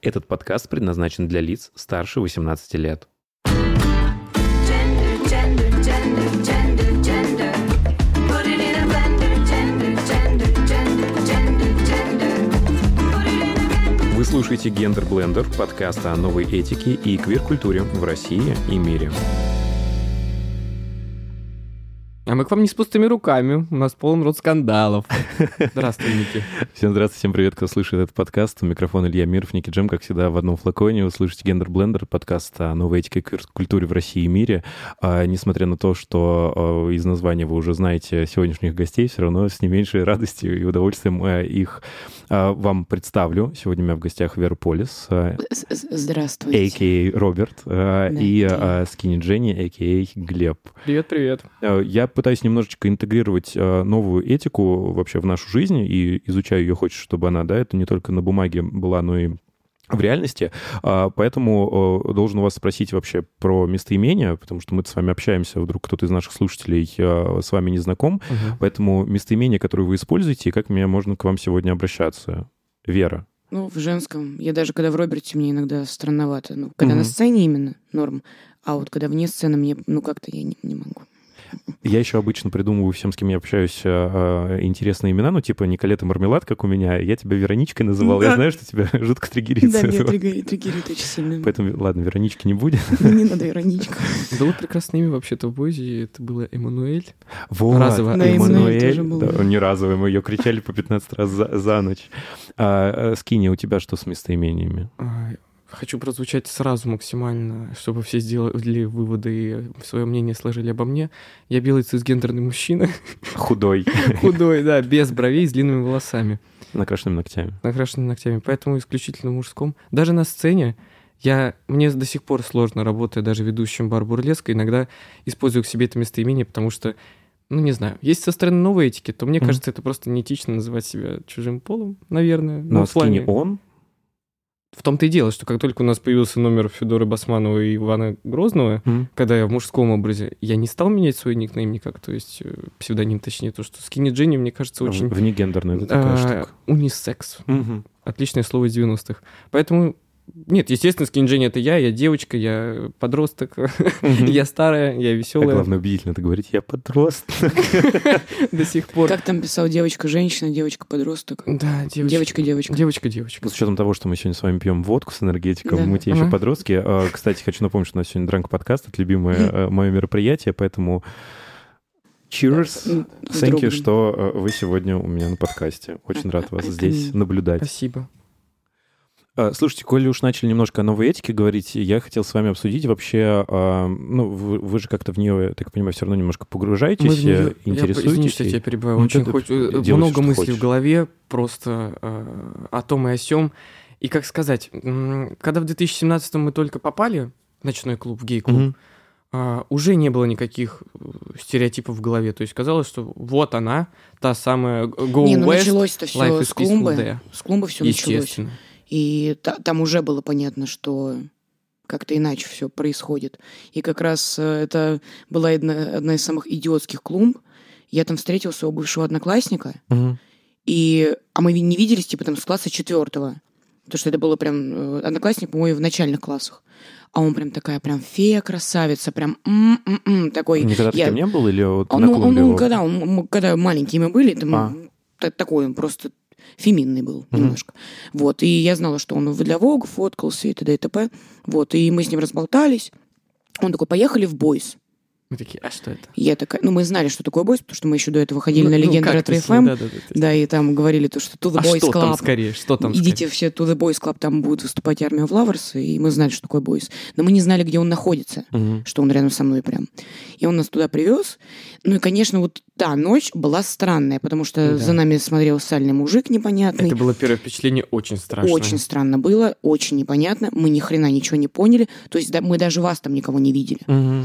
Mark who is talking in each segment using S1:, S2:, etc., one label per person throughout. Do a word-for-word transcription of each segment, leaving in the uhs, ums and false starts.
S1: Этот подкаст предназначен для лиц старше восемнадцати лет. Вы слушаете «Гендер Блендер», подкаст о новой этике и квир-культуре в России и мире.
S2: А мы к вам не с пустыми руками, у нас полон рот скандалов. Здравствуй, Ники.
S1: Всем здравствуйте, всем привет, кто слышит этот подкаст. У микрофона Илья Миров, Ники Джем, как всегда, в одном флаконе. Вы слышите «Гендер Блендер», подкаст о новой этике и квир-культуре в России и мире. А, несмотря на то, что а, из названия вы уже знаете сегодняшних гостей, все равно с не меньшей радостью и удовольствием а, их а, вам представлю. Сегодня у меня в гостях Вера Полис. А,
S3: Здравствуйте.
S1: а ка а. Роберт, а, да, и а, Скини Дженни, а ка а. Глеб.
S2: Привет-привет.
S1: А, я пытаюсь немножечко интегрировать а, новую этику вообще в нашу жизнь и изучаю ее, хочется, чтобы она, да, это не только на бумаге была, но и в реальности. А, поэтому а, должен у вас спросить вообще про местоимения, потому что мы с вами общаемся, вдруг кто-то из наших слушателей а, с вами не знаком. Угу. Поэтому местоимения, которые вы используете, и как мне можно к вам сегодня обращаться? Вера.
S3: Ну, в женском. Я даже когда в Роберте, мне иногда странновато. Ну, когда угу. на сцене именно норм, а вот когда вне сцены, мне, ну, как-то я не, не могу.
S1: Я еще обычно придумываю всем, с кем я общаюсь, интересные имена, ну, типа Николета Мармелад, как у меня. Я тебя Вероничкой называл. Да. Я знаю, что тебя жутко триггерит.
S3: Да, меня триггерит, триггерит очень сильно.
S1: Поэтому, ладно, Веронички не будет.
S3: Не надо Вероничка.
S2: Было прекрасное имя вообще-то в Бойзе, это было Эммануэль.
S1: Вот,
S2: разово.
S3: Да,
S1: Эммануэль. Да, не разово, мы ее кричали по пятнадцать раз за, за ночь. А, Скини, у тебя что с местоимениями?
S2: Хочу прозвучать сразу максимально, чтобы все сделали выводы и свое мнение сложили обо мне. Я белый цисгендерный мужчина.
S1: Худой.
S2: Худой, да, без бровей, с длинными волосами.
S1: Накрашенными ногтями.
S2: Накрашенными ногтями, поэтому исключительно в мужском. Даже на сцене я, мне до сих пор сложно, работая даже ведущим бар «Бурлеск», иногда использую к себе это местоимение, потому что, ну, не знаю, есть со стороны новой этики, то мне mm. кажется, это просто неэтично называть себя чужим полом, наверное.
S1: Ну, а Скини он?
S2: В том-то и дело, что как только у нас появился номер Федоры Басманова и Ивана Грозного, mm. когда я в мужском образе, я не стал менять свой никнейм никак, то есть псевдоним, точнее, то, что Скини Дженни, мне кажется, очень...
S1: Внегендерная это такая
S2: а,
S1: штука.
S2: Унисекс.
S1: Mm-hmm.
S2: Отличное слово из девяностых. Поэтому... Нет, естественно, Скини Дженни — это я, я девочка, я подросток, mm-hmm. я старая, я веселая.
S1: А главное, убедительно это говорить, я подросток.
S2: До сих пор.
S3: Как там писал девочка-женщина, девочка-подросток?
S2: Да,
S3: девочка-девочка.
S2: Девочка-девочка.
S1: С учетом того, что мы сегодня с вами пьем водку с энергетиком, мы те еще подростки. Кстати, хочу напомнить, что у нас сегодня дранк-подкаст, это любимое мое мероприятие, поэтому... Cheers. Thank you, что вы сегодня у меня на подкасте. Очень рад вас здесь наблюдать.
S2: Спасибо.
S1: Слушайте, коли уж начали немножко о новой этике говорить, я хотел с вами обсудить вообще, ну, вы, вы же как-то в нее, так понимаю, все равно немножко погружаетесь, мы в нее, интересуетесь. Я, извини,
S2: что я тебя перебиваю, ну, очень хоть, делаешь, много мыслей хочешь. В голове, просто э, о том и о сём. И как сказать, когда в две тысячи семнадцатом мы только попали в ночной клуб, в гей-клуб, mm-hmm. Uh, уже не было никаких стереотипов в голове. То есть казалось, что вот она, та самая Go
S3: не, ну,
S2: West,
S3: началось-то все
S2: Life is
S3: с клумбы.
S2: There.
S3: С клумбы все началось. И та, там уже было понятно, что как-то иначе все происходит. И как раз это была одна, одна из самых идиотских клумб. Я там встретила своего бывшего одноклассника, uh-huh. и, а мы не виделись типа там с класса четвертого. Потому что это было прям одноклассник мой в начальных классах. А он прям такая прям фея, красавица, прям м-м-м, такой...
S1: Никогда
S3: я...
S1: таким не был или вот
S3: он,
S1: на
S3: ну,
S1: клумбе?
S3: Ну,
S1: его...
S3: когда, он, когда маленькими были, там, а. т- такой он просто феминный был mm-hmm. немножко. Вот, и я знала, что он для Vogue фоткался и т.д. и т.п. Вот, и мы с ним разболтались. Он такой, поехали в Бойс.
S2: Мы такие, а что это?
S3: Я такая, ну, мы знали, что такое Бойс, потому что мы еще до этого ходили ну, на Легенды
S2: ну,
S3: Ретро эф эм. Да, да, да, да, и там говорили то, что To The
S2: а
S3: Boys
S2: что
S3: Club.
S2: Там скорее? Что там
S3: Идите
S2: скорее?
S3: все To The Boys Club, там будет выступать Army of Lovers, и мы знали, что такое Бойс. Но мы не знали, где он находится, угу. что он рядом со мной прям. И он нас туда привез. Ну и, конечно, вот та ночь была странная, потому что да. за нами смотрел сальный мужик непонятный.
S2: Это было первое впечатление очень страшное.
S3: Очень странно было, очень непонятно. Мы ни хрена ничего не поняли. То есть да, мы даже вас там никого не видели.
S2: Угу.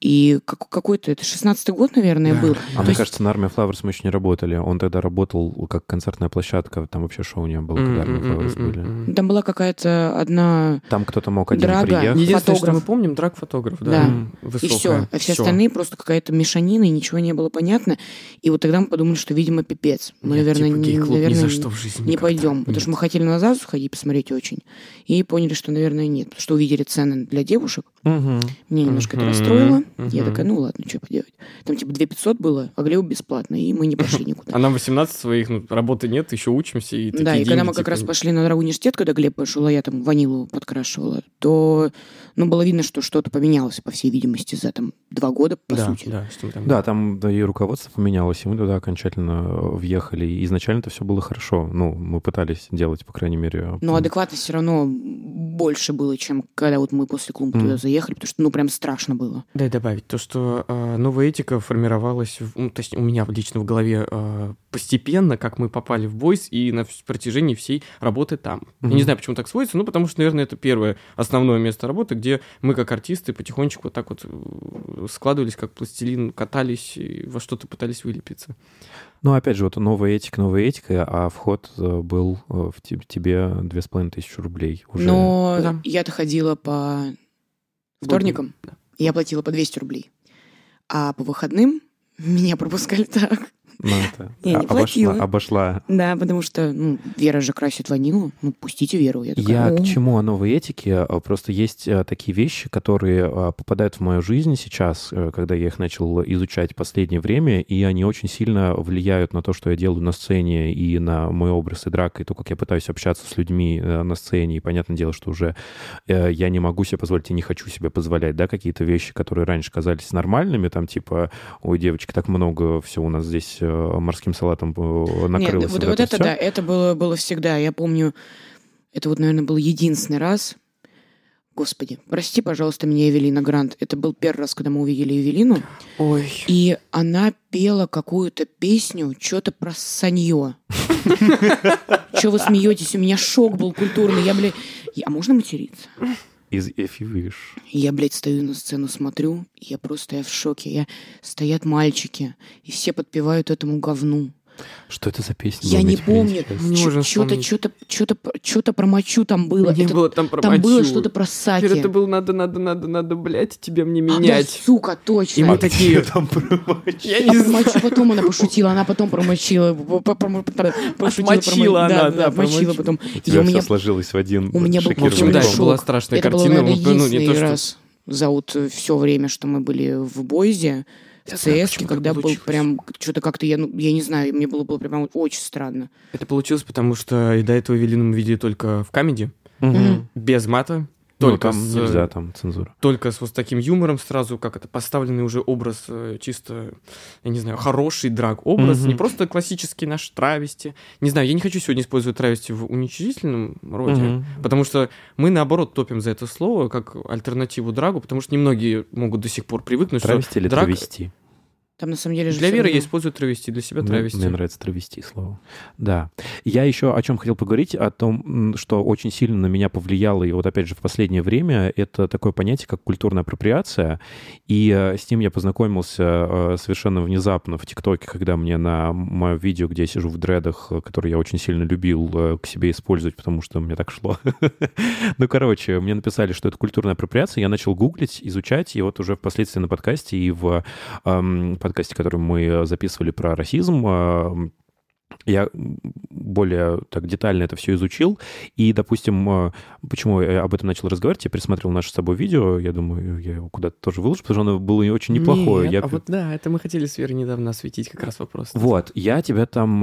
S3: И как, какой-то, это шестнадцатый год, наверное, да. был.
S1: А То мне есть... кажется, на Army of Flowers мы еще не работали. Он тогда работал как концертная площадка, там вообще шоу не было, когда Army of Flowers были.
S3: Там была какая-то одна...
S1: Там кто-то мог один
S3: Драга,
S1: приехать.
S2: Единственное, что мы помним, драг-фотограф, да.
S3: да.
S2: Высокая.
S3: И все. А все, все остальные просто какая-то мешанина, и ничего не было понятно. И вот тогда мы подумали, что, видимо, пипец. Мы,
S2: Нет,
S3: наверное,
S2: типа,
S3: не, наверное,
S2: ни за что в жизни
S3: не пойдем. Потому
S2: Нет.
S3: что мы хотели на ЗАЗу сходить, посмотреть очень. И поняли, что, наверное, нет. Потому что увидели цены для девушек.
S1: Угу.
S3: Меня немножко это расстроило. Я такая, ну ладно, что поделать. Там типа две тысячи пятьсот было, а Глебу бесплатно, и мы не пошли никуда.
S2: А нам восемнадцать своих, ну, работы нет, еще учимся. И такие
S3: да, и
S2: деньги,
S3: когда мы как
S2: типа...
S3: раз пошли на университет, когда Глеб пошел, а я там ванилу подкрашивала, то ну, было видно, что что-то поменялось, по всей видимости, за там два года, по
S2: да,
S3: сути.
S2: Да, что там...
S1: да, там да, и руководство поменялось, и мы туда окончательно въехали. И изначально это все было хорошо. Ну, мы пытались делать, по крайней мере...
S3: Но адекватность все равно больше было, чем когда вот мы после клуба mm. туда заехали, потому что, ну, прям страшно было.
S2: Да, и добавить то, что э, новая этика формировалась, в, ну, то есть у меня лично в голове э, постепенно, как мы попали в бойс, и на протяжении всей работы там. Mm-hmm. Я не знаю, почему так сводится, ну, потому что, наверное, это первое основное место работы, где мы, как артисты, потихонечку вот так вот складывались, как пластилин, катались и во что-то пытались вылепиться.
S1: Ну, опять же, вот новая этика, новая этика, а вход был в тебе две с половиной тысячи рублей. Уже.
S3: Но
S2: да.
S3: я-то ходила по вторникам, да. Я платила по двести рублей. А по выходным меня пропускали так.
S1: Ну, это
S3: я не
S1: обошла, обошла.
S3: Да, потому что ну, Вера же красит ванилу. Ну, пустите Веру. Я, такая,
S1: я
S3: О.
S1: к чему о новой этике? Просто есть такие вещи, которые попадают в мою жизнь сейчас, когда я их начал изучать в последнее время, и они очень сильно влияют на то, что я делаю на сцене, и на мой образ и драк, и то, как я пытаюсь общаться с людьми на сцене. И понятное дело, что уже я не могу себе позволить и не хочу себе позволять, да, какие-то вещи, которые раньше казались нормальными, там типа, ой, девочки, так много всего у нас здесь морским салатом накрылось.
S3: Нет, вот, вот это, это да, это было, было всегда. Я помню, это вот, наверное, был единственный раз. Господи, прости, пожалуйста, меня Эвелина Грант. Это был первый раз, когда мы увидели Эвелину.
S2: Ой.
S3: И она пела какую-то песню, что-то про санье. Че вы смеетесь? У меня шок был культурный. Я, блядь... А можно материться?
S1: Из If You Wish.
S3: Я, блядь, стою на сцену, смотрю, и я просто я в шоке. Я... Стоят мальчики, и все подпевают этому говну.
S1: Что это за песня?
S3: Я не помню. Что-то, что-то, что-то, что-то про мочу там было.
S2: Не это, было там про
S3: Там
S2: мочу.
S3: было что-то про саки.
S2: Теперь это было надо, надо, надо, надо, блядь, тебе мне менять.
S3: А, да, сука, точно.
S2: И мы такие...
S1: там про мочу?
S2: Я не
S3: а мочу потом она пошутила, она потом промочила.
S2: Отмочила она, да,
S3: промочила потом.
S1: У тебя все сложилось в один
S3: у меня был,
S2: в общем, да, была страшная
S3: это
S2: картина.
S3: Это был, наверное,
S2: ну,
S3: единственный раз за вот все время, что мы были в бойзе, в ЦСке, когда был прям что-то как-то, я, ну, я не знаю, мне было, было прям очень странно.
S2: Это получилось, потому что и до этого Эвелину мы видели только в камеди,
S1: угу.
S2: без мата.
S1: Только ну, там с, нельзя, там цензура.
S2: Только с вот таким юмором сразу, как это, поставленный уже образ, чисто, я не знаю, хороший драг-образ, mm-hmm. не просто классический наш травести. Не знаю, я не хочу сегодня использовать травести в уничижительном роде, mm-hmm. потому что мы, наоборот, топим за это слово как альтернативу драгу, потому что немногие могут до сих пор привыкнуть,
S1: травести
S2: что
S1: или
S2: драг...
S1: травести?
S3: Там, на самом деле, же
S2: для Веры
S3: равно...
S2: я использую травести, для себя травести.
S1: Мне, мне нравится травести слово. Да. Я еще о чем хотел поговорить, о том, что очень сильно на меня повлияло, и вот опять же в последнее время, это такое понятие, как культурная апроприация, и с ним я познакомился совершенно внезапно в ТикТоке, когда мне на мое видео, где я сижу в дредах, которое я очень сильно любил, к себе использовать, потому что мне так шло. Ну, короче, мне написали, что это культурная апроприация, я начал гуглить, изучать, и вот уже впоследствии на подкасте и в подкасте, который мы записывали про расизм, я более так детально это все изучил. И, допустим, почему я об этом начал разговаривать, я пересмотрел наше с собой видео, я думаю, я его куда-то тоже выложу, потому что оно было очень неплохое.
S2: Нет,
S1: я...
S2: а вот да, это мы хотели с Верой недавно осветить как раз вопрос.
S1: Вот, я тебя там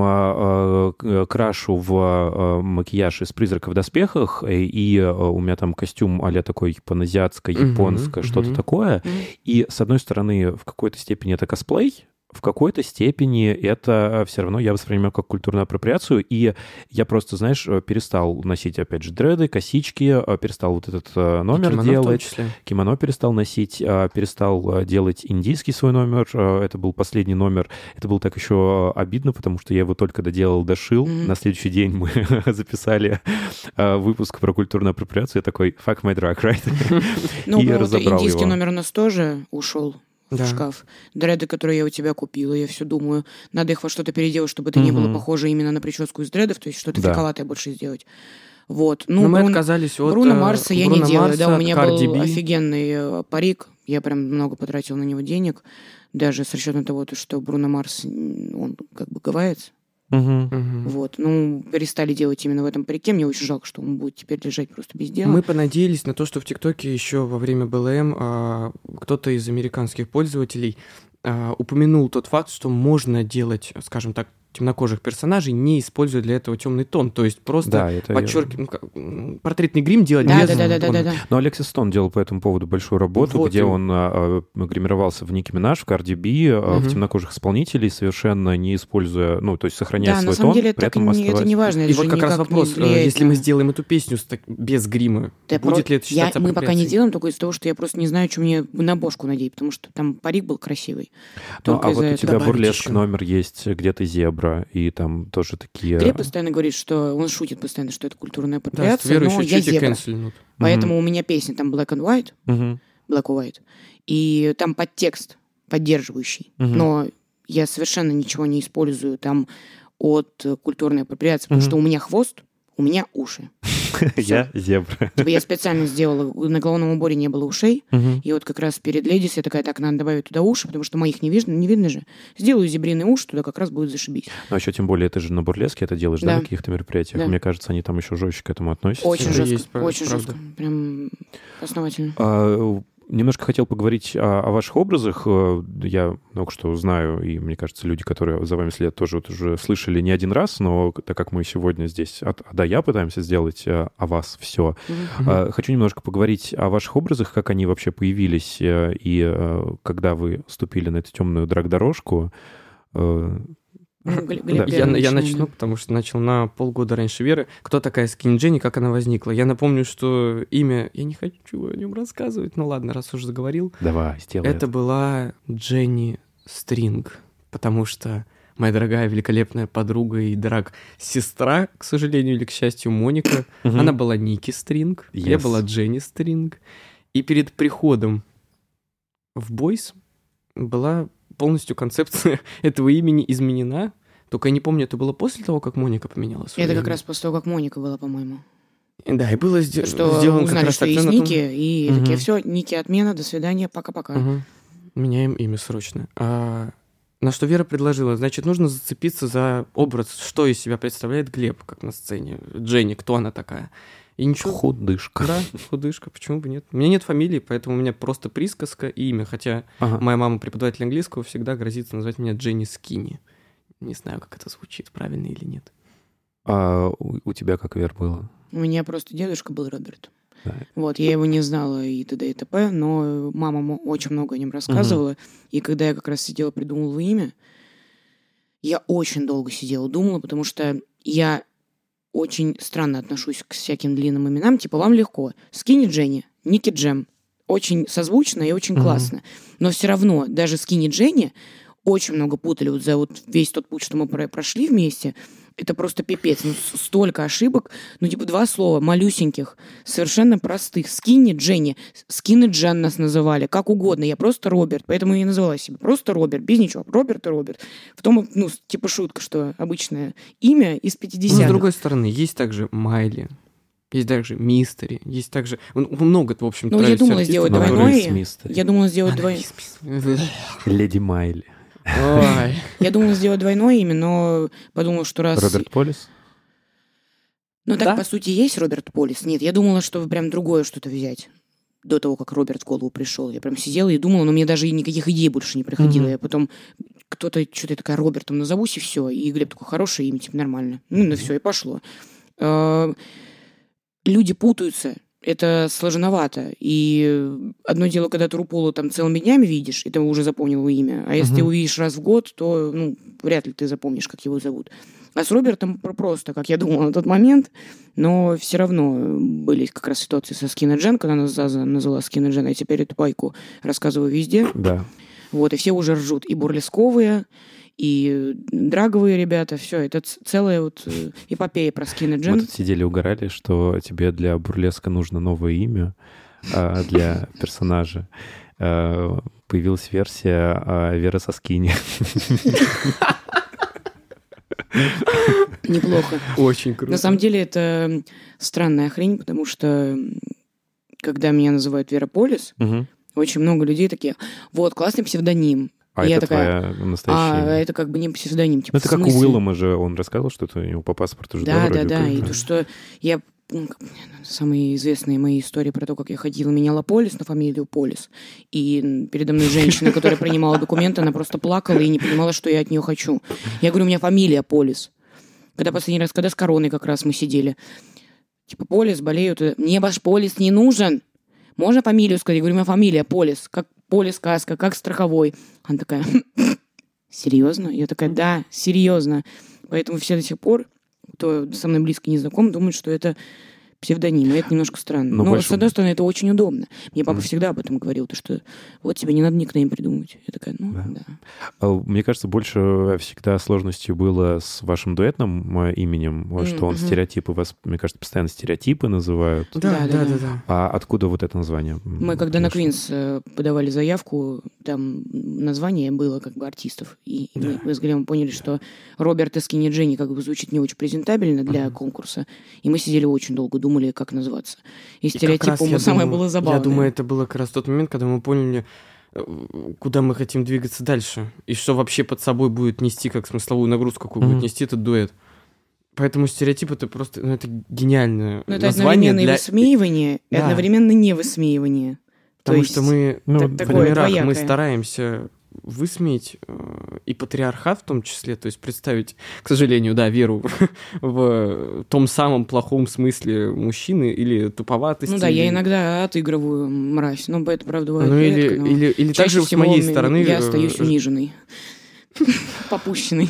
S1: а, а, крашу в а, макияж из «Призрака в доспехах», и, и а, у меня там костюм а-ля такой паназиатско, японское, uh-huh, что-то uh-huh. такое. Uh-huh. И, с одной стороны, в какой-то степени это косплей, в какой-то степени это все равно я воспринимаю как культурную апроприацию, и я просто, знаешь, перестал носить, опять же, дреды, косички, перестал вот этот номер
S2: кимоно
S1: делать, кимоно перестал носить, перестал делать индийский свой номер, это был последний номер, это было так еще обидно, потому что я его только доделал, дошил, mm-hmm. на следующий день мы записали выпуск про культурную апроприацию, я такой, fuck my drag, right?
S3: Ну, индийский номер у нас тоже ушел. да. в шкаф. Дреды, которые я у тебя купила, я все думаю, надо их во что-то переделать, чтобы это mm-hmm. не было похоже именно на прическу из дредов, то есть что-то да. фиковатое больше сделать. Вот. Ну,
S2: Но мы
S3: Брун...
S2: отказались от
S3: Бруно Марса я
S2: Бруно
S3: не делаю.
S2: Марса,
S3: Да, у меня
S2: Cardi
S3: был
S2: B.
S3: офигенный парик. Я прям много потратила на него денег. Даже с расчетом того, что Бруно Марс, он как бы говаец.
S1: Uh-huh.
S3: Uh-huh. Вот. Ну, перестали делать именно в этом парике. Мне очень жалко, что он будет теперь лежать просто без дела.
S2: Мы понадеялись на то, что в ТикТоке еще во время бэ эл эм а, кто-то из американских пользователей а, упомянул тот факт, что можно делать, скажем так, темнокожих персонажей, не используя для этого темный тон. То есть просто да, подчеркивать, ну, портретный грим делать
S3: да,
S2: без
S3: да, да, да, да, да.
S1: Но Алексис Стон делал по этому поводу большую работу, вот где и... он а, гримировался в Ники Минаж, в Cardi B, а, угу. в темнокожих исполнителей, совершенно не используя, ну, то есть сохраняя
S3: да,
S1: свой
S3: на самом
S1: тон,
S3: деле
S1: при этом
S3: не,
S1: оставаясь...
S3: это не важно.
S2: И вот как раз вопрос, если мы сделаем эту песню без грима, да, будет про... ли это считаться
S3: я, Мы пока не делаем только из-за того, что я просто не знаю, что мне на бошку надеть, потому что там парик был красивый.
S1: Ну, а вот у тебя бурлеск номер есть, где ты зебра, и там тоже такие...
S3: Глеб постоянно говорит, что он шутит постоянно, что это культурная апроприация, да, но я зебра. Поэтому mm-hmm. у меня песня там Black and White, mm-hmm. Black and White, и там подтекст поддерживающий. Mm-hmm. Но я совершенно ничего не использую там от культурной апроприации, потому mm-hmm. что у меня хвост, у меня уши.
S1: Я зебра.
S3: Я специально сделала, на головном уборе не было ушей, uh-huh. и вот как раз перед ледис я такая, так, надо добавить туда уши, потому что моих не видно, не видно же. Сделаю зебриный уши, туда как раз будет зашибись.
S1: Ну, а еще тем более, ты же на бурлеске это делаешь, да, да на каких-то мероприятиях? Да. Мне кажется, они там еще жестче к этому относятся.
S3: Очень жестко, есть, очень правда. жестко, прям основательно.
S1: А, немножко хотел поговорить о, о ваших образах. Я много что знаю, и, мне кажется, люди, которые за вами следят, тоже вот уже слышали не один раз, но так как мы сегодня здесь от А до Я пытаемся сделать о вас все, mm-hmm. хочу немножко поговорить о ваших образах, как они вообще появились, и когда вы ступили на эту темную драг-дорожку.
S2: Ну, Глеб, да. я, я начну, потому что начал на полгода раньше Веры. Кто такая Скини Дженни, как она возникла? Я напомню, что имя... Я не хочу о нем рассказывать, ну ладно, раз уже заговорил.
S1: Давай, сделай
S2: это.
S1: Это
S2: была Дженни Стринг, потому что моя дорогая, великолепная подруга и драг-сестра, к сожалению или к счастью, Моника, uh-huh. она была Ники Стринг, yes. я была Дженни Стринг. И перед приходом в Бойс была... полностью концепция этого имени изменена. Только я не помню, это было после того, как Моника поменяла свое
S3: Это
S2: имя.
S3: как раз после того, как Моника была, по-моему.
S2: Да, и было сде-
S3: что
S2: сделано
S3: узнали,
S2: как раз
S3: что есть Ники, и угу. такие, все, Ники, отмена, до свидания, пока-пока.
S2: Угу. Меняем имя срочно. А, на что Вера предложила, значит, нужно зацепиться за образ, что из себя представляет Глеб, как на сцене. Дженни, кто она такая. И ничего...
S1: Худышка.
S2: Да, худышка, почему бы нет. У меня нет фамилии, поэтому у меня просто присказка и имя. Хотя ага. моя мама, преподаватель английского, всегда грозится назвать меня Дженни Скини. Не знаю, как это звучит, правильно или нет.
S1: А у, у тебя как, Вер, было?
S3: У меня просто дедушка был Роберт. Да. Вот, я его не знала и т.д. и т.п., но мама очень много о нем рассказывала. Угу. И когда я как раз сидела, придумывала имя, я очень долго сидела, думала, потому что я... очень странно отношусь к всяким длинным именам. Типа, вам легко. Скини Дженни, Ники Джем. Очень созвучно и очень mm-hmm. классно. Но все равно, даже Скини Дженни очень много путали вот за вот весь тот путь, что мы прошли вместе. Это просто пипец. Ну, столько ошибок. Ну, типа, два слова малюсеньких, совершенно простых. Скини Дженни. Скини Джен нас называли. Как угодно. Я просто Роберт. Поэтому я и называла себя. Просто Роберт. Без ничего. Роберт и Роберт. Потом, ну, типа шутка, что обычное имя из пятидесятых.
S2: Но, с другой стороны, есть также Майли. Есть также Мистери. Есть также... Много, в общем-то,
S3: ну, я думала сделать двойное. Я думала сделать двойное.
S1: Леди Майли.
S2: Ой.
S3: Я думала сделать двойное имя, но подумала, что раз...
S1: Роберт Полис?
S3: Ну, так, да? По сути, есть Роберт Полис. Нет, я думала, что прям другое что-то взять. До того, как Роберт в голову пришел. Я прям сидела и думала, но мне даже и никаких идей больше не приходило. Mm-hmm. Я потом... Кто-то что-то такая Робертом назовусь, и все. И Глеб такой, хорошее имя, типа, нормально. Ну, ну все, и пошло. Люди путаются. Это сложновато. И одно дело, когда ты Руполу там целыми днями видишь, и ты уже запомнил его имя. А если uh-huh. ты увидишь раз в год, то ну, вряд ли ты запомнишь, как его зовут. А с Робертом просто, как я думала на тот момент, но все равно были как раз ситуации со Скини Джен, когда нас Заза назвала Скини Джен, а теперь эту байку рассказываю везде.
S1: Да.
S3: Вот, и все уже ржут. И бурлесковые, и драговые ребята, все, это целая вот эпопея про Скини Джен.
S1: Мы тут сидели, угорали, что тебе для бурлеска нужно новое имя а для персонажа. Появилась версия э, Веры Соскини.
S3: Неплохо.
S2: Очень круто.
S3: На самом деле это странная хрень, потому что когда меня называют Вера Полис, угу. очень много людей такие, вот, классный псевдоним.
S1: А
S3: и
S1: это
S3: я такая,
S1: твоя настоящая?
S3: А это как бы не псевдоним. Типа,
S1: это как у Уиллома же, он рассказывал, что это у него по паспорту же.
S3: Да,
S1: да,
S3: да, да. И то, что я... Самые известные мои истории про то, как я ходила, меняла Полис на фамилию Полис. И передо мной женщина, которая принимала документы, она просто плакала и не понимала, что я от нее хочу. Я говорю, у меня фамилия Полис. Когда последний раз, когда с короной как раз мы сидели. Типа, Полис, болеют. Мне ваш Полис не нужен. Можно фамилию сказать? Я говорю, у меня фамилия Полис. Как Полис Каска, как страховой. Она такая, серьезно? Я такая, да, серьезно. Поэтому все до сих пор, кто со мной близко не знаком, думают, что это псевдоним, и это немножко странно. Но, Но больше... с одной стороны, это очень удобно. Мне папа mm. всегда об этом говорил, то, что вот тебе не надо никнейм придумывать. Я такая, ну, да.
S1: да. Мне кажется, больше всегда сложностью было с вашим дуэтным именем, mm-hmm. что он стереотипы, вас, мне кажется, постоянно стереотипы называют.
S2: Да, да, да. да, да.
S1: А откуда вот это название?
S3: Мы когда пришло? На Квинс подавали заявку, там название было как бы артистов, и да. мы, мы с Глебом поняли, что Роберт и Скинни Дженни как бы звучит не очень презентабельно для mm-hmm. конкурса, и мы сидели очень долго, думали, думали, как называться. И, и стереотип, по-моему, самое
S2: думаю,
S3: было забавное.
S2: Я думаю, это был как раз тот момент, когда мы поняли, куда мы хотим двигаться дальше, и что вообще под собой будет нести, как смысловую нагрузку, какую mm-hmm. будет нести этот дуэт. Поэтому стереотип — это просто, ну, это гениальное
S3: Но это
S2: название
S3: одновременно
S2: для...
S3: и высмеивание, и да. одновременно не высмеивание.
S2: Потому
S3: То
S2: что мы,
S3: ну,
S2: в номерах мы стараемся высмеять э, и патриархат в том числе, то есть представить, к сожалению, да, Веру в том самом плохом смысле мужчины или туповатости.
S3: Ну да,
S2: или...
S3: я иногда отыгрываю мразь, но это правда бывает
S2: ну,
S3: редко.
S2: Или, или, или также с моей стороны...
S3: Я остаюсь униженной, попущенной.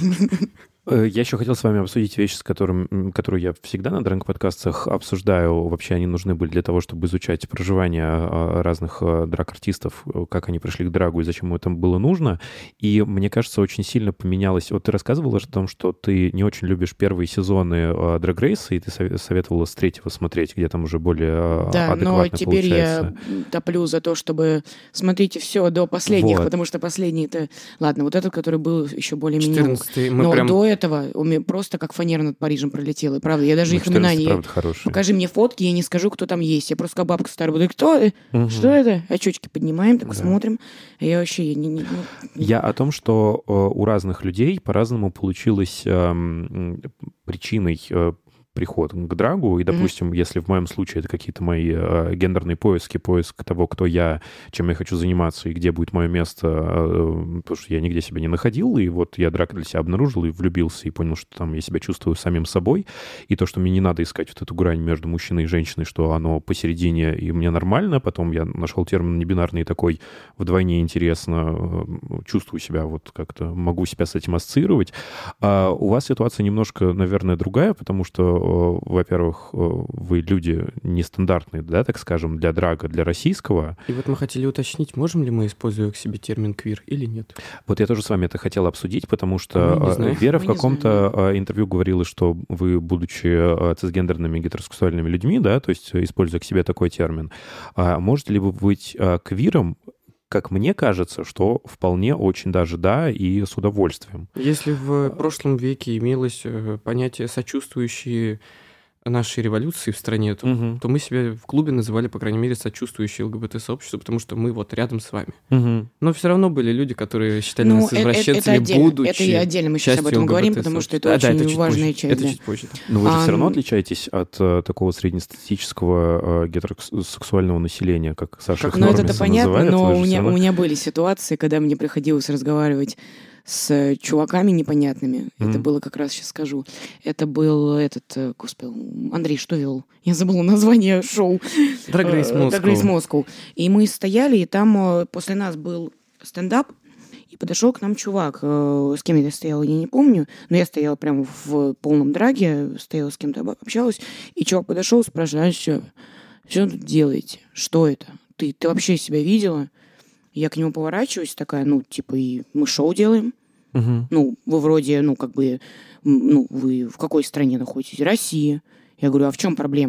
S1: Я еще хотел с вами обсудить вещи, с которым, которые я всегда на дранк-подкастах обсуждаю. Вообще они нужны были для того, чтобы изучать проживание разных драг-артистов, как они пришли к драгу и зачем это было нужно. И мне кажется, очень сильно поменялось. Вот ты рассказывала о том, что ты не очень любишь первые сезоны Drag Race, и ты советовала с третьего смотреть, где там уже более да, адекватно получается.
S3: Да, но теперь я топлю за то, чтобы смотрите все до последних, вот. Потому что последний это... Ладно, вот этот, который был еще более-менее... Но прям... до этого у меня просто как фанера над Парижем пролетела. И правда, я даже их имена не... Покажи мне фотки, я не скажу, кто там есть. Я просто как бабка старая буду. Кто? Угу. Что это? Очечки поднимаем, так да. смотрим. А я вообще... Я, не, не, ну...
S1: я о том, что э, у разных людей по-разному получилось э, причиной... Э, приход к драгу, и, допустим, mm-hmm. если в моем случае это какие-то мои э, гендерные поиски, поиск того, кто я, чем я хочу заниматься и где будет мое место, э, потому что я нигде себя не находил, и вот я драг для себя обнаружил и влюбился, и понял, что там я себя чувствую самим собой, и то, что мне не надо искать вот эту грань между мужчиной и женщиной, что оно посередине, и мне нормально, потом я нашел термин небинарный такой, вдвойне интересно, э, чувствую себя вот как-то, могу себя с этим ассоциировать. А у вас ситуация немножко, наверное, другая, потому что во-первых, вы люди нестандартные, да, так скажем, для драга, для российского.
S2: И вот мы хотели уточнить, можем ли мы использовать к себе термин «квир» или нет?
S1: Вот я тоже с вами это хотел обсудить, потому что Вера мы в каком-то интервью говорила, что вы, будучи цисгендерными гетеросексуальными людьми, да, то есть используя к себе такой термин, можете ли вы быть квиром, как мне кажется, что вполне очень даже да, и с удовольствием.
S2: Если в прошлом веке имелось понятие «сочувствующие нашей революции в стране», то, угу. то мы себя в клубе называли, по крайней мере, сочувствующие ЛГБТ-сообществу, потому что мы вот рядом с вами. Угу. Но все равно были люди, которые считали ну, нас извращенцами, это, это будучи
S3: Это и отдельно мы сейчас об этом говорим, потому что это а, очень да, это важная
S2: позже.
S3: часть.
S2: Это
S3: да.
S2: чуть позже.
S1: Но вы же
S3: а,
S1: все равно отличаетесь от uh, такого среднестатистического uh, гетеросексуального населения, как Саша их
S3: нормально называет. Ну, это понятно, но у меня,
S1: равно...
S3: у меня были ситуации, когда мне приходилось разговаривать с чуваками непонятными. Mm-hmm. Это было как раз, сейчас скажу. Это был этот, господи, Андрей, что вел? Я забыла название шоу.
S2: Drag Race Moscow.
S3: Drag Race Moscow. И мы стояли, и там после нас был стендап, и подошел к нам чувак. С кем я стояла, я не помню, но я стояла прямо в полном драге, стояла с кем-то, общалась, и чувак подошел, спрашивает, а что, что тут делаете? Что это? Ты, ты вообще себя видела? Я к нему поворачиваюсь, такая, ну, типа, и мы шоу делаем. Uh-huh. Ну, вы вроде, ну, как бы, ну, вы в какой стране находитесь? Россия. Я говорю, а в чем проблема?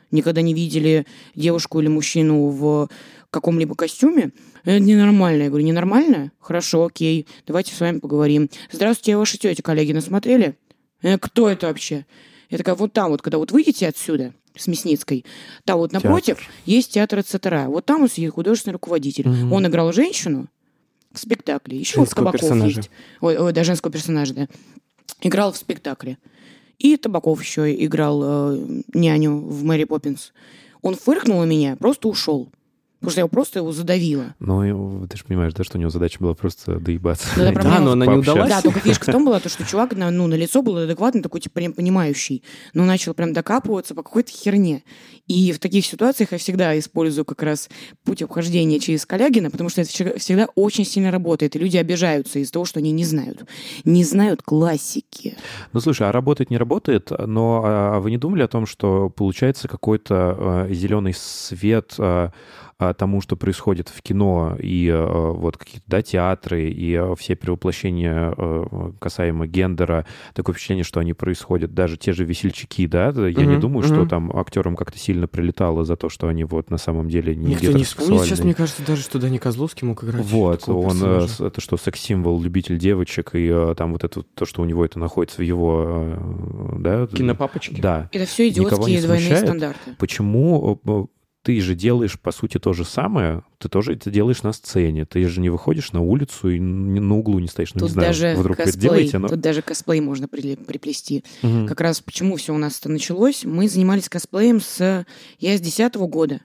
S3: никогда не видели девушку или мужчину в каком-либо костюме, это ненормально. Я говорю, ненормально? Хорошо, окей, давайте с вами поговорим. Здравствуйте, ваши тети, коллеги, насмотрели? Э, кто это вообще? Я такая, вот там вот, когда вот выйдете отсюда, с Мясницкой, там вот напротив театр. Есть театр эт цетера. Вот там вот сидит художественный руководитель. Угу. Он играл женщину в спектакле. Еще вот Табаков персонажа. Есть. Ой, ой, да, женского персонажа, да. Играл в спектакле. И Табаков еще играл э, няню в Мэри Поппинс. Он фыркнул на меня, просто ушел. Потому что я просто его задавила.
S1: Ну, ты же понимаешь, да, что у него задача была просто доебаться.
S3: Да,
S2: да, но она не удалась.
S3: Да, только фишка в том была, то, что чувак на, ну, на лицо был адекватный, такой, типа, прям понимающий. Но начал прям докапываться по какой-то херне. И в таких ситуациях я всегда использую как раз путь обхождения через Калягина, потому что это всегда очень сильно работает. И люди обижаются из-за того, что они не знают. Не знают классики.
S1: Ну, слушай, а работает, не работает, но а вы не думали о том, что получается какой-то а, зеленый свет а, тому, что происходит в кино, и э, вот какие-то, да, театры, и э, все перевоплощения э, касаемо гендера, такое впечатление, что они происходят, даже те же весельчаки, да, я mm-hmm. не думаю, mm-hmm. что там актерам как-то сильно прилетало за то, что они вот на самом деле не
S2: Никто не вспомнит сейчас, мне кажется, даже что Дани Козловский мог играть.
S1: Вот, он, э, это что, секс-символ, любитель девочек, и э, там вот это, то, что у него это находится в его, э, да...
S2: Кинопапочке.
S1: Да.
S3: Это все идиотские двойные стандарты.
S1: Почему... Ты же делаешь, по сути, то же самое, ты тоже это делаешь на сцене. Ты же не выходишь на улицу и на углу не стоишь, ну,
S3: тут
S1: не знаю,
S3: даже
S1: вдруг
S3: косплей,
S1: вы делаете, но...
S3: Тут даже косплей можно при, приплести. Угу. Как раз почему все у нас это началось. Мы занимались косплеем с... Я с десятого года.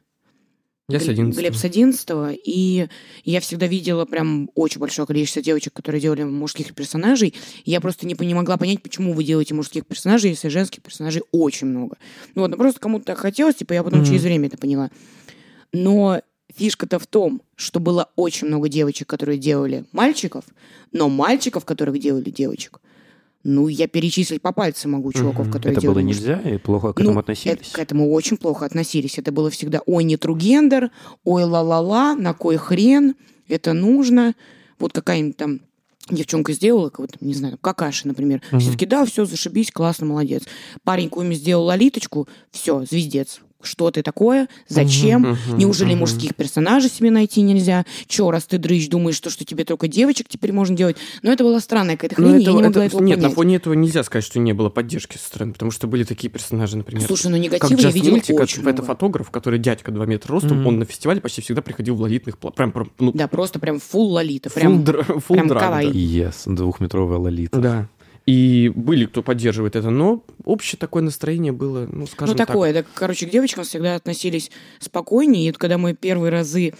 S2: Я с одиннадцатого.
S3: Глеб с одиннадцатого. И я всегда видела прям очень большое количество девочек, которые делали мужских персонажей. И я просто не, не могла понять, почему вы делаете мужских персонажей, если женских персонажей очень много. Ну вот, ну просто кому-то так хотелось, типа я потом mm-hmm. через время это поняла. Но фишка-то в том, что было очень много девочек, которые делали мальчиков, но мальчиков, которых делали девочек, ну, я перечислить по пальцам могу чуваков, mm-hmm. которые
S1: это
S3: делали...
S1: Это было нельзя, и плохо к этому
S3: ну,
S1: относились?
S3: Это, к этому очень плохо относились. Это было всегда, ой, не тругендер, ой, ла-ла-ла, на кой хрен, это нужно. Вот какая-нибудь там девчонка сделала, кого-то, не знаю, какаши, например. Mm-hmm. Все-таки, да, все, зашибись, классно, молодец. Парень какую-нибудь сделал лолиточку, все, звездец. Что ты такое? Зачем? Uh-huh, uh-huh, Неужели uh-huh. мужских персонажей себе найти нельзя? Че, раз ты дрыщ, думаешь, что, что тебе только девочек теперь можно делать? Но это была странная какая-то хрень, это, я не могла
S2: это,
S3: этого
S2: нет,
S3: понять.
S2: На фоне этого нельзя сказать, что не было поддержки со стороны, потому что были такие персонажи, например,
S3: слушай, ну негатива
S2: как
S3: я
S2: Джаст
S3: видела
S2: Мультик,
S3: очень много.
S2: Это фотограф, который дядька два метра ростом, mm-hmm. он на фестивале почти всегда приходил в лолитных платьях. Прям, ну,
S3: да, просто прям фулл лолита. Прям,
S2: full
S3: прям
S2: драг,
S3: кавай.
S2: Да.
S1: Yes, двухметровая лолита.
S2: Да. И были, кто поддерживает это, но общее такое настроение было, ну, скажем так.
S3: Ну, такое, так. Да, короче, к девочкам всегда относились спокойнее. И когда мы первые разы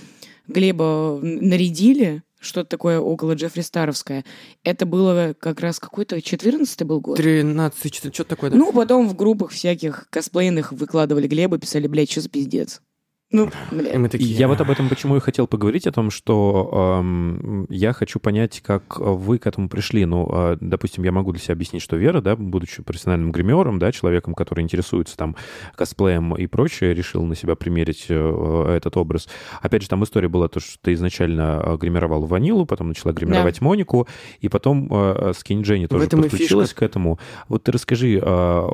S3: Глеба нарядили, что-то такое около Джеффри Старовское, это было как раз какой-то четырнадцатый был год.
S2: тринадцатый, четырнадцатый, что-то такое, да?
S3: Ну, потом в группах всяких косплейных выкладывали Глеба, писали, блядь, что за пиздец. Ну,
S2: и мы такие...
S1: Я вот об этом почему и хотел поговорить, о том, что эм, я хочу понять, как вы к этому пришли. Ну, э, допустим, я могу для себя объяснить, что Вера, да, будучи профессиональным гримером, да, человеком, который интересуется там косплеем и прочее, решил на себя примерить э, этот образ. Опять же, там история была то, что ты изначально гримировал Ванилу, потом начала гримировать да. Монику, и потом э, Скинни Дженни тоже подключилась к этому. Вот ты расскажи... Э,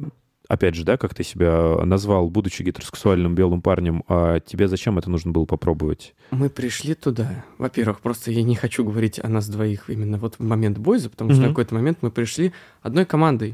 S1: Опять же, да, как ты себя назвал, будучи гетеросексуальным белым парнем, а тебе зачем это нужно было попробовать?
S2: Мы пришли туда. Во-первых, просто я не хочу говорить о нас двоих именно вот в момент бойза, потому mm-hmm. что на какой-то момент мы пришли одной командой.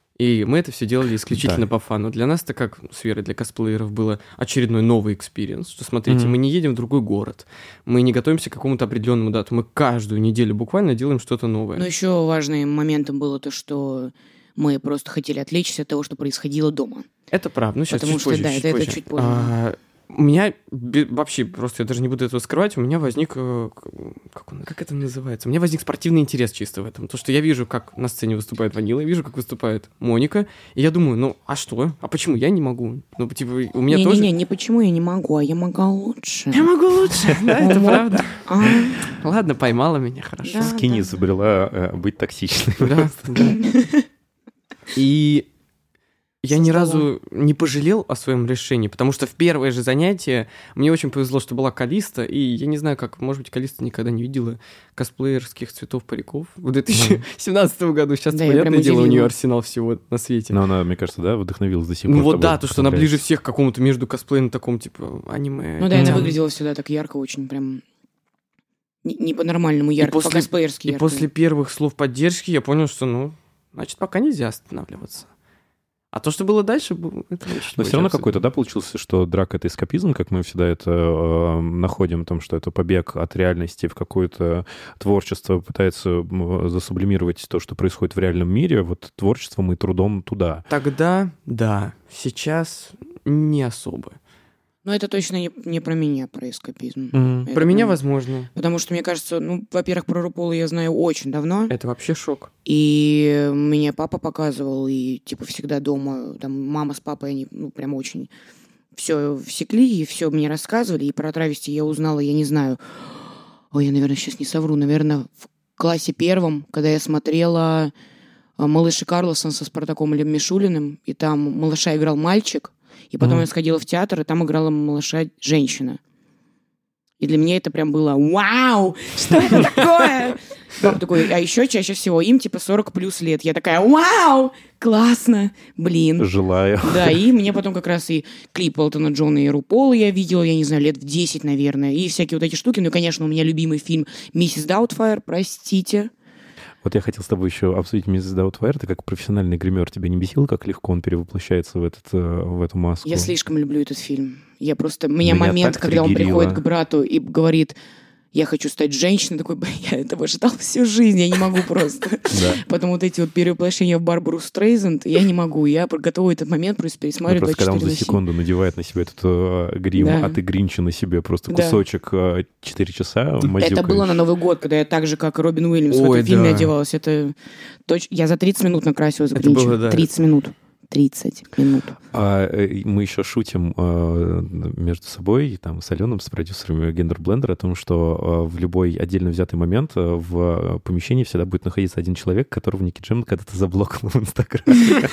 S2: И мы это все делали исключительно да. по фану. Для нас это как с Верой, для косплееров было очередной новый экспириенс. Что, смотрите, mm-hmm. мы не едем в другой город, мы не готовимся к какому-то определенному дату, мы каждую неделю буквально делаем что-то новое.
S3: Но еще важным моментом было то, что... Мы просто хотели отвлечься от того, что происходило дома.
S2: Это правда. Ну, сейчас
S3: Потому
S2: чуть
S3: что,
S2: позже.
S3: да,
S2: чуть
S3: это,
S2: позже.
S3: это чуть позже.
S2: А, у меня вообще, просто я даже не буду этого скрывать, у меня возник, как, он, как это называется? У меня возник спортивный интерес чисто в этом. То, что я вижу, как на сцене выступает Ванила, я вижу, как выступает Моника, и я думаю, ну, а что? А почему я не могу? Ну, типа, у меня
S3: не,
S2: тоже...
S3: Не-не-не, не почему я не могу, а я могу лучше.
S2: Я могу лучше, да, это правда. Ладно, поймала меня, хорошо.
S1: Скинни изобрела быть токсичной.
S2: Да, да. И Я ни разу не пожалел о своем решении, потому что в первое же занятие мне очень повезло, что была Калиста, и я не знаю, как, может быть, Калиста никогда не видела косплеерских цветов париков в две тысячи семнадцатом году. Сейчас, да, понятное дело, у нее арсенал всего на свете.
S1: Но она, мне кажется, да, вдохновилась до сих пор.
S2: Ну вот да, то, что она ближе всех к какому-то между косплеем такому, типа, аниме.
S3: Ну да, она выглядела всегда так ярко, очень прям... Не, не по-нормальному ярко, после, по-косплеерски ярко.
S2: И после первых слов поддержки я понял, что, ну, значит, пока нельзя останавливаться. А то, что было дальше, это очень...
S1: Но все равно какой-то, да, получился, что драка — это эскапизм, как мы всегда это э, находим, в том, что это побег от реальности в какое-то творчество, пытается засублимировать то, что происходит в реальном мире, вот творчеством и трудом туда.
S2: Тогда, да, сейчас не особо.
S3: Но это точно не, не про меня, про эскапизм.
S2: Mm-hmm. Про, про меня, возможно.
S3: Потому что, мне кажется, ну, во-первых, про RuPaul я знаю очень давно.
S2: Это вообще шок.
S3: И мне папа показывал, и, типа, всегда дома, там, мама с папой, они, ну, прям очень все всекли, и все мне рассказывали. И про травести я узнала, я не знаю... Ой, я, наверное, сейчас не совру. Наверное, в классе первом, когда я смотрела «Малыш и Карлсон» со Спартаком Лем Мишулиным, и там малыша играл мальчик, и потом mm-hmm. я сходила в театр, и там играла малыша женщина. И для меня это прям было «Вау! Что это такое?» Папа такой, а еще чаще всего им типа сорок плюс лет. Я такая «Вау! Классно! Блин!»
S1: Желаю.
S3: Да, и мне потом как раз и клип Элтона Джона и RuPaul я видела, я не знаю, лет в десять, наверное. И всякие вот эти штуки. Ну и, конечно, у меня любимый фильм «Миссис Даутфайр», простите.
S1: Вот я хотел с тобой еще обсудить миссис Даутфайр. Ты как профессиональный гример, тебя не бесило, как легко он перевоплощается в, этот, в эту маску?
S3: Я слишком люблю этот фильм. Я просто... У меня, меня момент, когда он приходит к брату и говорит... Я хочу стать женщиной, такой, я этого ждал всю жизнь, я не могу просто. Потом вот эти вот перевоплощения в Барбару Стрейзанд, я не могу, я готова этот момент просто пересматривать
S1: двадцать четыре на семь. Просто когда он за секунду надевает на себя этот грим, а ты Гринча на себе просто кусочек четыре часа мазюкаешь.
S3: Это было на Новый год, когда я так же, как Робин Уильямс в этом фильме одевалась. Это я за тридцать минут накрасилась Гринчем. тридцать минут. тридцать минут.
S1: А, мы еще шутим а, между собой, там, с Аленом, с продюсерами Гендер-Блендер, о том, что а, в любой отдельно взятый момент а, в помещении всегда будет находиться один человек, которого Ники Джем когда-то заблокал в Инстаграме.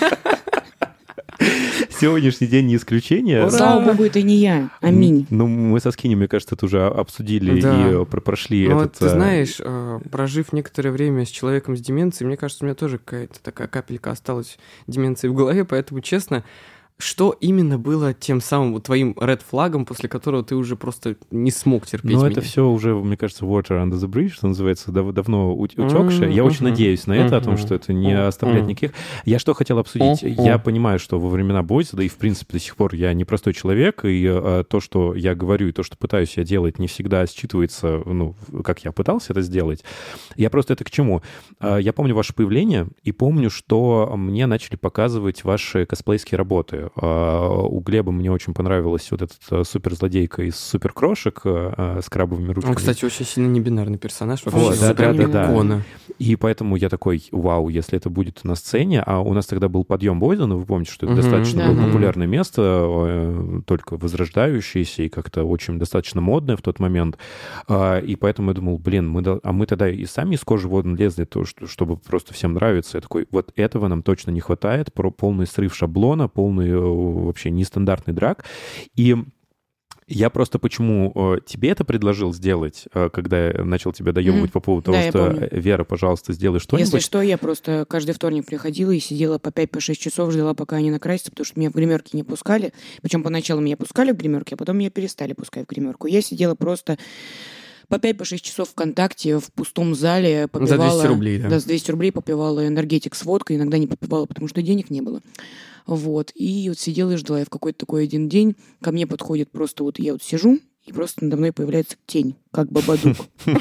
S1: Сегодняшний день не исключение.
S3: Ура! Слава богу, это не я. Аминь.
S1: Ну, мы со Скини, мне кажется, это уже обсудили да. и прошли
S2: ну,
S1: этот...
S2: Вот, ты знаешь, прожив некоторое время с человеком с деменцией, мне кажется, у меня тоже какая-то такая капелька осталась деменции в голове, поэтому, честно, что именно было тем самым вот, твоим ред-флагом, после которого ты уже просто не смог терпеть
S1: Ну,
S2: меня?
S1: это все уже, мне кажется, water under the bridge, что называется, дав- давно утекшее. Mm-hmm. Я очень mm-hmm. надеюсь на это, mm-hmm. о том, что это не оставляет mm-hmm. никаких... Я что хотел обсудить? Mm-hmm. Я понимаю, что во времена Бойза, да и, в принципе, до сих пор я непростой человек, и а, то, что я говорю, и то, что пытаюсь я делать, не всегда считывается, ну, как я пытался это сделать. Я просто это к чему? А, я помню ваше появление, и помню, что мне начали показывать ваши косплейские работы. У Глеба мне очень понравилась вот эта суперзлодейка из суперкрошек с крабовыми ручками.
S2: Он, кстати, очень сильно небинарный персонаж.
S1: Вообще, вот, да, да, да, да. И поэтому я такой, вау, если это будет на сцене, а у нас тогда был подъем Бойзена, вы помните, что это uh-huh. достаточно uh-huh. было популярное место, только возрождающееся и как-то очень достаточно модное в тот момент. И поэтому я думал, блин, мы, а мы тогда и сами из кожи вон лезли, то, чтобы просто всем нравиться. Я такой, вот этого нам точно не хватает, полный срыв шаблона, полный вообще нестандартный драг. И я просто почему тебе это предложил сделать, когда я начал тебя доебывать mm. по поводу того, да, что Вера, пожалуйста, сделай что-нибудь.
S3: Если что, я просто каждый вторник приходила и сидела по пять-шесть часов, ждала, пока они накрасятся, потому что меня в гримерке не пускали. Причем поначалу меня пускали в гримерке, а потом меня перестали пускать в гримерку. Я сидела просто по пять-шесть часов ВКонтакте в пустом зале, попивала...
S2: За двести рублей, да?
S3: Да, за двести рублей попивала энергетик с водкой, иногда не попивала, потому что денег не было. Вот, и вот сидела и ждала. И в какой-то такой один день ко мне подходит просто вот я вот сижу, и просто надо мной появляется тень, как Бабадук.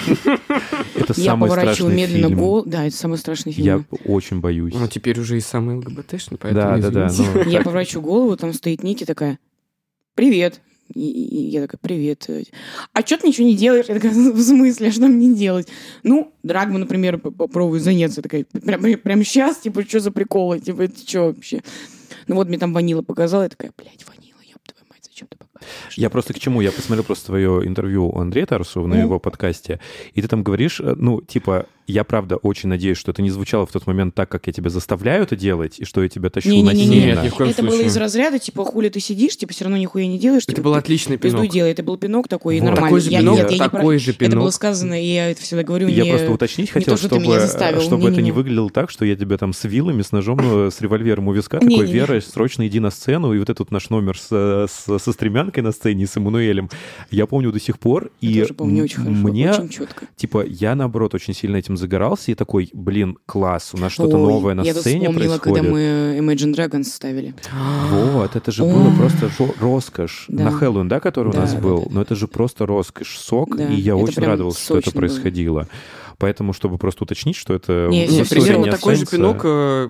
S1: Это
S3: я поворачиваю медленно голову. Да, это самый страшный фильм.
S1: Я очень боюсь.
S2: Ну, теперь уже и самый ЛГБТшный, поэтому
S3: да, да, да. Я поворачиваю голову, там стоит Ники такая, привет. И, и я такая, привет. А что ты ничего не делаешь? Я такая, в смысле, а что мне делать? Ну, драгму, например, попробую заняться. Такая, прям, прям сейчас, типа, что за приколы? Типа, это что вообще? Ну вот мне там Ванила показала, я такая, блядь, Ванила, ёб твою мать, зачем ты показываешь?
S1: Я просто к чему? Я посмотрел просто твое интервью у Андрея Тарасова на mm. его подкасте, и ты там говоришь, ну, типа, я, правда, очень надеюсь, что это не звучало в тот момент так, как я тебя заставляю это делать, и что я тебя тащу насильно.
S2: Нет, ни в коем
S3: это
S2: случае.
S3: было из разряда, типа, хули ты сидишь, типа, все равно нихуя не делаешь.
S2: Это
S3: типа,
S2: был отличный пинок.
S3: Пизду делай, это был пинок такой,
S2: вот.
S3: нормальный.
S2: Такой же
S3: я,
S2: пинок,
S3: нет, я
S2: такой
S3: не
S2: же
S3: про...
S2: пинок.
S3: Это было сказано, и я это всегда говорю,
S1: Я
S3: не...
S1: просто уточнить хотел,
S3: то, что
S1: чтобы, чтобы
S3: не,
S1: это
S3: не,
S1: не
S3: не
S1: выглядело так, что я тебя там с вилами, с ножом, с револьвером у виска, такой, Вера, срочно иди на сцену, и вот этот наш номер с, с, со стремянкой на сцене, с Эммануэлем, я помню до сих пор,
S3: я
S1: и
S3: тоже помню очень хорошо,
S1: мне,
S3: очень четко.
S1: Типа, я, наоборот, очень сильно этим загорался, и такой, блин, класс, у нас что-то Ой, новое на
S3: я
S1: сцене
S3: вспомнила,
S1: происходит.
S3: когда мы Imagine Dragons ставили.
S1: Вот, это же было просто роскошь.
S3: Да.
S1: На Хэллоуин, да, который
S3: да,
S1: у нас
S3: да,
S1: был,
S3: да.
S1: но это же просто роскошь, сок,
S3: да,
S1: и я
S3: это
S1: очень радовался, что это происходило. Было. Поэтому, чтобы просто уточнить, что это...
S3: Не,
S2: не, примерно
S1: не
S2: такой
S1: останется...
S2: же пинок,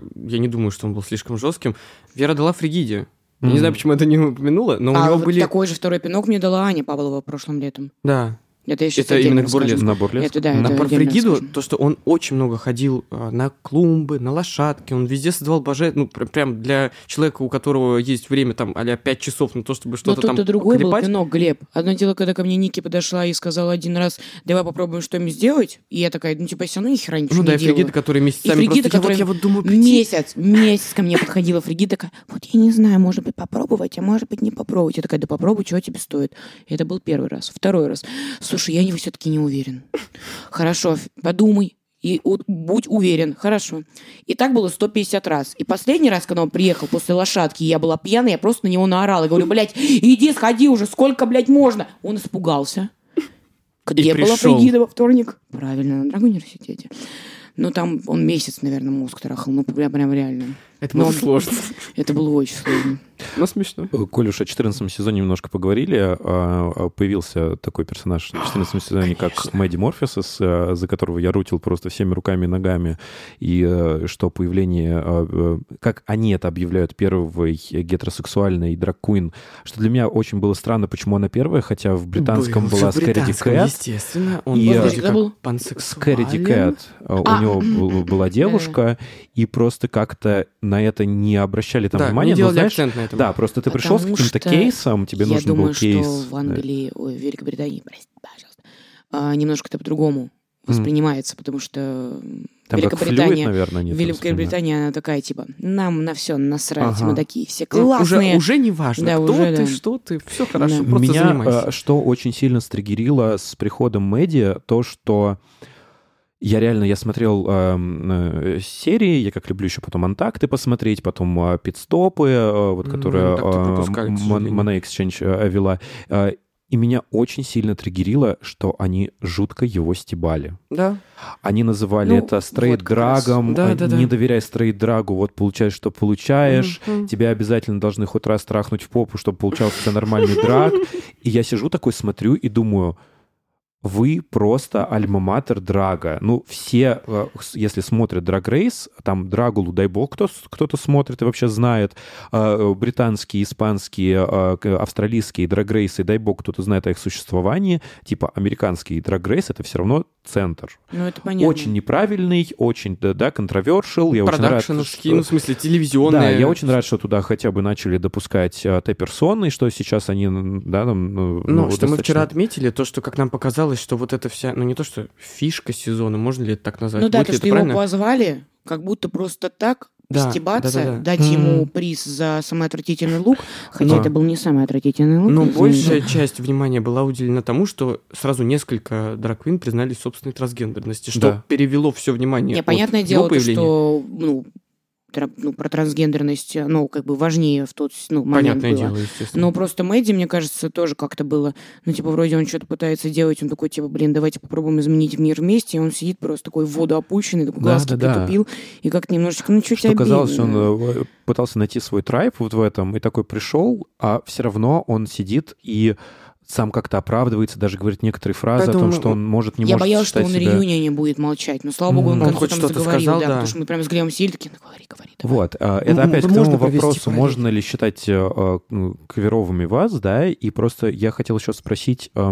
S2: я не думаю, что он был слишком жестким, Вера дала Фригиде.
S1: Mm-hmm.
S2: Не знаю, почему это не упомянула, но
S3: а
S2: у него
S3: вот
S2: были...
S3: такой же второй пинок мне дала Аня Павлова прошлым летом.
S2: Да.
S3: Это, я
S2: это именно к Бурлеску.
S1: На Бурлеск?
S3: Это, да,
S2: на
S3: это
S2: Фригиду, то, что он очень много ходил а, на клумбы, на лошадки, он везде создавал божественное, ну, прям, прям для человека, у которого есть время, там, а-ля пять часов на то, чтобы что-то там
S3: Но тут-то другой
S2: клепать.
S3: был пинок, Глеб. Одно дело, когда ко мне Ники подошла и сказала один раз, давай попробуем что-нибудь сделать, и я такая, ну, типа, я все равно ни хера ничего
S2: ну,
S3: не
S2: да,
S3: делала.
S2: Фригида, которая месяцами
S3: и Фригида,
S2: просто...
S3: которая
S2: Я вот, я вот думаю, прийти...
S3: месяц, месяц ко мне подходила Фригида, такая, вот я не знаю, может быть, попробовать, а может быть, не попробовать. Я такая, да попробуй, чего тебе стоит. И это был первый раз. Второй раз. Слушай, я все-таки не уверен. Хорошо, подумай. И будь уверен, хорошо. И так было сто пятьдесят раз. И последний раз, когда он приехал после лошадки, я была пьяная, я просто на него наорала. И говорю, блядь, иди, сходи уже, сколько, блядь, можно? Он испугался. Где была Фригида во вторник? Правильно, на Драгуниверситете. Ну, там он месяц, наверное, мозг трахал. Ну, прям, прям реально.
S2: Это было Но сложно.
S3: Это было очень сложно.
S2: Но смешно.
S1: Коль уж о четырнадцатом сезоне немножко поговорили, появился такой персонаж в четырнадцатом сезоне, как Мэдди Морфисес, за которого я рутил просто всеми руками и ногами, и что появление, как они это объявляют, первой гетеросексуальной драг-куин, что для меня очень было странно, почему она первая, хотя в британском
S2: Был,
S1: была Скэриди Кэт.
S2: Естественно, он
S1: и
S2: был пансексуален.
S1: Скэриди Кэт, у него была девушка, и просто как-то на это не обращали там
S2: да,
S1: внимания.
S2: Не делали
S1: знаешь,
S2: акцент на этом.
S1: Да, просто ты
S3: Потому
S1: пришел с каким-то кейсом, тебе
S3: я
S1: нужен
S3: думаю,
S1: был кейс.
S3: Я думаю, что в Англии, ой, в Великобритании, простите, пожалуйста, а, немножко это по-другому воспринимается, mm. потому что
S1: там
S3: Великобритания,
S1: флюид, наверное, не
S3: Великобритания, она такая, типа, нам на все насрать,
S1: ага.
S3: мы такие все классные.
S2: Ну, уже, уже не важно,
S3: да,
S2: кто
S3: уже,
S2: ты,
S3: да.
S2: что ты, все хорошо,
S3: да.
S2: просто
S1: Меня
S2: занимайся.
S1: Что очень сильно стригерило с приходом Мэдди, то, что я реально, я смотрел э, серии, я как люблю еще потом Антакты посмотреть, потом э, Питстопы, э, вот, которые э, Money Exchange э, вела, э, и меня очень сильно триггерило, что они жутко его стебали.
S2: Да.
S1: Они называли
S3: ну,
S1: это стрейт-драгом,
S2: вот да, да,
S1: не
S2: да.
S1: доверяй стрейт-драгу, вот получаешь, что получаешь, mm-hmm. тебя обязательно должны хоть раз трахнуть в попу, чтобы получался нормальный драг. И я сижу такой, смотрю и думаю... Вы просто альма-матер драга. Ну, все, если смотрят Drag Race, там Драгулу, дай бог, кто, кто-то смотрит и вообще знает, британские, испанские, австралийские Drag Race, дай бог, кто-то знает о их существовании, типа американский Drag Race, это все равно центр.
S3: Ну, это понятно.
S1: Очень неправильный, очень, да, да controversial. Я очень рад,
S2: что... ну, в смысле, телевизионные.
S1: Да, я очень рад, что туда хотя бы начали допускать Т-персоны, и что сейчас они, да, там...
S2: Ну, ну что достаточно... мы вчера отметили, то, что, как нам показалось, что вот эта вся, ну, не то, что фишка сезона, можно ли это так назвать?
S3: Ну да,
S2: Будет
S3: то, что
S2: правильно?
S3: его позвали, как будто просто так,
S2: да,
S3: стебаться,
S2: да, да, да.
S3: дать
S2: mm-hmm.
S3: ему приз за самый отвратительный лук, хотя
S2: да.
S3: это был не самый отвратительный лук.
S2: Но
S3: извините.
S2: большая часть внимания была уделена тому, что сразу несколько драг-квин признали собственной трансгендерности, что да. перевело все внимание.
S3: Не, понятное дело, то, что ну, тра- ну, про трансгендерность, ну, как бы важнее в тот ну, момент
S2: Понятное
S3: было.
S2: дело, естественно.
S3: Но просто Мэдди, мне кажется, тоже как-то было, ну, типа, вроде он что-то пытается делать, он такой, типа, блин, давайте попробуем изменить мир вместе, и он сидит просто такой в воду опущенный, такой
S1: да,
S3: глазки
S1: да,
S3: притупил, да. и как-то немножечко, ну, чуть
S1: что
S3: обидно.
S1: казалось, он пытался найти свой трайб вот в этом, и такой пришел, а все равно он сидит и сам как-то оправдывается, даже говорит некоторые фразы
S2: Поэтому
S1: о том, что он может, не
S3: я
S1: может
S3: боялась, что он
S1: себя...
S3: реюния не будет молчать, но, слава богу, он,
S2: он
S3: концу
S2: хоть
S3: там
S2: что-то
S3: заговорил,
S2: сказал,
S3: да,
S2: да.
S3: потому что мы прям с Глебом сидели, такие, ну, говори, говори. Давай.
S1: Вот, это
S2: ну,
S1: опять к
S2: можно
S1: тому вопросу,
S2: проверить.
S1: можно ли считать э, кверовыми вас, да, и просто я хотел еще спросить, э,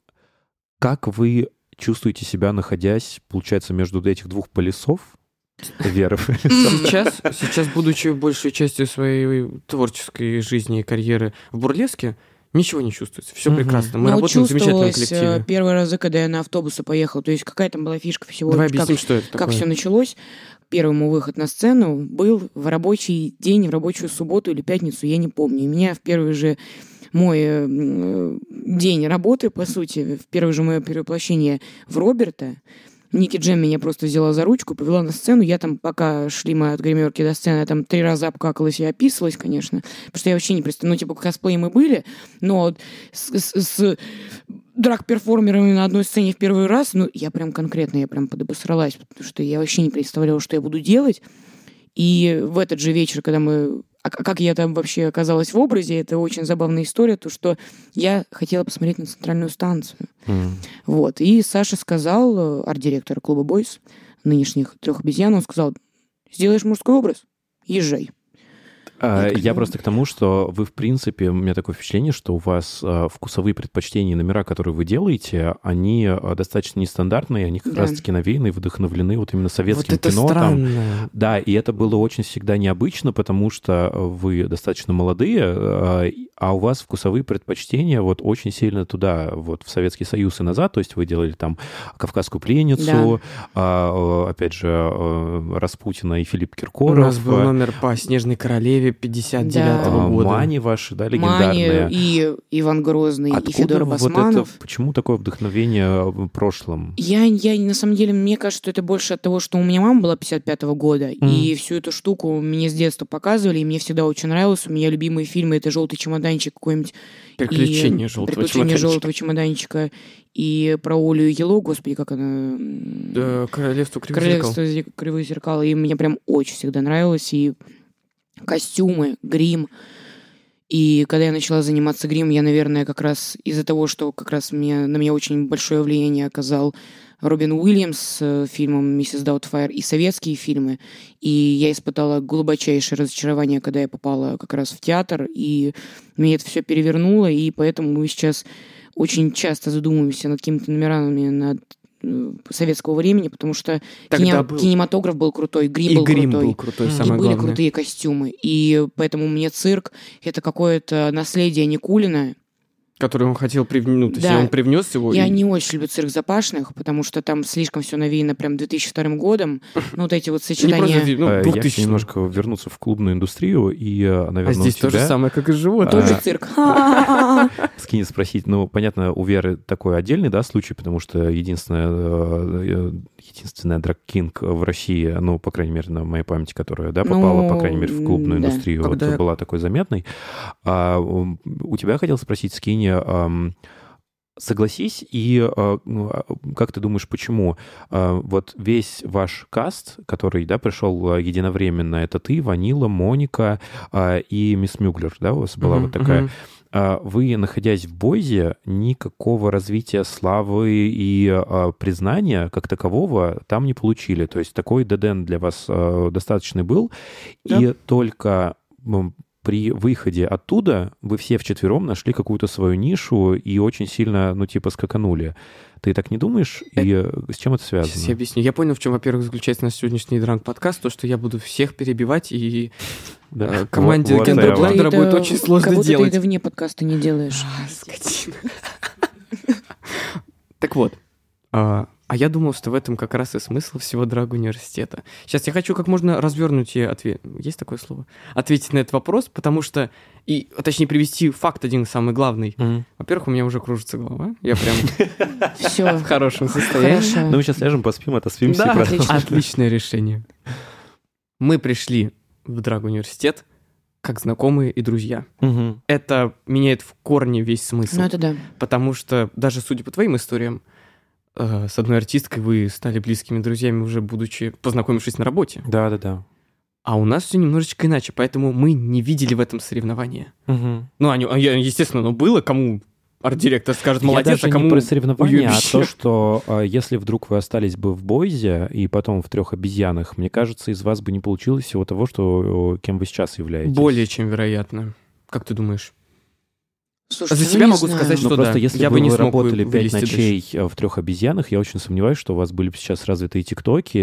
S1: как вы чувствуете себя, находясь, получается, между этих двух полюсов, Веры?
S2: Сейчас, сейчас, будучи большей частью своей творческой жизни и карьеры в Бурлеске, Ничего не чувствуется, все угу. прекрасно. Мы ну, работаем в замечательном коллективе.
S3: Первые разы, когда я на автобусы поехал, то есть какая там была фишка всего.
S2: Давай объясним,
S3: как,
S2: что это такое.
S3: Как все началось. Первый мой выход на сцену был в рабочий день, в рабочую субботу или пятницу, я не помню. И меня в первый же мой э, день работы, по сути, в первое же мое перевоплощение в Роберта, Ники Джем меня просто взяла за ручку, повела на сцену. Я там, пока шли мы от гримерки до сцены, я там три раза обкакалась и описывалась, конечно. Потому что я вообще не представляю. Ну, типа, косплей мы были, но с, с, с драг-перформерами на одной сцене в первый раз, ну, я прям конкретно, я прям подобосралась, потому что я вообще не представляла, что я буду делать. И в этот же вечер, когда мы... А как я там вообще оказалась в образе, это очень забавная история, то, что я хотела посмотреть на центральную станцию. Mm. Вот. И Саша сказал, арт-директор клуба «Бойс», нынешних «Трех обезьян», он сказал, сделаешь мужской образ, езжай.
S1: А, я просто к тому, что вы, в принципе, у меня такое впечатление, что у вас а, вкусовые предпочтения и номера, которые вы делаете, они а, достаточно нестандартные, они как да. раз-таки навеяны и вдохновлены вот именно советским
S2: вот это
S1: кино.
S2: Странно.
S1: Там. Да, и это было очень всегда необычно, потому что вы достаточно молодые, а, а у вас вкусовые предпочтения вот очень сильно туда, вот в Советский Союз и назад, то есть вы делали там «Кавказскую пленницу», да. а, опять же, Распутина и Филипп Киркоров.
S2: У нас был номер по «Снежной королеве» пятьдесят девятого да. года.
S1: Мани ваши, да, легендарные.
S3: Мани и Иван Грозный,
S1: Откуда
S3: и Федор Басманов.
S1: Вот это, почему такое вдохновение в прошлом?
S3: Я, я, на самом деле, мне кажется, что это больше от того, что у меня мама была пятьдесят пятого года, mm. и всю эту штуку мне с детства показывали, и мне всегда очень нравилось. У меня любимые фильмы — это «Желтый чемоданчик» какой-нибудь.
S2: «Приключения желтого
S3: «Приключения
S2: чемоданчика».
S3: желтого чемоданчика». И про Олю Ело, господи, как она...
S2: Да, «Королевство кривых зеркал».
S3: «Королевство кривых зеркал». И мне прям очень всегда нравилось, и костюмы, грим. И когда я начала заниматься гримом, я, наверное, как раз из-за того, что как раз мне, на меня очень большое влияние оказал Робин Уильямс с фильмом «Миссис Даутфайр» и советские фильмы. И я испытала глубочайшее разочарование, когда я попала как раз в театр, и меня это все перевернуло, и поэтому мы сейчас очень часто задумываемся над какими-то номерами, над советского времени, потому что кино, был... кинематограф был крутой, грим
S2: и
S3: был
S2: грим
S3: крутой,
S2: был крутой,
S3: и
S2: самое
S3: были
S2: главное.
S3: крутые костюмы. И поэтому мне цирк — это какое-то наследие Никулина,
S2: который он хотел привнуть. Ну,
S3: да.
S2: Он привнес его.
S3: Я
S2: и...
S3: не очень люблю «Цирк Запашных», потому что там слишком все навеяно прям две тысячи вторым годом. Ну, вот эти вот сочетания...
S2: Не просто, ну,
S1: я хочу немножко вернуться в клубную индустрию и, наверное,
S2: а здесь
S1: у тебя...
S2: то же самое, как и живот.
S3: Тоже цирк.
S1: Скинь спросить. Ну, понятно, у Веры такой отдельный, да, случай, потому что единственная, единственная драг-кинг в России, ну, по крайней мере, на моей памяти, которая, да, попала, ну, по крайней мере, в клубную да. индустрию, вот, я... была такой заметной. А, у тебя хотел спросить, Скинь, согласись, и как ты думаешь, почему вот весь ваш каст, который, да, пришел единовременно, это ты, Ванила, Моника и Мисс Мюглер, да, у вас была mm-hmm, вот такая... Mm-hmm. Вы, находясь в Бойзе, никакого развития славы и признания как такового там не получили. То есть такой деден для вас достаточный был, да. И только... при выходе оттуда вы все вчетвером нашли какую-то свою нишу и очень сильно, ну, типа, скаканули. Ты так не думаешь? И это... с чем это связано?
S2: Сейчас я объясню. Я понял, в чем, во-первых, заключается наш сегодняшний дранг-подкаст, то, что я буду всех перебивать, и да. команде вот, Гендерблендера будет очень сложно
S3: кого
S2: делать.
S3: Ты это вне подкаста не делаешь.
S2: А, скотина. Так вот. А я думал, что в этом как раз и смысл всего драг-университета. Сейчас я хочу как можно развернуть и ответить. Есть такое слово? Ответить на этот вопрос, потому что... И, точнее, привести факт один самый главный. Mm-hmm. Во-первых, у меня уже кружится голова. Я прям в хорошем состоянии.
S1: Ну, мы сейчас ляжем, поспим, отоспимся.
S2: Да, отличное решение. Мы пришли в драг-университет как знакомые и друзья. Это меняет в корне весь смысл.
S3: Ну, это да.
S2: Потому что даже судя по твоим историям, с одной артисткой вы стали близкими друзьями, уже будучи, познакомившись на работе.
S1: Да-да-да.
S2: А у нас все немножечко иначе, поэтому мы не видели в этом соревнования. Угу. Ну, они, естественно, оно было, кому арт-директор скажет молодец,
S1: Я даже
S2: а кому
S1: не про соревнования,
S2: уебище.
S1: а то, что если вдруг вы остались бы в Бойзе и потом в «Трех обезьянах», мне кажется, из вас бы не получилось всего того, что, кем вы сейчас являетесь.
S2: Более чем вероятно. Как ты думаешь?
S3: Слушай,
S2: За
S3: ну,
S2: себя могу
S3: знаю.
S2: сказать, что
S1: Но просто
S2: да,
S1: если
S2: я
S1: бы
S2: бы не
S1: вы
S2: смог
S1: работали пять ночей
S2: дальше.
S1: в «Трех обезьянах», я очень сомневаюсь, что у вас были бы сейчас развитые тиктоки,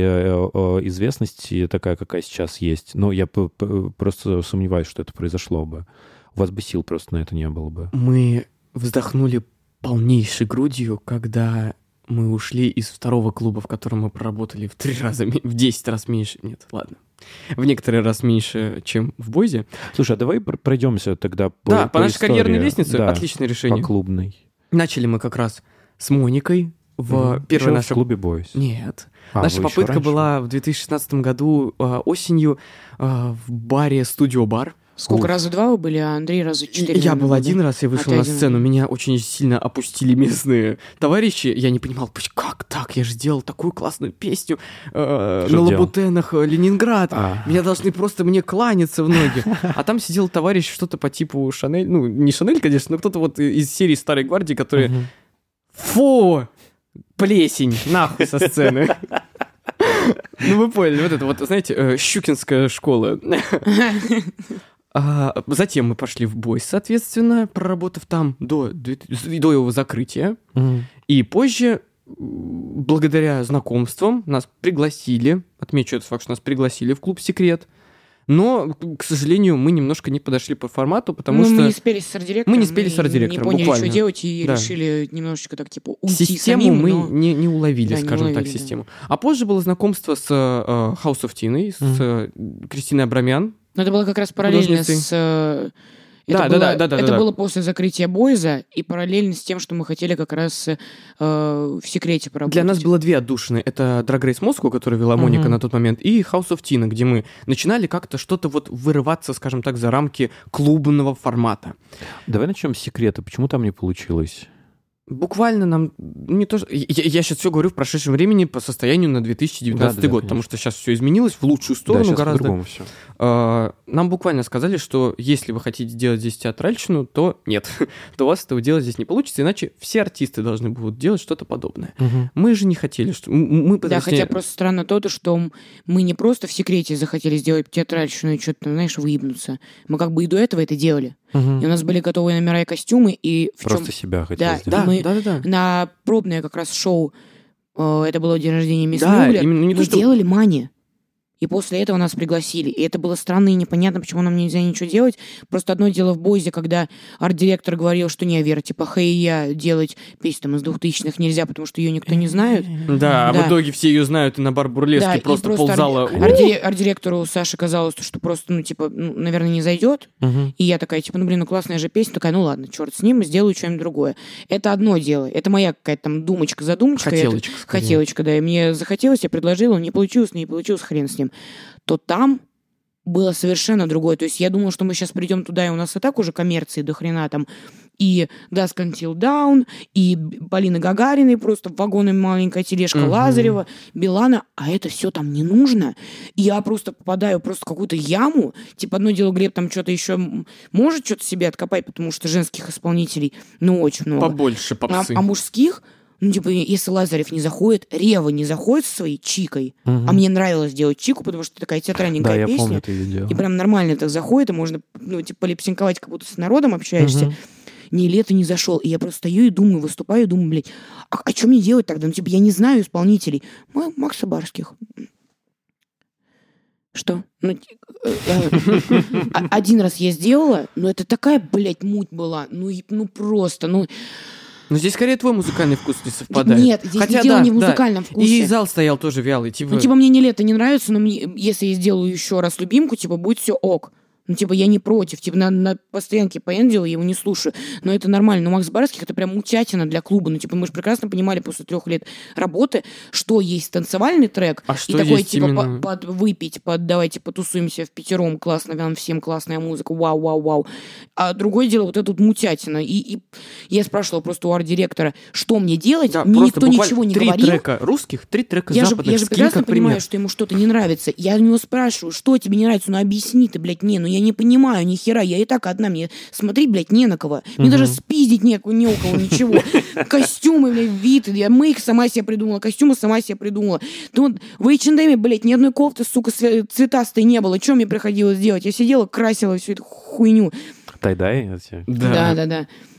S1: известность такая, какая сейчас есть. Но я просто сомневаюсь, что это произошло бы. У вас бы сил просто на это не было бы.
S2: Мы вздохнули полнейшей грудью, когда мы ушли из второго клуба, в котором мы проработали в три раза, в десять раз меньше. Нет, ладно. В некоторый раз меньше, чем в Бойзе.
S1: Слушай, а давай пройдемся тогда по
S2: Да, по,
S1: по
S2: нашей
S1: истории.
S2: карьерной лестнице.
S1: Да,
S2: отличное решение.
S1: По клубной.
S2: Начали мы как раз с Моникой в mm-hmm. первой
S1: Еще
S2: нашей...
S1: в клубе Бойз?
S2: Нет.
S1: А,
S2: Наша попытка была в две тысячи шестнадцатом году э, осенью э, в баре «Студио Бар».
S3: Сколько?
S2: Ух.
S3: Раза два вы были, а Андрей раза четыре?
S2: Я был один раз, я вышел
S3: а
S2: на
S3: один...
S2: сцену, меня очень сильно опустили местные товарищи. Я не понимал, как так? Я же сделал такую классную песню э, на Лабутенах Ленинград. А. Меня должны просто мне кланяться в ноги. А там сидел товарищ что-то по типу Шанель. Ну, не Шанель, конечно, но кто-то вот из серии «Старой гвардии», который... Угу. Фу! Плесень! Нахуй со сцены! Ну, вы поняли, вот это вот, знаете, щукинская школа. А, затем мы пошли в Бойз, соответственно, проработав там до, до его закрытия. Mm. И позже, благодаря знакомствам, нас пригласили, отмечу этот факт, что нас пригласили в клуб «Секрет». Но, к сожалению, мы немножко не подошли по формату, потому
S3: ну,
S2: что...
S3: мы не спели с арт-директором.
S2: Мы не спели с арт-директором,
S3: не поняли,
S2: буквально.
S3: что делать, и
S2: да.
S3: решили немножечко так, типа, уйти
S2: систему
S3: самим,
S2: мы
S3: но...
S2: не, не уловили, да, скажем не уловили, так,
S3: да.
S2: систему. А позже было знакомство с uh, House of Tine, с uh, mm. Кристиной Абрамян.
S3: Но это было как раз параллельно с... Это,
S2: да,
S3: было,
S2: да, да, да,
S3: это
S2: да,
S3: было
S2: да.
S3: после закрытия Бойза и параллельно с тем, что мы хотели как раз э, в секрете поработать.
S2: Для нас было две отдушины. Это Drag Race Moscow, которую вела Моника uh-huh. на тот момент, и House of Tine, где мы начинали как-то что-то вот вырываться, скажем так, за рамки клубного формата.
S1: Давай начнем с секрета. Почему там не получилось?
S2: Буквально нам не то, я, я сейчас все говорю в прошедшем времени по состоянию на две тысячи девятнадцатый да, да, год, да, потому что сейчас все изменилось в лучшую сторону
S1: да,
S2: гораздо.
S1: Все.
S2: А, нам буквально сказали, что если вы хотите делать здесь театральщину, то нет, то у вас этого делать здесь не получится, иначе все артисты должны будут делать что-то подобное. Угу. Мы же не хотели, что мы
S3: да, хотя просто странно то, что мы не просто в секрете захотели сделать театральщину и что-то, знаешь, выебнуться. Мы как бы и до этого это делали. Uh-huh. И у нас были готовые номера и костюмы, и в
S1: Просто
S2: чем...
S1: себя хотели
S3: да,
S1: сделать.
S3: Да, мы
S2: да, да, да.
S3: на пробное как раз шоу, э, это было день рождения мисс
S2: да,
S3: Мюллер,
S2: именно не
S3: мы
S2: то, что...
S3: делали мани. И после этого нас пригласили. И это было странно и непонятно, почему нам нельзя ничего делать. Просто одно дело в Бойзе, когда арт-директор говорил, что не, Вера, типа, хей, я делать песню там из двухтысячных нельзя, потому что ее никто не знает.
S2: Да, да. А в итоге все ее знают, и на бар Бурлески да, просто, просто ползала...
S3: Арт- арт-директору Саше казалось, что просто, ну, типа, ну, наверное, не зайдет. Uh-huh. И я такая, типа, ну, блин, ну, классная же песня. Такая, ну, ладно, черт с ним, сделаю что-нибудь другое. Это одно дело. Это моя какая-то там думочка-задумочка.
S2: Хотелочка.
S3: Это... Хотелочка, да. И мне захотелось, я предложила, не получилось, не получилось, хрен с ним. То там было совершенно другое. То есть я думала, что мы сейчас придем туда, и у нас и так уже коммерции до хрена там. И Dusk Until Dawn, и Полины Гагариной просто в вагоне маленькая тележка uh-huh. Лазарева, Билана, а это все там не нужно. И я просто попадаю просто в какую-то яму. Типа, одно дело, Глеб там что-то еще может что-то себе откопать, потому что женских исполнителей, ну, очень много.
S2: Побольше попсы.
S3: А, а мужских... Ну, типа, если Лазарев не заходит, Рева не заходит со своей чикой, угу. а мне нравилось делать чику, потому что такая театральненькая
S1: да,
S3: песня.
S1: Я помню это видео.
S3: И прям нормально так заходит, и можно, ну, типа, липсинковать, как будто с народом общаешься. Угу. Ни лето не зашел. И я просто стою и думаю, выступаю, и думаю, блядь, а, а что мне делать тогда? Ну, типа, я не знаю исполнителей. Макса Барских. Что? Ну, один раз я сделала, но это такая, блядь, муть была. Ну, ну просто, ну...
S2: Но здесь скорее твой музыкальный вкус не совпадает.
S3: Нет, здесь
S2: Хотя,
S3: дело
S2: да,
S3: не в музыкальном
S2: да.
S3: вкусе.
S2: И зал стоял тоже вялый. Типа...
S3: Ну, типа, мне не лето не нравится, но мне, если я сделаю еще раз любимку, типа, будет все ок. Ну, типа, я не против. Типа, на, на постоянке поэндил, я его не слушаю. Но это нормально. Но Макс Барских — это прям мутятина для клуба. Ну, типа, мы же прекрасно понимали после трех лет работы, что есть танцевальный трек.
S2: А что
S3: и такой,
S2: есть
S3: типа,
S2: именно...
S3: по, под выпить, под давайте потусуемся в пятером, классно, нам всем классная музыка, вау-вау-вау. А другое дело, вот это вот мутятина. И, и я спрашивала просто у арт-директора, что мне делать?
S2: Да,
S3: мне никто ничего не
S2: три
S3: говорил.
S2: Три трека русских, три трека
S3: я
S2: западных.
S3: Же, я же прекрасно понимаю, что ему что-то не нравится. Я у него спрашиваю, что тебе не нравится? Ну, объясни ты, блядь, не, ну я не понимаю, ни хера, я и так одна, мне смотри, блядь, не на кого. Мне uh-huh. даже спиздить не, не у кого, ничего. Костюмы, блядь, вид, я мейк сама себе придумала, костюмы сама себе придумала. Ну, в эйч энд эм, блядь, ни одной кофты, сука, цветастой не было. Что мне приходилось делать? Я сидела, красила всю эту хуйню.
S1: Тай-дай?
S3: Да, да, да.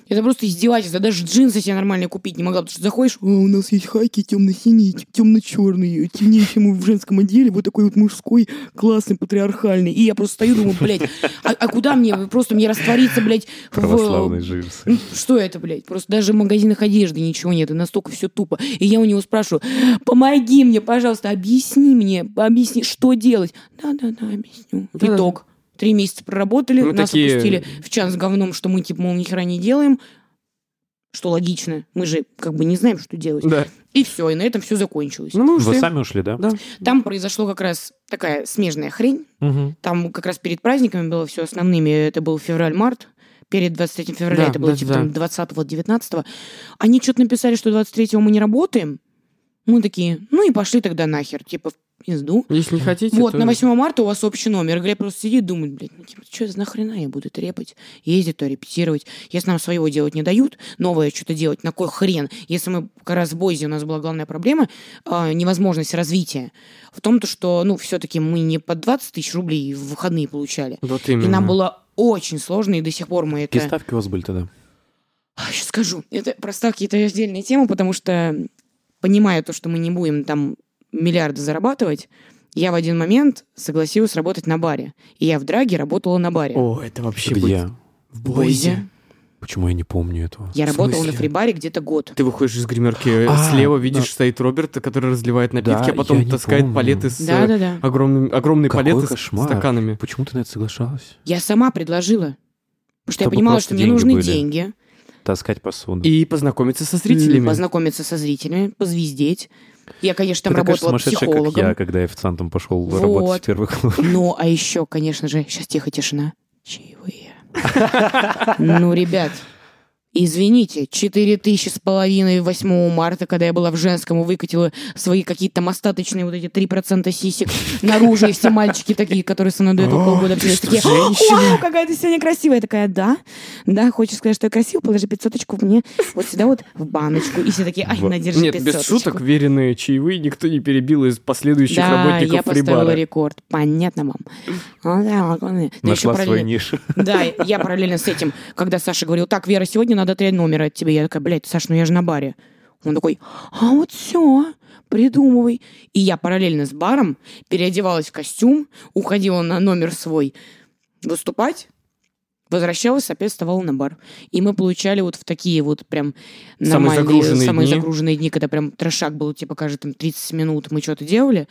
S3: Это просто издевательство. Даже джинсы себе нормально купить не могла, потому что заходишь, о, у нас есть хайки темно-синие, темно-черные, темнее, чем в женском отделе, вот такой вот мужской, классный, патриархальный. И я просто стою, думаю, блядь, а, а куда мне? Просто мне раствориться, блядь,
S1: православные
S3: в...
S1: джинсы.
S3: Что это, блядь? Просто даже в магазинах одежды ничего нет, и настолько все тупо. И я у него спрашиваю, помоги мне, пожалуйста, объясни мне, объясни, что делать. Да-да-да, объясню.
S2: Да-да.
S3: Итог. Три месяца проработали, мы нас
S2: такие...
S3: опустили в чан с говном, что мы, типа, мол, ни хера не делаем, что логично. Мы же как бы не знаем, что делать.
S2: Да.
S3: И все, и на этом все закончилось.
S2: Ну, мы ушли.
S1: Вы сами ушли, да?
S2: Да.
S3: Там произошло как раз такая смежная хрень.
S1: Угу.
S3: Там как раз перед праздниками было все основными. Это был февраль-март. Перед двадцать третьим февраля
S2: Да,
S3: это было
S2: да,
S3: типа
S2: да.
S3: там двадцатого-девятнадцатого. Они что-то написали, что двадцать третьего мы не работаем. Мы такие, ну и пошли тогда нахер. Типа, в пизду.
S2: Если не хотите,
S3: Вот,
S2: то...
S3: на восьмое марта у вас общий номер. Глеб просто сидит, думает, блядь, ну типа, что за нахрена я буду трепать, ездить, то репетировать. Если нам своего делать не дают, новое что-то делать, на кой хрен? Если мы как раз в Бойзе, у нас была главная проблема, э, невозможность развития. В том-то, что, ну, все-таки мы не по двадцать тысяч рублей в выходные получали.
S2: Вот именно.
S3: И нам было очень сложно, и до сих пор мы это...
S1: Какие ставки у вас были тогда?
S3: Сейчас скажу. Это, про ставки это отдельная тема, потому что, понимая то, что мы не будем там миллиарды зарабатывать, я в один момент согласилась работать на баре. И я в Драге работала на баре.
S2: О, это вообще
S1: Где?
S2: будет... В Бойзе.
S1: Почему я не помню этого?
S3: Я
S2: В
S3: работала
S2: смысле?
S3: на фрибаре где-то год.
S2: Ты выходишь из гримерки,
S1: А,
S2: слева видишь,
S1: да.
S2: стоит Роберт, который разливает напитки,
S1: Да,
S2: а потом
S1: я не
S2: таскает
S1: помню.
S2: палеты с
S3: Да-да-да.
S2: огромными, огромные
S1: Какой
S2: палеты
S1: кошмар.
S2: с стаканами.
S1: Почему ты на это соглашалась?
S3: Я сама предложила. Потому что я
S1: Чтобы
S3: понимала,
S1: просто
S3: что мне
S1: деньги
S3: нужны
S1: были.
S3: деньги.
S1: Таскать посуду.
S2: И познакомиться со зрителями.
S3: Познакомиться со зрителями, позвездеть. Я, конечно, там
S1: Ты такая же
S3: работала
S1: сумасшедшая,
S3: психологом.
S1: как я, когда я официантом пошел
S3: Вот.
S1: работать в первый клуб.
S3: Ну, а еще, конечно же, сейчас тихо, тишина. Чаевые. Ну, ребят, извините, четыре тысячи с половиной восьмого марта, когда я была в женском, выкатила свои какие-то там остаточные вот эти три процента сисек наружу, и все мальчики такие, которые со мной до этого полгода общались, такие, вау, какая ты сегодня красивая. Я такая, да, да, хочешь сказать, что я красивая, положи пятьсоточку мне вот сюда вот в баночку. И все такие, ай, на, держи
S2: Нет,
S3: пятьсоточку.
S2: без шуток, веренные чаевые никто не перебил из последующих
S3: Да,
S2: работников
S3: я поставила
S2: фрибара.
S3: рекорд. Понятно вам. Ну, да, ладно. Но еще
S1: Нашла свою
S3: параллельно-
S1: нишу.
S3: Да, я параллельно с этим, когда Саша говорил, так, Вера, сегодня надо три номера от тебя. Я такая, блядь, Саш, ну я же на баре. Он такой, а вот все, придумывай. И я параллельно с баром переодевалась в костюм, уходила на номер свой выступать, возвращалась, опять вставала на бар. И мы получали вот в такие вот прям
S2: Самые
S3: нормальные,
S2: загруженные
S3: самые
S2: дни.
S3: загруженные дни, когда прям трешак был, типа, каждые там тридцать минут мы что-то делали.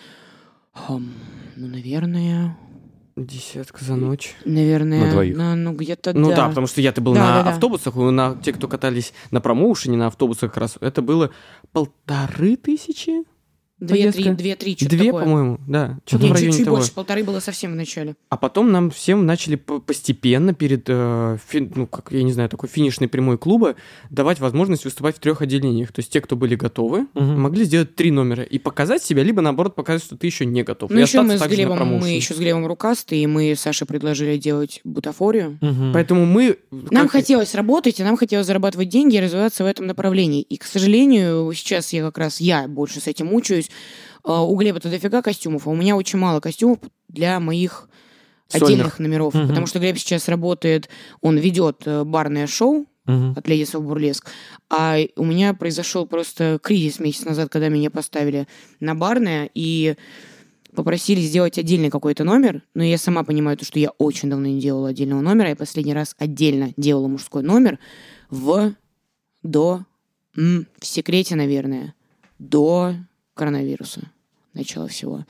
S3: Хм, ну, наверное...
S2: Десятка за ночь.
S3: Наверное,
S1: На двоих.
S3: на- ну где-то
S2: Ну да.
S3: да.
S2: потому что я-то был
S3: Да,
S2: на
S3: да, да.
S2: автобусах, на те, кто катались на промоушене, на автобусах как раз, это было полторы тысячи?
S3: Две-три,
S2: поездка.
S3: две-три, что-то
S2: Две,
S3: такое.
S2: по-моему, да. Что-то
S3: Не,
S2: в районе
S3: чуть-чуть
S2: того.
S3: больше, полторы было совсем в начале.
S2: А потом нам всем начали по- постепенно перед, э, фи- ну, как, я не знаю, такой финишной прямой клуба давать возможность выступать в трех отделениях. То есть те, кто были готовы,
S1: Мгм.
S2: могли сделать три номера и показать себя, либо, наоборот, показать, что ты еще не готов.
S3: Ну,
S2: и
S3: еще мы
S2: остаться
S3: с
S2: также на
S3: Глебом, мы
S2: промоушене.
S3: еще с Глебом рукастые, и мы Саше предложили делать бутафорию.
S2: Поэтому мы...
S3: Нам
S2: как-
S3: хотелось работать, и нам хотелось зарабатывать деньги и развиваться в этом направлении. И, к сожалению, сейчас я как раз, я больше с этим мучаюсь. А, У Глеба-то дофига костюмов, а у меня очень мало костюмов для моих
S2: Сольных.
S3: отдельных номеров.
S1: Мгм.
S3: Потому что Глеб сейчас работает, он ведет э, барное шоу
S1: Мгм.
S3: от Ladies of Burlesque. А у меня произошел просто кризис месяц назад, когда меня поставили на барное и попросили сделать отдельный какой-то номер. Но я сама понимаю, то, что я очень давно не делала отдельного номера. Я последний раз отдельно делала мужской номер в... до... м, в секрете, наверное. До коронавируса. Начала всего.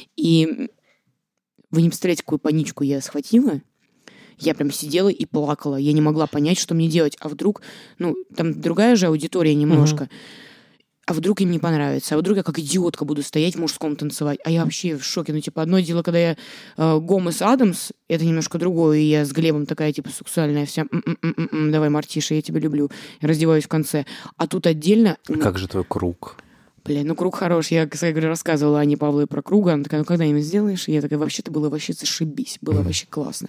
S3: И вы не представляете, какую паничку я схватила. Я прям сидела и плакала. Я не могла понять, что мне делать. А вдруг... Ну, там другая же аудитория немножко. А вдруг им не понравится? А вдруг я как идиотка буду стоять в мужском танцевать? А я вообще в шоке. Ну, типа, одно дело, когда я э, Гомес Адамс, это немножко другое, и я с Глебом такая, типа, сексуальная вся. М-м-м-м, давай, Мартиша, я тебя люблю. Я раздеваюсь в конце. А тут отдельно...
S1: А как же твой круг?
S3: Бля, ну круг хорош. Я, я говорю, рассказывала Ане Павловой про круга. Она такая, ну когда-нибудь сделаешь? И я такая, вообще-то было вообще зашибись. Было вообще классно.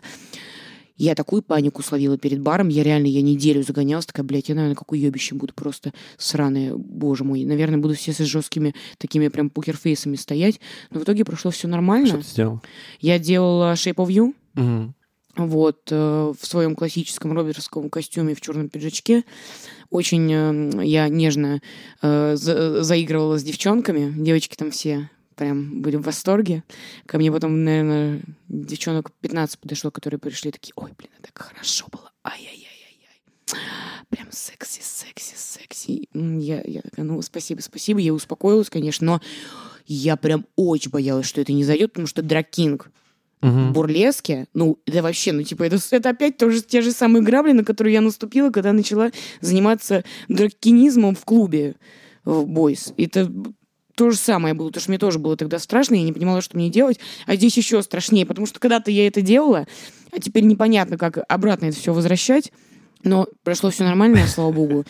S3: Я такую панику словила перед баром. Я реально, я неделю загонялась. Такая, блядь, я, наверное, какой ёбище буду просто сраная. Боже мой. Наверное, буду все с жесткими такими прям покерфейсами стоять. Но в итоге прошло все нормально.
S1: Что ты сделал?
S3: Я делала Shape of You.
S1: Мгм.
S3: вот, в своем классическом робертовском костюме в черном пиджачке. Очень я нежно заигрывала с девчонками. Девочки там все прям были в восторге. Ко мне потом, наверное, девчонок пятнадцать подошло, которые пришли, такие: ой, блин, так хорошо было. Ай-яй-яй-яй-яй. Прям секси, секси, секси. Я, я такая, ну, спасибо, спасибо. Я успокоилась, конечно, но я прям очень боялась, что это не зайдет, потому что драг-кинг Uh-huh. в бурлеске, ну, это вообще, ну, типа, это, это опять тоже те же самые грабли, на которые я наступила, когда начала заниматься драккинизмом в клубе в Бойс. Это то же самое было, потому что мне тоже было тогда страшно, я не понимала, что мне делать, а здесь еще страшнее, потому что когда-то я это делала, а теперь непонятно, как обратно это все возвращать, но прошло все нормально, слава богу.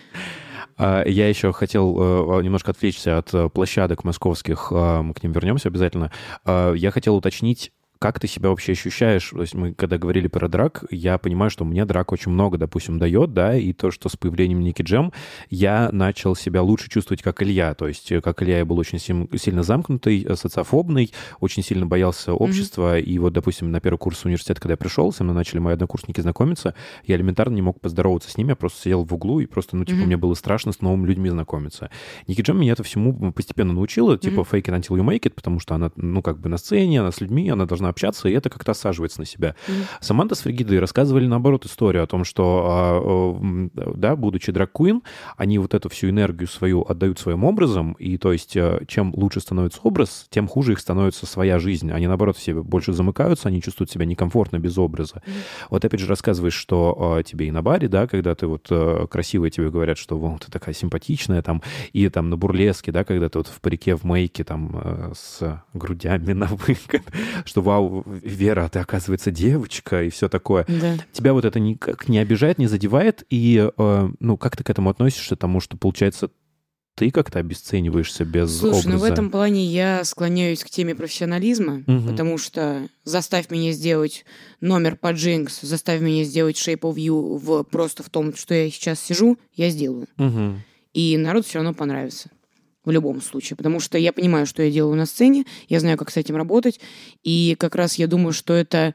S1: Я еще хотел немножко отвлечься от площадок московских, мы к ним вернемся обязательно. Я хотел уточнить, как ты себя вообще ощущаешь? То есть мы, когда говорили про драг, я понимаю, что мне драг очень много, допустим, дает, да, и то, что с появлением Ники Джем я начал себя лучше чувствовать, как Илья. То есть как Илья я был очень сильно замкнутый, социофобный, очень сильно боялся общества, mm-hmm. и вот, допустим, на первый курс университета, когда я пришел, со мной начали мои однокурсники знакомиться, я элементарно не мог поздороваться с ними, я просто сидел в углу, и просто, ну, типа, mm-hmm. мне было страшно с новыми людьми знакомиться. Ники Джем меня это всему постепенно научила, типа, mm-hmm. fake it until you make it, потому что она, ну, как бы на сцене, она с людьми, она должна общаться, и это как-то осаживается на себя. Mm-hmm. Саманта с Фригидой рассказывали, наоборот, историю о том, что, да, будучи драг-куин, они вот эту всю энергию свою отдают своим образом, и то есть чем лучше становится образ, тем хуже их становится своя жизнь. Они, наоборот, все больше замыкаются, они чувствуют себя некомфортно без образа. Mm-hmm. Вот опять же рассказываешь, что тебе и на баре, да, когда ты вот красивые тебе говорят, что вон, ты такая симпатичная, там, и там на бурлеске, да, когда ты вот в парике, в мейке, там, с грудями на выкат, что вау, Вера, ты, оказывается, девочка, и все такое.
S3: Да.
S1: Тебя вот это никак не обижает, не задевает, и, э, ну, как ты к этому относишься, тому, что, получается, ты как-то обесцениваешься без
S3: Слушай,
S1: образа?
S3: ну в этом плане я склоняюсь к теме профессионализма, угу. потому что заставь меня сделать номер по Джинкс, заставь меня сделать Shape of You в, просто в том, что я сейчас сижу, я сделаю.
S1: Угу.
S3: И народу все равно понравится. В любом случае, потому что я понимаю, что я делаю на сцене, я знаю, как с этим работать, и как раз я думаю, что это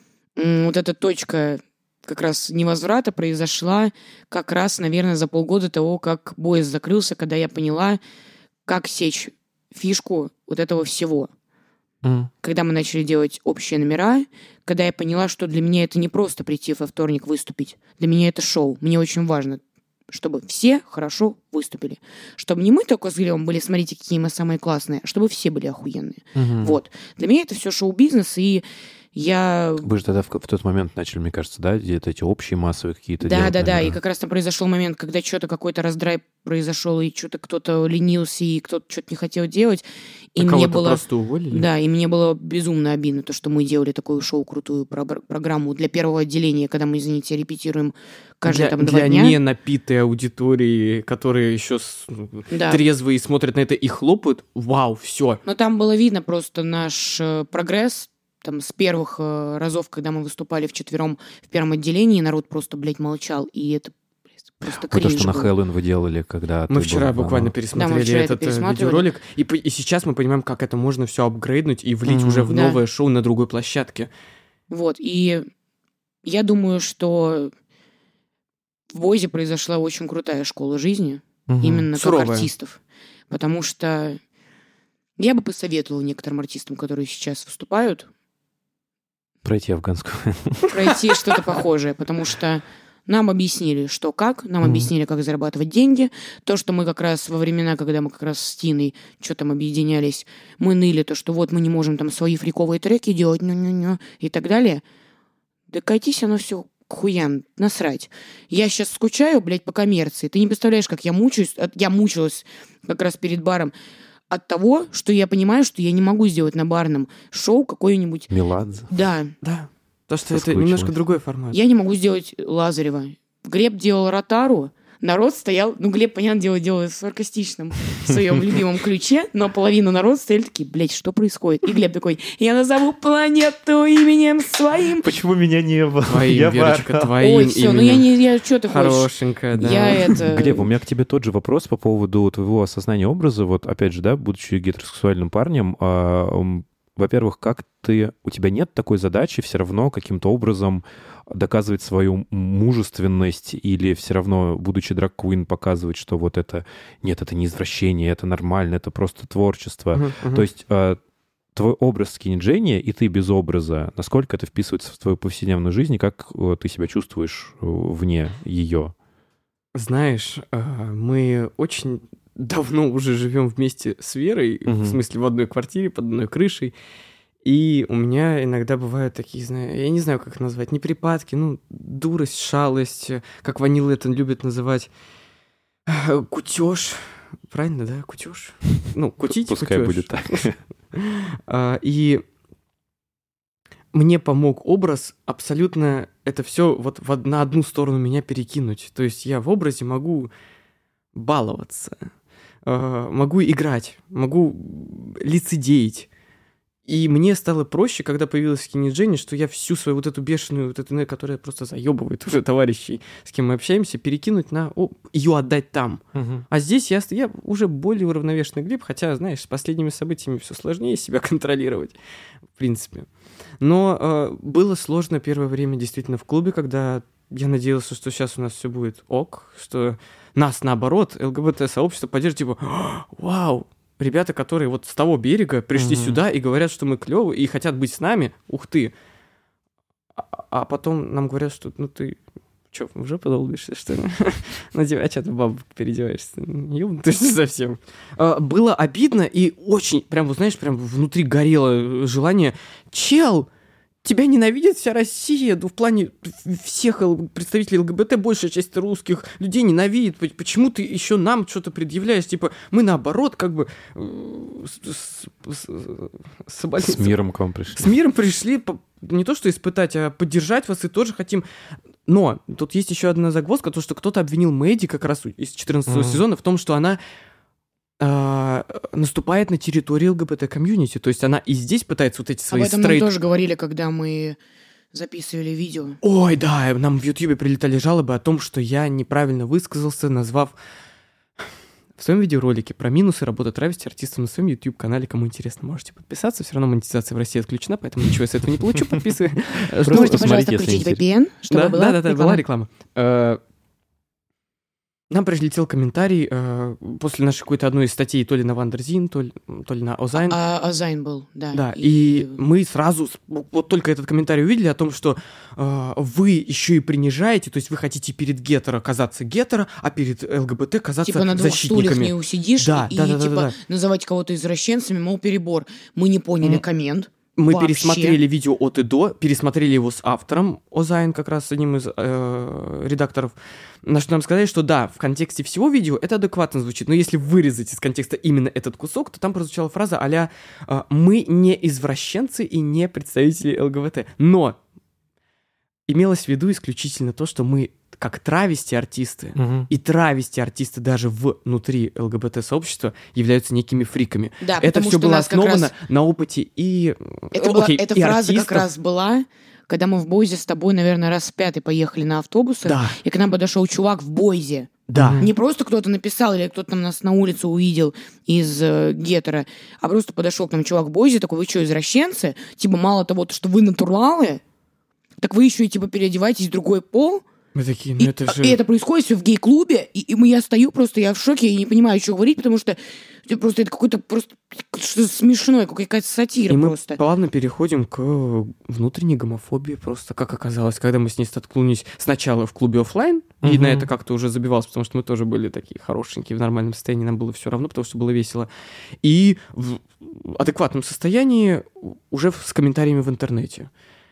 S3: вот эта точка как раз невозврата произошла как раз, наверное, за полгода того, как Бойс закрылся, когда я поняла, как сечь фишку вот этого всего. Mm. Когда мы начали делать общие номера, когда я поняла, что для меня это не просто прийти во вторник выступить, для меня это шоу, мне очень важно, чтобы все хорошо выступили. Чтобы не мы только с Глебом были, смотрите, какие мы самые классные, а чтобы все были охуенные. Угу. Вот. Для меня это все шоу-бизнес, и я...
S1: Вы же тогда в, в тот момент начали, мне кажется, да, где-то эти общие массовые какие-то...
S3: Да,
S1: делать,
S3: да,
S1: наверное.
S3: да, и как раз там произошел момент, когда что-то, какой-то раздрай произошел, и что-то кто-то ленился, и кто-то что-то не хотел делать. И
S2: а
S3: мне
S2: кого-то
S3: было...
S2: просто уволили?
S3: Да, и мне было безумно обидно, то, что мы делали такую шоу-крутую про- программу для первого отделения, когда мы, извините, репетируем каждые
S2: для,
S3: там два
S2: для
S3: дня.
S2: Для не напитой аудитории, которые еще с... да. трезвые смотрят на это и хлопают, вау, все.
S3: Но там было видно просто наш э, прогресс, там, с первых э, разов, когда мы выступали вчетвером в первом отделении, народ просто, блядь, молчал, и это просто кринж.
S1: То, что на Хэллоуин вы делали, когда...
S2: Мы вчера был, буквально
S3: да,
S2: пересмотрели
S3: вчера
S2: этот видеоролик, и, и сейчас мы понимаем, как это можно все апгрейднуть и влить mm-hmm. уже в
S3: да.
S2: новое шоу на другой площадке.
S3: Вот, и я думаю, что в Бойзе произошла очень крутая школа жизни, mm-hmm. именно
S2: Суровая.
S3: Как артистов, потому что я бы посоветовала некоторым артистам, которые сейчас выступают,
S1: пройти афганскую.
S3: Пройти что-то похожее, потому что нам объяснили, что как, нам mm-hmm. объяснили, как зарабатывать деньги. То, что мы как раз во времена, когда мы как раз с Тиной что там объединялись, мы ныли, то, что вот мы не можем там свои фриковые треки делать, ню-ню-ню, и так далее. Да катись оно все к хуям, насрать. Я сейчас скучаю, блядь, по коммерции. Ты не представляешь, как я мучаюсь. Я мучилась как раз перед баром от того, что я понимаю, что я не могу сделать на барном шоу какое-нибудь...
S1: Меладзе.
S3: Да.
S2: Да. То, что это немножко другой формат.
S3: Я не могу сделать Лазарева. Глеб делал Ротару, народ стоял... Ну, Глеб, понятно, дело, делал в саркастичном в своем любимом ключе, но половина народа стояли такие, блядь, что происходит? И Глеб такой, я назову планету именем своим.
S1: Почему меня не было?
S2: Твоим,
S1: я
S2: Верочка, твоим
S3: Ой, все,
S2: именем.
S3: ну я не... Я, что ты хочешь?
S2: Хорошенькая, да.
S3: Я это...
S1: Глеб, у меня к тебе тот же вопрос по поводу твоего осознания образа. Вот, опять же, да, будучи гетеросексуальным парнем, во-первых, как ты... У тебя нет такой задачи все равно каким-то образом доказывать свою мужественность или все равно, будучи драг-квин, показывать, что вот это... Нет, это не извращение, это нормально, это просто творчество. Uh-huh, uh-huh. То есть э, твой образ Скинни Дженни и ты без образа, насколько это вписывается в твою повседневную жизнь и как э, ты себя чувствуешь вне ее?
S2: Знаешь, э, мы очень... давно уже живем вместе с Верой, угу. в смысле в одной квартире, под одной крышей, и у меня иногда бывают такие, знаю, я не знаю, как их назвать, не припадки, ну, дурость, шалость, как Ванила это любит называть, кутеж, правильно, да, кутеж? Ну, кутить,
S1: пускай кутеж. Будет так.
S2: И мне помог образ абсолютно это все вот на одну сторону меня перекинуть, то есть я в образе могу баловаться, могу играть, могу лицедеять. И мне стало проще, когда появилась Скинни Дженни, что я всю свою вот эту бешеную, вот эту, которая просто заебывает уже товарищей, с кем мы общаемся, перекинуть на... О, ее отдать там. Угу. А здесь я, я уже более уравновешенный Глеб, хотя, знаешь, с последними событиями все сложнее себя контролировать, в принципе. Но э, было сложно первое время действительно в клубе, когда я надеялся, что сейчас у нас все будет ок, что... Нас, наоборот, ЛГБТ-сообщество поддержит, типа, вау, ребята, которые вот с того берега пришли mm-hmm. сюда и говорят, что мы клёвые и хотят быть с нами, ух ты. А, а потом нам говорят, что, ну ты, чё, в жопу долбишься, что ли? Надевай, что ты бабу переодеваешься. Ёбан, ты что совсем? Было обидно и очень, прям, вот знаешь, прям внутри горело желание, чел, тебя ненавидит вся Россия, ну, в плане всех представителей ЛГБТ, большая часть русских людей ненавидит. Почему ты еще нам что-то предъявляешь? Типа, мы наоборот, как бы... С, с, с,
S1: с миром к вам пришли.
S2: С миром пришли, не то что испытать, а поддержать вас и тоже хотим... Но тут есть еще одна загвоздка, то, что кто-то обвинил Мэдди как раз из четырнадцатого mm-hmm. сезона в том, что она... наступает на территории ЛГБТ-комьюнити. То есть она и здесь пытается вот эти свои
S3: стрейт... Об этом
S2: стрейт...
S3: нам тоже говорили, когда мы записывали видео.
S2: Ой, да, нам в Ютьюбе прилетали жалобы о том, что я неправильно высказался, назвав в своем видеоролике про минусы работы травести артистов на своем YouTube-канале. Кому интересно, можете подписаться. Все равно монетизация в России отключена, поэтому ничего я с этого не получу. Подписывай.
S3: Можете, пожалуйста, включить ви пи эн, чтобы была реклама.
S2: Да-да-да, была реклама. Нам прилетел комментарий э, после нашей какой-то одной из статей то ли на Вандерзин, то ли, то ли на Озайн.
S3: А, Озайн был, да.
S2: Да, и... и мы сразу, вот только этот комментарий увидели о том, что э, вы еще и принижаете, то есть вы хотите перед гетеро казаться гетеро, а перед ЛГБТ казаться
S3: типа на двух
S2: защитниками.
S3: Стульях не усидишь, да, и, да, да, типа да, да, да. называть кого-то извращенцами, мол, перебор. Мы не поняли mm. коммент.
S2: Мы
S3: Вообще.
S2: пересмотрели видео от и до, пересмотрели его с автором, Озайн, как раз одним из э, редакторов, на что нам сказали, что да, в контексте всего видео это адекватно звучит, но если вырезать из контекста именно этот кусок, то там прозвучала фраза а-ля э, «Мы не извращенцы и не представители ЛГБТ». Но имелось в виду исключительно то, что мы как травести-артисты, угу. и травести-артисты даже внутри ЛГБТ-сообщества являются некими фриками.
S3: Да,
S2: это все было основано
S3: раз...
S2: на опыте и...
S3: Это была, Окей, эта и фраза артистов. Как раз была, когда мы в Бойзе с тобой, наверное, раз в пятый поехали на автобусах,
S2: да.
S3: и к нам подошел чувак в Бойзе.
S2: Да.
S3: Не просто кто-то написал или кто-то нас на улице увидел из э, гетера, а просто подошел к нам чувак в Бойзе, такой, вы что, извращенцы? Типа, мало того, что вы натуралы, так вы еще и типа переодеваетесь в другой пол.
S2: Мы такие, ну
S3: и,
S2: это же...
S3: и это происходит все в гей-клубе, и, и я стою просто, я в шоке, я не понимаю, что говорить, потому что просто это какой-то просто что-то смешное, какая-то сатира
S2: и
S3: просто.
S2: Мы плавно переходим к внутренней гомофобии просто, как оказалось, когда мы с ней столкнулись сначала в клубе офлайн, и на это как-то уже забивалось, потому что мы тоже были такие хорошенькие, в нормальном состоянии, нам было все равно, потому что было весело. И в адекватном состоянии уже с комментариями в интернете.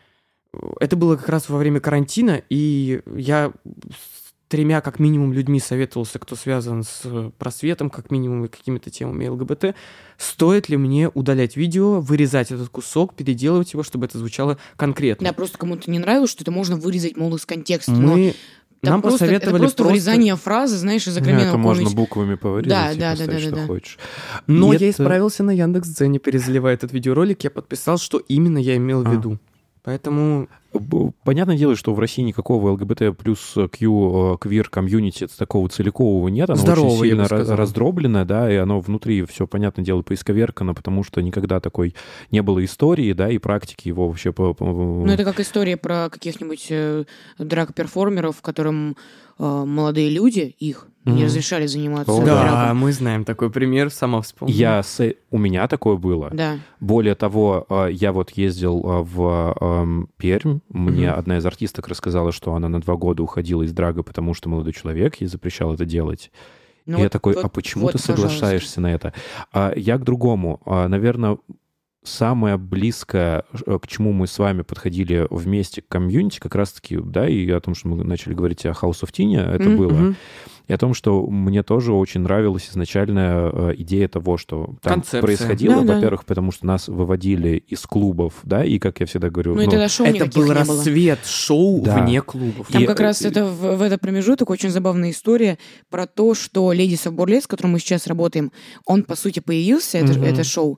S2: Это было как раз во время карантина, и я с тремя, как минимум, людьми советовался, кто связан с просветом, как минимум, и какими-то темами ЛГБТ. Стоит ли мне удалять видео, вырезать этот кусок, переделывать его, чтобы это звучало конкретно?
S3: Да, просто кому-то не нравилось, что это можно вырезать, мол, из контекста.
S2: Мы...
S3: Но нам просто, посоветовали это просто, просто вырезание фразы, знаешь, из огроменного...
S1: Это можно буквами повырезать
S3: да,
S1: и
S3: да,
S1: поставить,
S3: да, да,
S1: что
S3: да.
S1: хочешь.
S2: Но
S1: Нет,
S2: я исправился на Яндекс.Дзене, перезаливая этот видеоролик, я подписал, что именно я имел в виду. А. Поэтому...
S1: Понятное дело, что в России никакого ЛГБТ плюс Q квир-комьюнити такого целикового нет. Оно
S2: Здоровое,
S1: очень сильно раздроблено, да, и оно внутри все, понятное дело, поисковеркано, потому что никогда такой не было истории, да, и практики его вообще...
S3: Ну, это как история про каких-нибудь э, драг-перформеров, которым э, молодые люди, их, mm-hmm. не разрешали заниматься
S2: oh, да, драгом. Мы знаем такой пример, сама вспомнила.
S1: Я с... У меня такое было.
S3: Да.
S1: Более того, я вот ездил в Пермь, мне mm-hmm. одна из артисток рассказала, что она на два года уходила из драга, потому что молодой человек ей запрещал это делать. Ну, и вот, я такой, вот, а почему вот, ты соглашаешься пожалуйста. На это? А я к другому. А, наверное, самое близкое, к чему мы с вами подходили вместе к комьюнити, как раз-таки, да, и о том, что мы начали говорить о House of Teen, это mm-hmm. было, и о том, что мне тоже очень нравилась изначальная идея того, что там концепция. Происходило, да, во-первых, да. потому что нас выводили из клубов, да, и, как я всегда говорю...
S3: Ну, ну это шоу
S2: это был рассвет шоу да. вне клубов.
S3: Там
S2: и,
S3: как раз и... это в, в этот промежуток очень забавная история про то, что Ladies of Burlesque, с которым мы сейчас работаем, он, по сути, появился, mm-hmm. это, это шоу,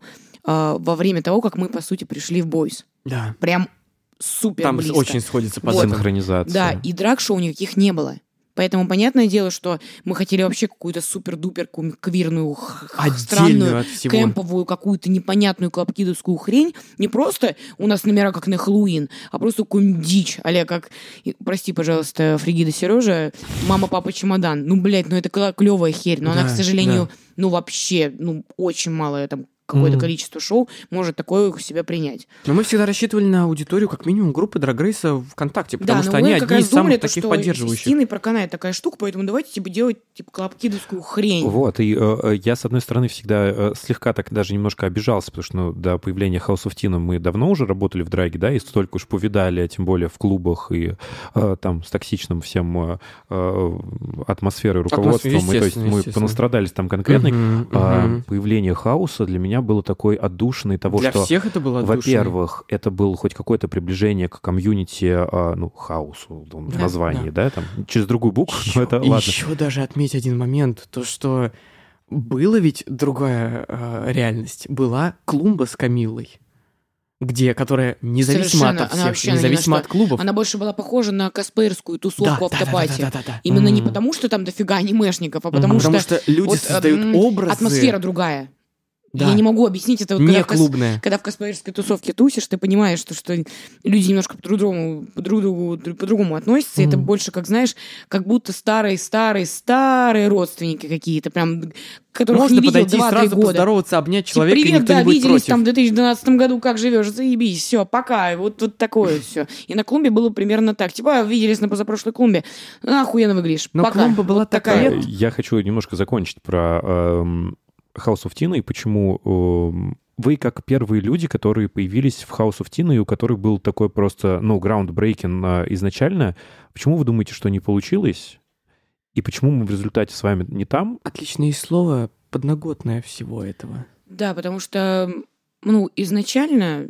S3: во время того, как мы, по сути, пришли в Бойс.
S2: Да.
S3: Прям супер
S2: Там
S3: близко.
S2: очень сходится по
S3: вот.
S1: Синхронизация.
S3: Да, и драг-шоу никаких не было. Поэтому понятное дело, что мы хотели вообще какую-то супер-дупер квирную, странную, кэмповую, какую-то непонятную клапкидовскую хрень. Не просто у нас номера как на Хэллоуин, а просто какую-нибудь дичь. А-ля как, прости, пожалуйста, Фригида Сережа, мама, папа, чемодан. Ну, блядь, ну это клевая херь. Но да, она, к сожалению, да. ну вообще, ну очень мало там какое-то mm. количество шоу может такое в себя принять.
S2: Но мы всегда рассчитывали на аудиторию как минимум группы Drag Race ВКонтакте, потому да, что они одни из самых таких
S3: что
S2: поддерживающих.
S3: С Тиной проканает такая штука, поэтому давайте типа делать типа клапкидовскую хрень.
S1: Вот, и э, я, с одной стороны, всегда э, слегка так даже немножко обижался, потому что ну, до появления House of Teen мы давно уже работали в драге, да, и столько уж повидали, тем более в клубах и э, там с токсичным всем э, атмосферой, руководством. И, то есть мы понастрадались там конкретно. Uh-huh, uh-huh. Появление хаоса для меня было такой отдушиной того,
S2: Для
S1: что...
S2: Для всех это было отдушиной.
S1: Во-первых, это было хоть какое-то приближение к комьюнити, ну, хаосу в да, названии, да. да, там, через другую букву, еще, но это ладно.
S2: Еще даже отметить один момент, то, что была ведь другая э, реальность. Была клумба с Камиллой, где, которая независимо от всех, независимо от клубов.
S3: Она больше была похожа на косплеерскую тусовку
S2: да,
S3: автопати.
S2: Да, да, да, да, да.
S3: Именно mm-hmm. не потому, что там дофига анимешников, а потому, mm-hmm. что,
S2: потому что люди вот, создают образы.
S3: Атмосфера другая.
S2: Да.
S3: Я не могу объяснить это. Вот,
S2: не
S3: когда,
S2: клубная.
S3: В, когда в косплеерской тусовке тусишь, ты понимаешь, что, что люди немножко по-другому, по-другому, по-другому относятся. Mm-hmm. Это больше, как знаешь, как будто старые-старые-старые родственники какие-то, прям, которых
S2: можно
S3: не видел
S2: подойти
S3: два-три
S2: сразу
S3: года.
S2: Поздороваться, обнять человека,
S3: привет,
S2: и никто
S3: да,
S2: не будет
S3: виделись
S2: против.
S3: там в две тысячи двенадцатом году, как живешь, заебись, все, пока. Вот, вот такое все. И на клумбе было примерно так. Типа, виделись на позапрошлой клумбе, охуенно выглядишь.
S2: Но
S3: пока.
S2: клумба была
S3: вот
S2: такая.
S1: Я хочу немножко закончить про... Эм... House of Teen, и почему э, вы как первые люди, которые появились в House of Teen, и у которых был такой просто, ну, groundbreaking э, изначально, почему вы думаете, что не получилось? И почему мы в результате с вами не там?
S2: Отличное слово, подноготное всего этого.
S3: Да, потому что, ну, изначально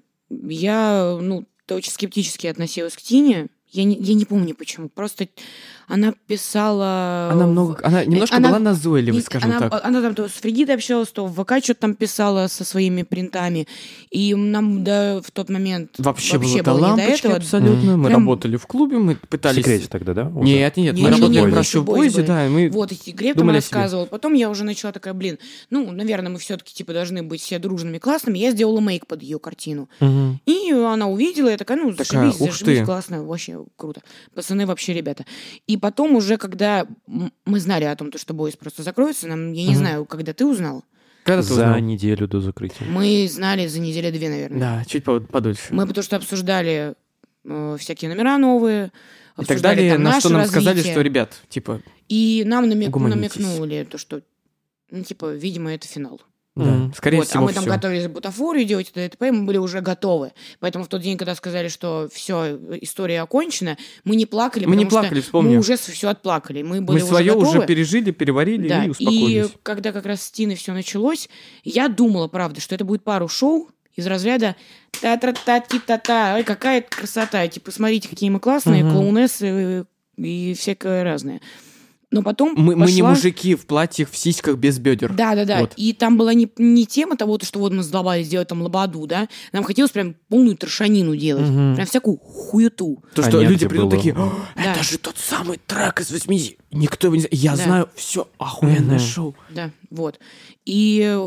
S3: я, ну, очень скептически относилась к Тине. Я не, я не помню почему. Просто она писала...
S2: Она много... Она немножко она, была назойливой, скажем
S3: она,
S2: так.
S3: Она там то с Фригидой общалась, то в ВК что-то там писала со своими принтами. И нам да, в тот момент
S2: вообще,
S3: вообще
S2: было,
S3: было
S2: не
S3: не до этого.
S2: Абсолютно. Mm. Мы Прям... работали в клубе, мы пытались...
S1: В секрете тогда, да?
S2: Уже? Нет, нет,
S3: не,
S2: мы
S3: не,
S2: работали
S3: не,
S2: просто в Бойзе, да. Мы
S3: вот, и Глеб там рассказывал. Потом я уже начала такая, блин, ну, наверное, мы все-таки типа должны быть все дружными, классными. Я сделала мейк под ее картину.
S2: Mm-hmm.
S3: И она увидела, я такая, ну,
S2: такая,
S3: зашибись, зашибись, классно, вообще круто. Пацаны вообще ребята. И потом уже, когда мы знали о том, что Бойс просто закроется, нам, я не mm-hmm. знаю, когда ты узнал?
S2: Когда ты
S1: за
S2: узнал?
S1: неделю до закрытия.
S3: Мы знали за неделю-две, наверное.
S2: Да, чуть подольше.
S3: Мы потому что обсуждали э, всякие номера новые,
S2: и так далее,
S3: там,
S2: на что нам
S3: развитие.
S2: сказали, что, ребят, типа,
S3: и нам намек, намекнули, то, что, ну, типа, видимо, это финал.
S2: Да, mm. скорее
S3: вот,
S2: всего,
S3: а мы там
S2: всё.
S3: готовились бутафорию делать, и т.д. мы были уже готовы. Поэтому в тот день, когда сказали, что все, история окончена, мы не плакали,
S2: мы
S3: потому
S2: не плакали,
S3: что
S2: вспомню.
S3: мы уже все отплакали. Мы были
S2: мы
S3: уже
S2: свое
S3: готовы.
S2: уже пережили, переварили
S3: да.
S2: и успокоились.
S3: И когда как раз с Тиной все началось, я думала, правда, что это будет пару шоу из разряда та-та-та-ти-та-та, ой, какая красота, типа, смотрите, какие мы классные, uh-huh. клоунессы и всякое разное. Но потом
S2: мы,
S3: пошла...
S2: мы не мужики в платьях, в сиськах без бедер.
S3: Да-да-да. Вот. И там была не, не тема того, что вот мы задолбались делать там лободу, да. Нам хотелось прям полную трешанину делать. Угу. Прям всякую хуету.
S2: То, что а люди придут было... такие, это да. же тот самый трек из восьмидесятых. Никто его не знает. Я да. знаю, все охуенное угу. шоу.
S3: Да, вот. И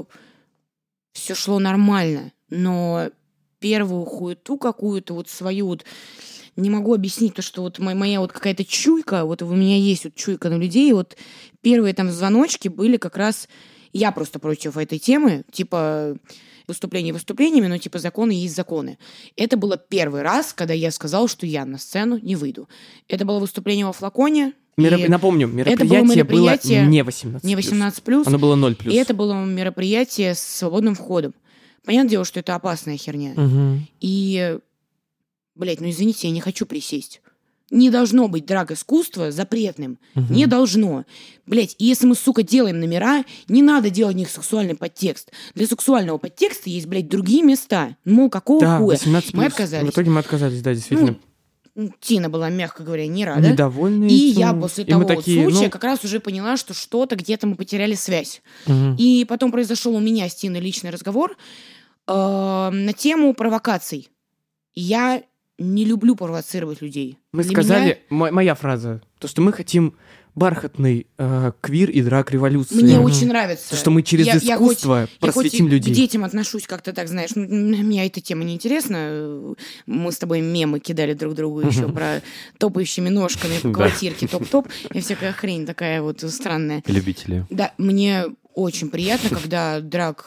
S3: все шло нормально. Но первую хуету какую-то вот свою вот... Не могу объяснить то, что вот моя вот какая-то чуйка, вот у меня есть вот чуйка на людей, вот первые там звоночки были как раз... Я просто против этой темы, типа выступления выступлениями, но типа законы есть законы. Это было первый раз, когда я сказала, что я на сцену не выйду. Это было выступление во Флаконе.
S2: Мероп... Напомню, мероприятие, было, мероприятие было не восемнадцать плюс.
S3: Не восемнадцать плюс.
S2: Оно было ноль плюс.
S3: И это было мероприятие с свободным входом. Понятное дело, что это опасная херня.
S2: Угу.
S3: И... Блять, ну извините, я не хочу присесть. Не должно быть драг-искусство запретным. Угу. Не должно. Блять, и если мы, сука, делаем номера, не надо делать в них сексуальный подтекст. Для сексуального подтекста есть, блядь, другие места. Ну, какого
S2: да,
S3: хуя?
S2: восемнадцать плюс.
S3: Мы отказались.
S2: В итоге мы отказались, да, действительно.
S3: Ну, Тина была, мягко говоря, не рада.
S2: Недовольные.
S3: И я после того вот
S2: такие,
S3: случая
S2: ну...
S3: как раз уже поняла, что что-то где-то мы потеряли связь.
S2: Угу.
S3: И потом произошел у меня с Тиной личный разговор э, на тему провокаций. Я... не люблю провоцировать людей.
S2: Мы
S3: Для
S2: сказали,
S3: меня...
S2: моя фраза, то, что мы хотим бархатный э, квир и драг-революции.
S3: Мне mm-hmm. очень нравится.
S2: То, что мы через
S3: я,
S2: искусство
S3: я хоть,
S2: просветим
S3: я хоть
S2: людей.
S3: К детям отношусь как-то так, знаешь, ну, мне эта тема не интересна. Мы с тобой мемы кидали друг другу mm-hmm. еще про топающими ножками по квартирке, топ-топ, и всякая хрень такая вот странная.
S1: Любители.
S3: Да, мне очень приятно, когда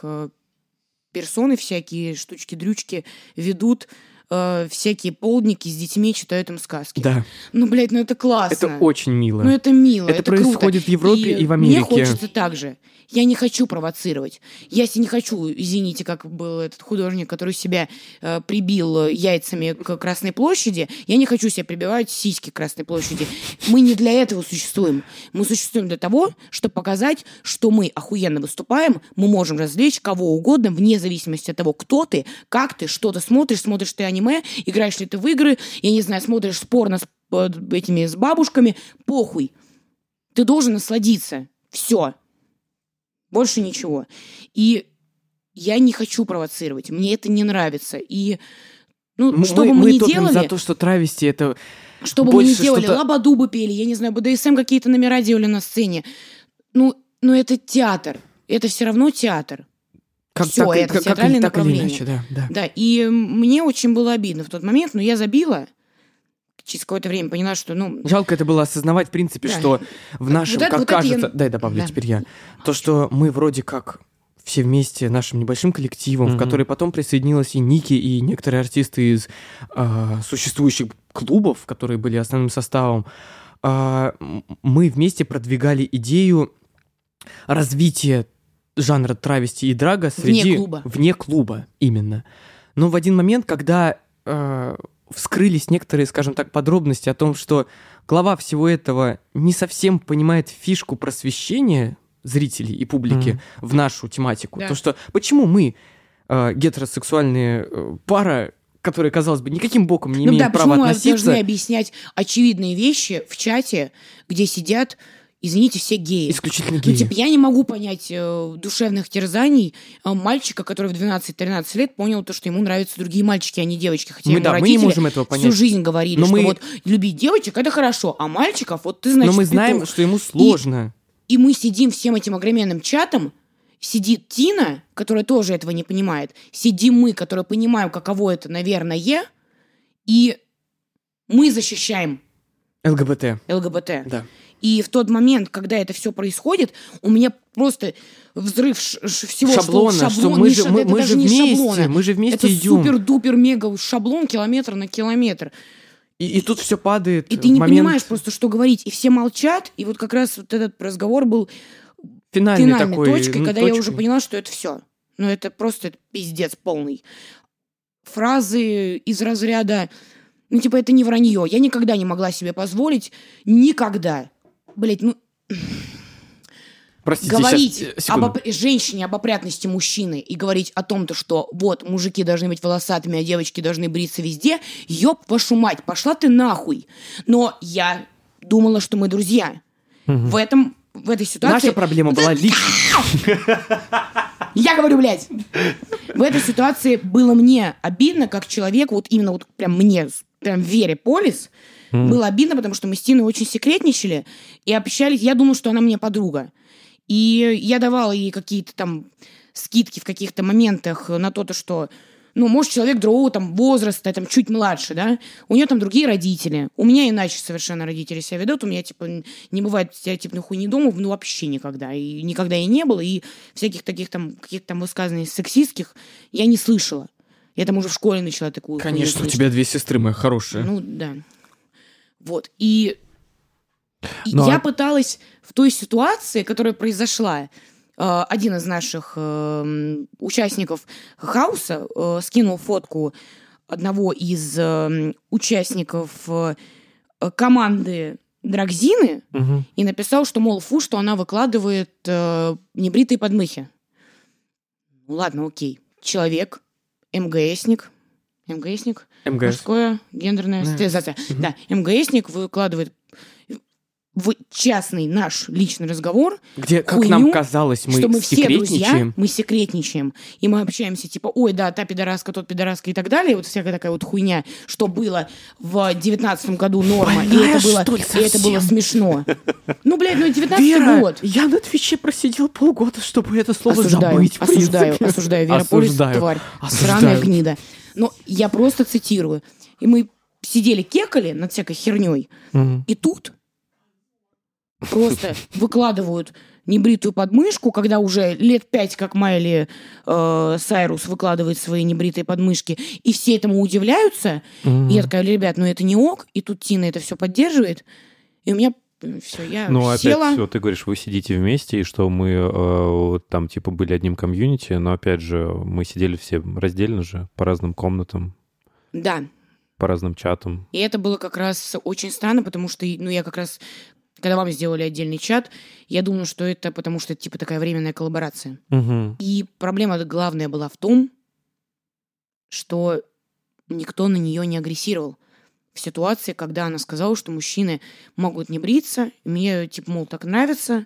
S3: драг-персоны всякие, штучки-дрючки ведут всякие полдники с детьми, читают им сказки.
S2: Да.
S3: Ну, блядь, ну это классно.
S2: Это очень мило.
S3: Ну это мило, это,
S2: это происходит
S3: круто.
S2: в Европе и,
S3: и
S2: в Америке.
S3: Мне хочется так же. Я не хочу провоцировать. Я не хочу, извините, как был этот художник, который себя э, прибил яйцами к Красной площади, я не хочу себя прибивать сиськи к Красной площади. Мы не для этого существуем. Мы существуем для того, чтобы показать, что мы охуенно выступаем, мы можем развлечь кого угодно, вне зависимости от того, кто ты, как ты, что ты смотришь, смотришь ты аниме, играешь ли ты в игры, я не знаю, смотришь порно с этими с бабушками, похуй. Ты должен насладиться. Все. Больше ничего. И я не хочу провоцировать. Мне это не нравится. И ну,
S2: мы,
S3: что бы
S2: мы,
S3: мы
S2: мы
S3: ни делали...
S2: за то, что травести это...
S3: Что бы мы ни делали, лабаду бы пели, я не знаю, бэ дэ эс эм какие-то номера делали на сцене. Ну, ну это театр. Это все равно театр.
S2: Как,
S3: все,
S2: так,
S3: это
S2: как,
S3: театральное
S2: как,
S3: направление.
S2: Так или иначе, да, да.
S3: Да, и мне очень было обидно в тот момент, но я забила. Через какое-то время поняла, что, ну...
S2: Жалко это было осознавать, в принципе, да. что в нашем, вот это, как вот кажется... Я... Дай добавлю да. теперь я. То, что мы вроде как все вместе нашим небольшим коллективом, mm-hmm. в который потом присоединилась и Ники, и некоторые артисты из э, существующих клубов, которые были основным составом, э, мы вместе продвигали идею развития жанра травести и драга среди...
S3: Вне клуба.
S2: Вне клуба, именно. Но в один момент, когда... Э, вскрылись некоторые, скажем так, подробности о том, что глава всего этого не совсем понимает фишку просвещения зрителей и публики mm-hmm. в нашу тематику. Да. То, что почему мы, э, гетеросексуальные э, пара, которые, казалось бы, никаким боком не ну, имеют
S3: да,
S2: права относиться...
S3: почему мы должны объяснять очевидные вещи в чате, где сидят... Извините, все геи.
S2: Исключительно геи.
S3: Ну, типа, я не могу понять э, душевных терзаний э, мальчика, который в двенадцать-тринадцать лет понял то, что ему нравятся другие мальчики, а не девочки. Хотя
S2: мы,
S3: ему
S2: да,
S3: родители
S2: мы не можем этого понять.
S3: Всю жизнь говорили, Но что мы... вот любить девочек — это хорошо, а мальчиков, вот ты, значит,
S2: Но мы знаем,
S3: петух.
S2: что ему сложно.
S3: И, и мы сидим всем этим огроменным чатом, сидит Тина, которая тоже этого не понимает, сидим мы, которые понимаем, каково это, наверное, и мы защищаем
S2: ЛГБТ.
S3: ЛГБТ.
S2: Да.
S3: И в тот момент, когда это все происходит, у меня просто взрыв ш- ш- всего
S2: шаблона,
S3: что, шаблон,
S2: что мы же,
S3: ш-
S2: мы,
S3: это
S2: мы
S3: даже
S2: же
S3: не
S2: вместе,
S3: шаблона.
S2: мы же вместе
S3: это
S2: идем.
S3: супер-дупер-мега шаблон километр на километр.
S2: И, и тут все падает.
S3: И ты не
S2: момент...
S3: понимаешь просто, что говорить. И все молчат. И вот как раз вот этот разговор был
S2: финальной,
S3: финальной
S2: такой,
S3: точкой,
S2: ну,
S3: когда
S2: точкой.
S3: я уже поняла, что это все. Ну это просто это пиздец полный. Фразы из разряда, ну типа это не вранье. Я никогда не могла себе позволить, никогда. Блять, ну...
S2: Простите,
S3: говорить
S2: сейчас,
S3: об оп... женщине об опрятности мужчины и говорить о том, то, что вот, мужики должны быть волосатыми, а девочки должны бриться везде, ёб вашу мать, пошла ты нахуй. Но я думала, что мы друзья. В этом, в этой ситуации...
S2: Наша проблема была личная.
S3: Я говорю, блядь. В этой ситуации было мне обидно, как человеку, вот именно вот прям мне, прям Вере Полис, mm. было обидно, потому что мы с Тиной очень секретничали и общались. Я думала, что она мне подруга. И я давала ей какие-то там скидки в каких-то моментах на то, что, ну, может, человек другого там возраста, там, чуть младше, да, у нее там другие родители. У меня иначе совершенно родители себя ведут. У меня, типа, не бывает стереотипных хуйни дома, ну, вообще никогда. И никогда и не было. И всяких таких там, каких-то там высказаний сексистских я не слышала. Я там уже в школе начала такую хуйню слышать.
S2: Конечно, у тебя две сестры, моя хорошая.
S3: Ну, да. Вот. И, и я пыталась в той ситуации, которая произошла, один из наших э, участников хаоса э, скинул фотку одного из э, участников э, команды Драгзины угу. и написал, что, мол, фу, что она выкладывает э, небритые подмыхи. Ну ладно, окей. Человек, МГСник, МГСник,
S2: МГС.
S3: Мужское, гендерная да. стилизация. Угу. Да, МГСник выкладывает в частный наш личный разговор,
S2: где, как
S3: хуйню,
S2: нам казалось, мы
S3: что мы все
S2: секретничаем.
S3: друзья, мы секретничаем, и мы общаемся, типа, ой, да, та пидораска, тот пидораска и так далее, вот всякая такая вот хуйня, что было в девятнадцатом году норма, и это, было, и это было смешно. Ну, блядь, ну девятнадцатый год.
S2: Я на Твиче просидел полгода, чтобы это слово
S3: осуждаю,
S2: забыть.
S3: Осуждаю, осуждаю, Вера Полис, тварь, осуждаю. Сраная гнида. Но я просто цитирую. И мы сидели, кекали над всякой херней, угу. и тут просто выкладывают небритую подмышку, когда уже лет пять, как Майли э, Сайрус выкладывает свои небритые подмышки, и все этому удивляются. Mm-hmm. И я такая, ребят, ну это не ок, и тут Тина это все поддерживает. И у меня все, я
S1: ну,
S3: села...
S1: опять все, ты говоришь, вы сидите вместе, и что мы э, там типа были одним комьюнити, но опять же, мы сидели все раздельно же, по разным комнатам.
S3: Да.
S1: По разным чатам.
S3: И это было как раз очень странно, потому что, ну, я как раз... Когда вам сделали отдельный чат, я думаю, что это потому что это типа такая временная коллаборация.
S1: Угу.
S3: И проблема главная была в том, что никто на нее не агрессировал. В ситуации, когда она сказала, что мужчины могут не бриться, и мне, типа, мол, так нравится.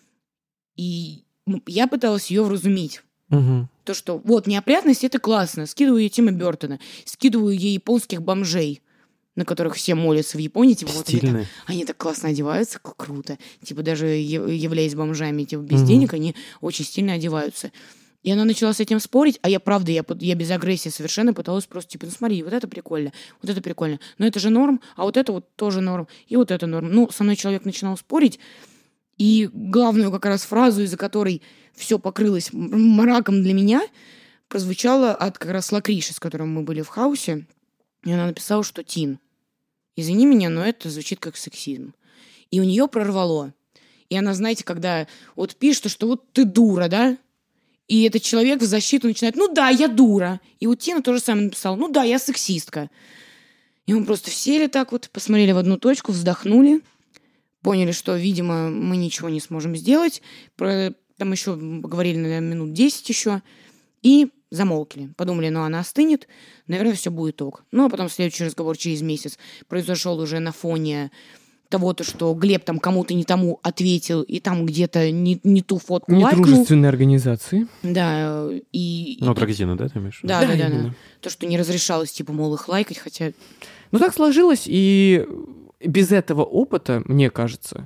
S3: И я пыталась ее вразумить.
S1: Угу.
S3: То, что вот неопрятность — это классно. Скидываю ей Тима Бёртона, скидываю ей японских бомжей, на которых все молятся в Японии, типа, вот они так, они так классно одеваются, как круто. Типа, даже являясь бомжами, типа, без mm-hmm. денег, они очень стильно одеваются. И она начала с этим спорить, а я, правда, я, я без агрессии совершенно пыталась просто, типа, ну смотри, вот это прикольно, вот это прикольно, но это же норм, а вот это вот тоже норм, и вот это норм. Ну, со мной человек начинал спорить, и главную как раз фразу, из-за которой все покрылось мраком для меня, прозвучала от как раз Лакриши, с которым мы были в хаосе. И она написала, что Тин, извини меня, но это звучит как сексизм. И у нее прорвало. И она, знаете, когда вот пишет, что вот ты дура, да? И этот человек в защиту начинает, ну да, я дура. И вот Тина тоже самое написала, ну да, я сексистка. И мы просто сели так вот, посмотрели в одну точку, вздохнули, поняли, что, видимо, мы ничего не сможем сделать. Про... Там еще поговорили, наверное, минут десять еще. И замолкли. Подумали, ну она остынет, наверное, все будет ок. Ну, а потом следующий разговор через месяц произошел уже на фоне того-то, что Глеб там кому-то не тому ответил, и там где-то не, не ту фотку лайкнул.
S2: Недружественной организации.
S3: Да, и...
S1: Ну, Драгзина, да, ты имеешь?
S3: Да, да, да, да, да. То, что не разрешалось, типа, мол, их лайкать, хотя...
S2: Ну, так сложилось, и без этого опыта, мне кажется,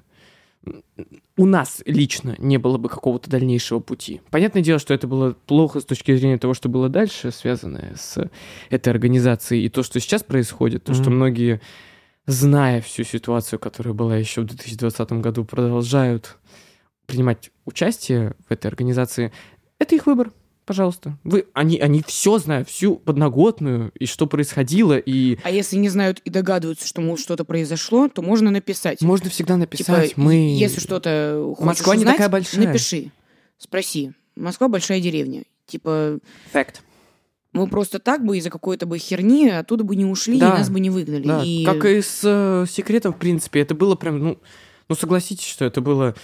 S2: у нас лично не было бы какого-то дальнейшего пути. Понятное дело, что это было плохо с точки зрения того, что было дальше, связанное с этой организацией, и то, что сейчас происходит, то, mm-hmm. что многие, зная всю ситуацию, которая была еще в две тысячи двадцатом году, продолжают принимать участие в этой организации. Это их выбор, пожалуйста. Вы, они, они все знают, всю подноготную, и что происходило, и...
S3: А если не знают и догадываются, что, мол, что-то произошло, то можно написать.
S2: Можно всегда написать.
S3: Типа,
S2: мы...
S3: Если что-то хочешь
S2: Москва
S3: узнать,
S2: не такая большая.
S3: Напиши, спроси. Москва большая деревня. Типа...
S2: Факт.
S3: Мы просто так бы из-за какой-то бы херни оттуда бы не ушли, да. и нас бы не выгнали.
S2: Да.
S3: И...
S2: Как и с э, секретом, в принципе. Это было прям, ну, ну, согласитесь, что это было...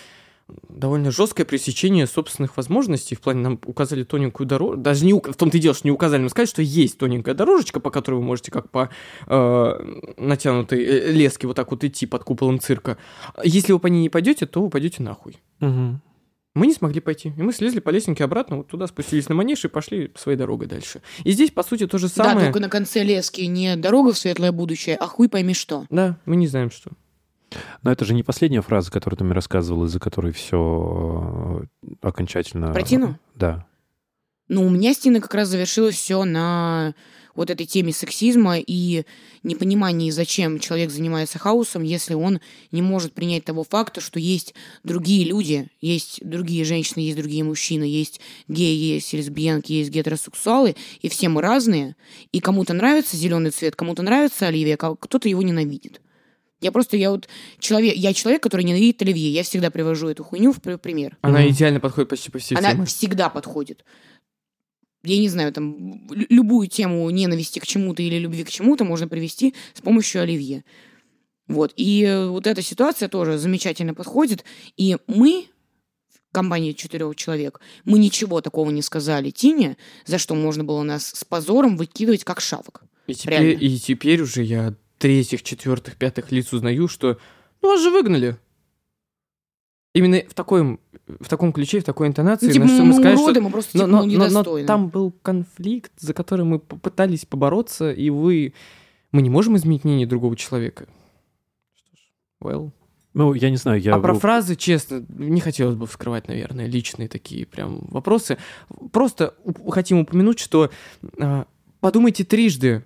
S2: довольно жесткое пресечение собственных возможностей. В плане нам указали тоненькую дорожку. Даже не, в том-то и дело, что не указали, нам сказали, что есть тоненькая дорожечка, по которой вы можете как по э, натянутой леске вот так вот идти под куполом цирка. Если вы по ней не пойдете, то вы пойдете нахуй.
S1: Угу.
S2: Мы не смогли пойти. И мы слезли по лесенке обратно, вот туда спустились на манеж и пошли своей дорогой дальше. И здесь, по сути, то же самое.
S3: Да, только на конце лески не дорога в светлое будущее, а хуй пойми что.
S2: Да, мы не знаем, что.
S1: Но это же не последняя фраза, которую ты мне рассказывал, из-за которой все окончательно...
S3: Про Тину?
S1: Да.
S3: Ну, у меня с Тиной как раз завершилось все на вот этой теме сексизма и непонимании, зачем человек занимается хаосом, если он не может принять того факта, что есть другие люди, есть другие женщины, есть другие мужчины, есть геи, есть лесбиянки, есть гетеросексуалы, и все мы разные, и кому-то нравится зеленый цвет, кому-то нравится Оливия, а кто-то его ненавидит. Я просто, я вот человек, я человек, который ненавидит Оливье. Я всегда привожу эту хуйню в пример.
S2: Она mm-hmm. идеально подходит почти по всей
S3: Она
S2: теме.
S3: всегда подходит. Я не знаю, там, любую тему ненависти к чему-то или любви к чему-то можно привести с помощью Оливье. Вот. И вот эта ситуация тоже замечательно подходит. И мы, компания четырех человек, мы ничего такого не сказали Тине, за что можно было нас с позором выкидывать как шавок.
S2: И теперь, и теперь уже я... третьих, четвертых, пятых лиц узнаю, что ну вас же выгнали. Именно в, такой, в таком ключе, в такой интонации.
S3: Ну, типа,
S2: мы,
S3: мы
S2: сказали,
S3: уроды,
S2: что...
S3: мы просто
S2: но,
S3: типа,
S2: но,
S3: ну,
S2: но,
S3: недостойны.
S2: Но там был конфликт, за который мы попытались побороться, и вы... Мы не можем изменить мнение другого человека. Что ж, well...
S1: Ну, я не знаю, я...
S2: А про фразы, честно, не хотелось бы вскрывать, наверное, личные такие прям вопросы. Просто хотим упомянуть, что а, подумайте трижды,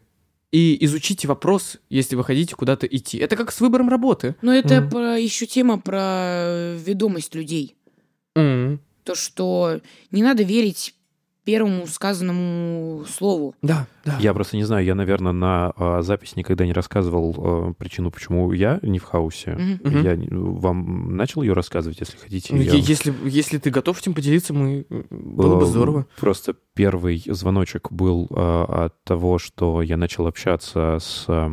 S2: и изучите вопрос, если вы хотите куда-то идти. Это как с выбором работы.
S3: Но это mm. про, еще тема про ведомость людей.
S2: Mm.
S3: То, что не надо верить первому сказанному слову.
S2: Да, да.
S1: Я просто не знаю, я, наверное, на а, запись никогда не рассказывал а, причину, почему я не в хаосе.
S3: Mm-hmm.
S1: Я вам начал ее рассказывать, если хотите.
S2: Ну,
S1: я...
S2: если, если ты готов этим поделиться, мы... было бы здорово.
S1: Просто первый звоночек был а, от того, что я начал общаться с, а,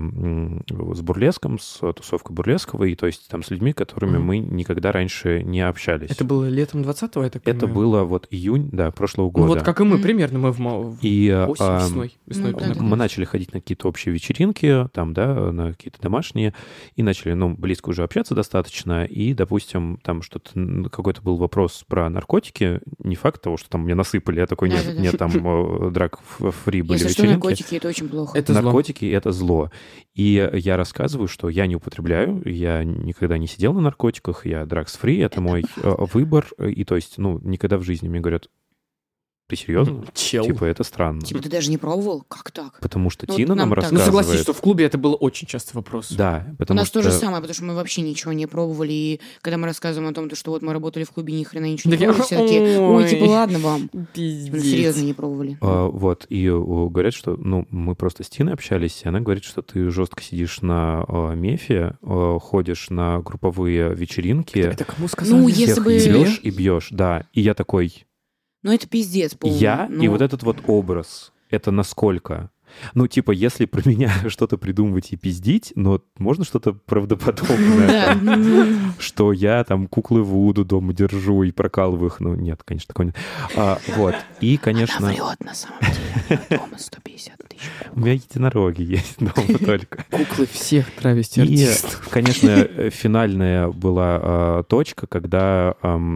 S1: с бурлеском, с тусовкой бурлеского, и то есть там с людьми, которыми mm-hmm. мы никогда раньше не общались.
S2: Это было летом двадцатого, я так понимаю?
S1: Это было вот июнь, да, прошлого года.
S2: Ну, вот как и мы, mm-hmm. примерно, мы в, в
S1: и,
S2: осень,
S1: а,
S2: весной. весной
S3: ну, да, да,
S1: мы начали ходить на какие-то общие вечеринки, там, да, на какие-то домашние, и начали, ну, близко уже общаться достаточно, и, допустим, там что-то, какой-то был вопрос про наркотики, не факт того, что там мне насыпали, я такой, нет, нет, там драг-фри были
S3: вечеринки. Если что, наркотики — это очень плохо.
S1: Это наркотики — это зло. И я рассказываю, что я не употребляю, я никогда не сидел на наркотиках, я драгс-фри, это мой выбор, и то есть, ну, никогда в жизни мне говорят: ты серьезно?
S2: Чел.
S1: Типа, это странно.
S3: Типа, ты даже не пробовал? Как так?
S1: Потому что
S3: ну,
S1: Тина
S3: вот нам
S1: нам
S3: так.
S1: рассказывает...
S2: Ну, согласись, что в клубе это был очень частый вопрос.
S1: Да, потому
S3: У нас
S1: что...
S3: то же самое, потому что мы вообще ничего не пробовали, и когда мы рассказываем о том, что вот мы работали в клубе, ни хрена ничего не пробовали, все такие: ой, типа, ладно вам. Мы серьезно не пробовали.
S1: А, вот, и говорят, что, ну, мы просто с Тиной общались, и она говорит, что ты жестко сидишь на а, мефе, а, ходишь на групповые вечеринки.
S2: Это, это кому сказали?
S3: Ну, если бы...
S1: бьешь и бьешь, да. И я такой...
S3: Ну, это пиздец полный.
S1: Я
S3: но...
S1: и вот этот вот образ, это насколько? Ну, типа, если про меня что-то придумывать и пиздить, но можно что-то правдоподобное, что я там куклы Вуду дома держу и прокалываю их. Ну, нет, конечно, такого нет. Вот. И, конечно...
S3: Она врет, на самом деле. Дома сто пятьдесят тысяч.
S1: У меня единороги есть дома только.
S2: Куклы всех травести-артистов.
S1: И, конечно, финальная была точка, когда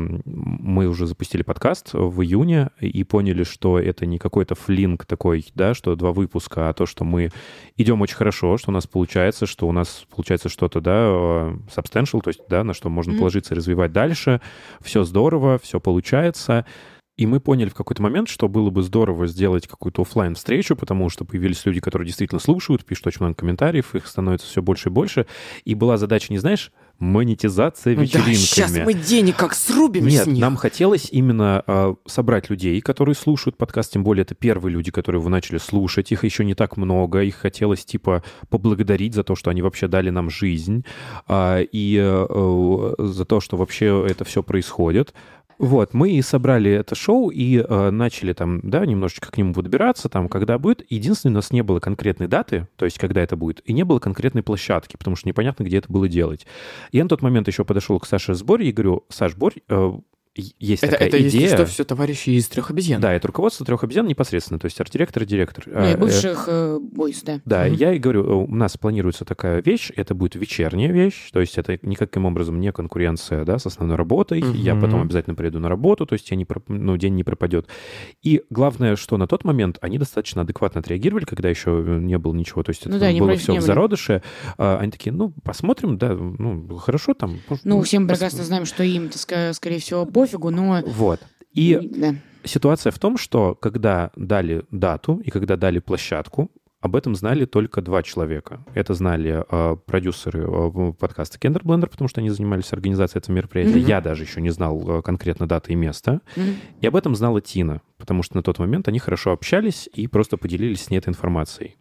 S1: мы уже запустили подкаст в июне и поняли, что это не какой-то флинг такой, да, что два выпуска, а то, что мы идем очень хорошо, что у нас получается, что у нас получается что-то, да, substantial, то есть, да, на что можно mm-hmm. положиться и развивать дальше. Все здорово, все получается. И мы поняли в какой-то момент, что было бы здорово сделать какую-то офлайн-встречу, потому что появились люди, которые действительно слушают, пишут очень много комментариев, их становится все больше и больше. И была задача, не знаешь, монетизация вечеринками. Да,
S2: сейчас мы денег как срубим
S1: Нет,
S2: с них.
S1: нам хотелось именно э, собрать людей, которые слушают подкаст, тем более это первые люди, которые его начали слушать, их еще не так много, их хотелось типа поблагодарить за то, что они вообще дали нам жизнь, э, и э, за то, что вообще это все происходит. Вот, мы и собрали это шоу и э, начали там, да, немножечко к нему подбираться, там, когда будет. Единственное, у нас не было конкретной даты, то есть когда это будет, и не было конкретной площадки, потому что непонятно, где это было делать. Я на тот момент еще подошел к Саше Сборе и говорю: Саш, Борь, э, есть
S2: это,
S1: такая
S2: это,
S1: идея. Это,
S2: если что, все товарищи из «Трех обезьян».
S1: Да, это руководство «Трех обезьян» непосредственно, то есть арт-директор и директор.
S3: Ну, и бывших э, бойс, да.
S1: Да, mm-hmm. я и говорю, у нас планируется такая вещь, это будет вечерняя вещь, то есть это никаким образом не конкуренция, да, с основной работой, mm-hmm. я потом обязательно приеду на работу, то есть я не проп... ну, день не пропадет. И главное, что на тот момент они достаточно адекватно отреагировали, когда еще не было ничего, то есть это ну, да, было все в зародыше. А, они такие: ну, посмотрим, да, ну, хорошо там.
S3: Ну, все мы прекрасно знаем, что им-то, скорее всего, пофигу, но...
S1: Вот. И
S3: да.
S1: ситуация в том, что когда дали дату и когда дали площадку, об этом знали только два человека. Это знали э, продюсеры э, подкаста Gender Blender, потому что они занимались организацией этого мероприятия. Mm-hmm. Я даже еще не знал э, конкретно даты и места. Mm-hmm. И об этом знала Тина, потому что на тот момент они хорошо общались и просто поделились с ней этой информацией.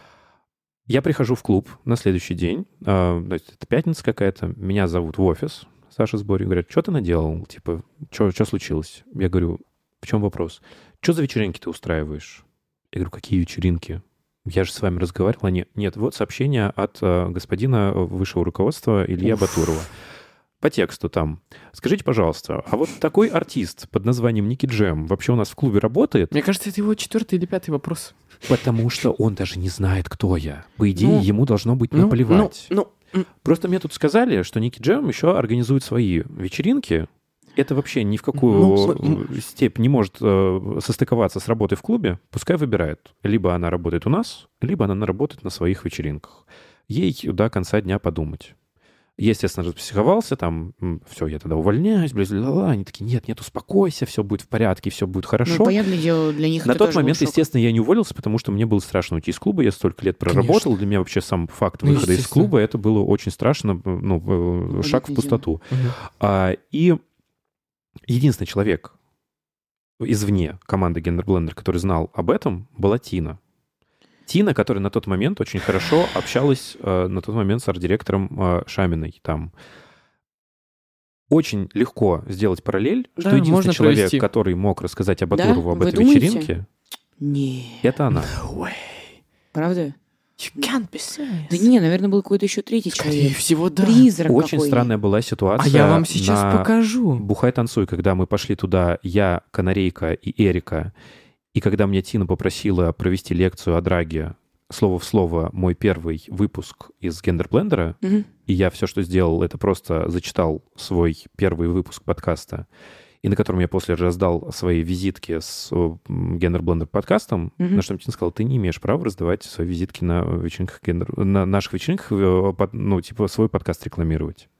S1: Я прихожу в клуб на следующий день, э, это пятница какая-то, меня зовут в офис, Саша Сбори, говорят: что ты наделал? Типа, что случилось? Я говорю: в чем вопрос? Что за вечеринки ты устраиваешь? Я говорю: какие вечеринки? Я же с вами разговаривал. Они: нет, вот сообщение от э, господина высшего руководства Ильи Батурова. По тексту там: скажите, пожалуйста, а вот такой артист под названием Ники Джем вообще у нас в клубе работает?
S2: Мне кажется, это его четвертый или пятый вопрос.
S1: Потому что он даже не знает, кто я. По идее, ну, ему должно быть ну, наплевать.
S2: Ну, ну,
S1: Просто мне тут сказали, что Ники Джем еще организует свои вечеринки. Это вообще ни в какую ну, степь не может э, состыковаться с работой в клубе. Пускай выбирает. Либо она работает у нас, либо она работает на своих вечеринках. Ей до конца дня подумать. Естественно, распсиховался, там, все, я тогда увольняюсь, бля-бля-бля. Они такие: нет, нет, успокойся, все будет в порядке, все будет хорошо.
S3: Ну, понятное дело, для них
S1: На
S3: это
S1: тот момент, естественно, я не уволился, потому что мне было страшно уйти из клуба. Я столько лет проработал. Конечно. Для меня вообще сам факт ну, выхода из клуба, это было очень страшно, ну, шаг в пустоту.
S3: Угу.
S1: А, и единственный человек извне команды Gender Blender, который знал об этом, была Тина. Тина, которая на тот момент очень хорошо общалась э, на тот момент с арт-директором э, Шаминой. Там очень легко сделать параллель, да, что единственный человек, провести. который мог рассказать об Батурову, да? об
S3: Вы
S1: этой
S3: думаете?
S1: вечеринке,
S3: Нет.
S1: это она.
S2: No way.
S3: Правда?
S2: You can't be serious.
S3: Да не, наверное, был какой-то еще третий
S2: Скорее
S3: человек.
S2: всего, да.
S3: Призрак
S1: Очень
S3: какой.
S1: странная была ситуация.
S2: А я вам сейчас покажу.
S1: Бухай-танцуй, когда мы пошли туда, я, Канарейка и Эрика. И когда мне Тина попросила провести лекцию о драге, слово в слово, мой первый выпуск из Gender Blender,
S3: угу.
S1: и я все, что сделал, это просто зачитал свой первый выпуск подкаста, и на котором я после раздал свои визитки с Gender Blender подкастом, угу. на что мне Тина сказала: ты не имеешь права раздавать свои визитки на вечеринках Gender, на наших вечеринках, ну, типа, свой подкаст рекламировать.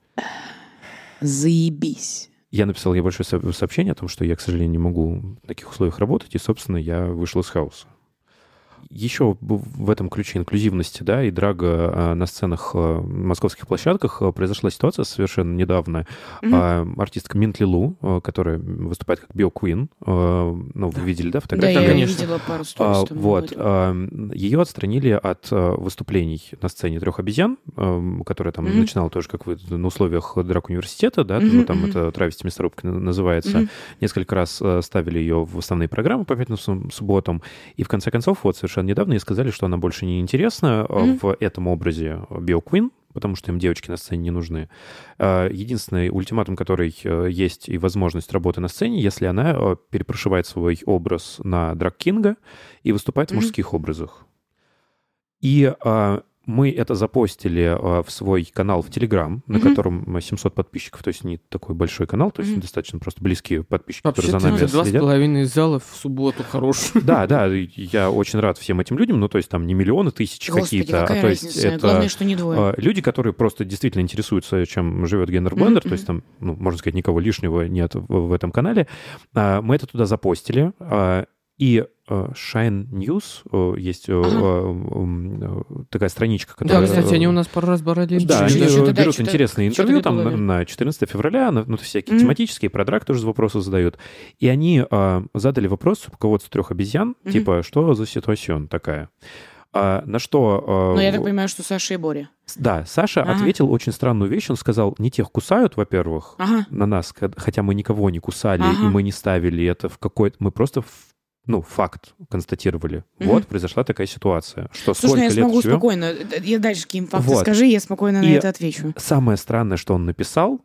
S3: Заебись.
S1: Я написал ей большое сообщение о том, что я, к сожалению, не могу в таких условиях работать, и, собственно, я вышел из хауса. Еще в этом ключе инклюзивности, да, и драга на сценах, московских площадках произошла ситуация совершенно недавно. Mm-hmm. Артистка Минт Лилу, которая выступает как биоквин, ну, вы видели, да, фотографии?
S3: Да, я
S2: конечно.
S3: видела пару сторис.
S1: Вот. Ее отстранили от выступлений на сцене «Трех обезьян», которая там mm-hmm. начинала тоже как вы на условиях драк университета, да, mm-hmm. ну, там это «Травести мясорубка» называется. Mm-hmm. Несколько раз ставили ее в основные программы по пятницам, субботам, и в конце концов, вот совершенно недавно ей сказали, что она больше не интересна mm-hmm. в этом образе биоквин, потому что им девочки на сцене не нужны. Единственный ультиматум, который есть, и возможность работы на сцене, если она перепрошивает свой образ на драг-кинга и выступает mm-hmm. в мужских образах. И мы это запостили в свой канал в Телеграм, на mm-hmm. котором семьсот подписчиков, то есть не такой большой канал, то есть mm-hmm. достаточно просто близкие подписчики,
S2: вообще,
S1: которые за нами
S2: два
S1: следят.
S2: Два с половиной зала в субботу хороший.
S1: Да, да, я очень рад всем этим людям, ну то есть там не миллионы тысяч
S3: Господи,
S1: какие-то,
S3: какая
S1: а то
S3: разница?
S1: есть это
S3: Главное, что не двое.
S1: Люди, которые просто действительно интересуются, чем живет Gender Blender,
S3: mm-hmm.
S1: то есть там, ну, можно сказать, никого лишнего нет в этом канале. Мы это туда запостили. И Shine News есть ага. такая страничка, которая...
S2: Да, кстати, они у нас пару раз брали.
S1: Да, они
S3: что-то,
S1: берут
S3: да,
S1: интересные
S3: что-то,
S1: интервью
S3: что-то
S1: там на четырнадцатое февраля, ну, всякие mm-hmm. тематические, про драк тоже вопросы задают. И они а, задали вопрос руководству «Трех обезьян», mm-hmm. типа, что за ситуация такая? А, на что...
S3: Ну, я так понимаю, что Саша и Боря.
S1: Да, Саша ага. ответил очень странную вещь. Он сказал, не тех кусают, во-первых, ага. на нас, хотя мы никого не кусали, ага. и мы не ставили это в какой-то... Мы просто... Ну, факт констатировали. Угу. Вот, произошла такая ситуация. Что
S3: Слушай,
S1: сколько
S3: я
S1: лет
S3: смогу
S1: живем...
S3: спокойно. Я дальше какие-то факты
S1: вот.
S3: скажи, я спокойно
S1: и
S3: на это отвечу.
S1: Самое странное, что он написал,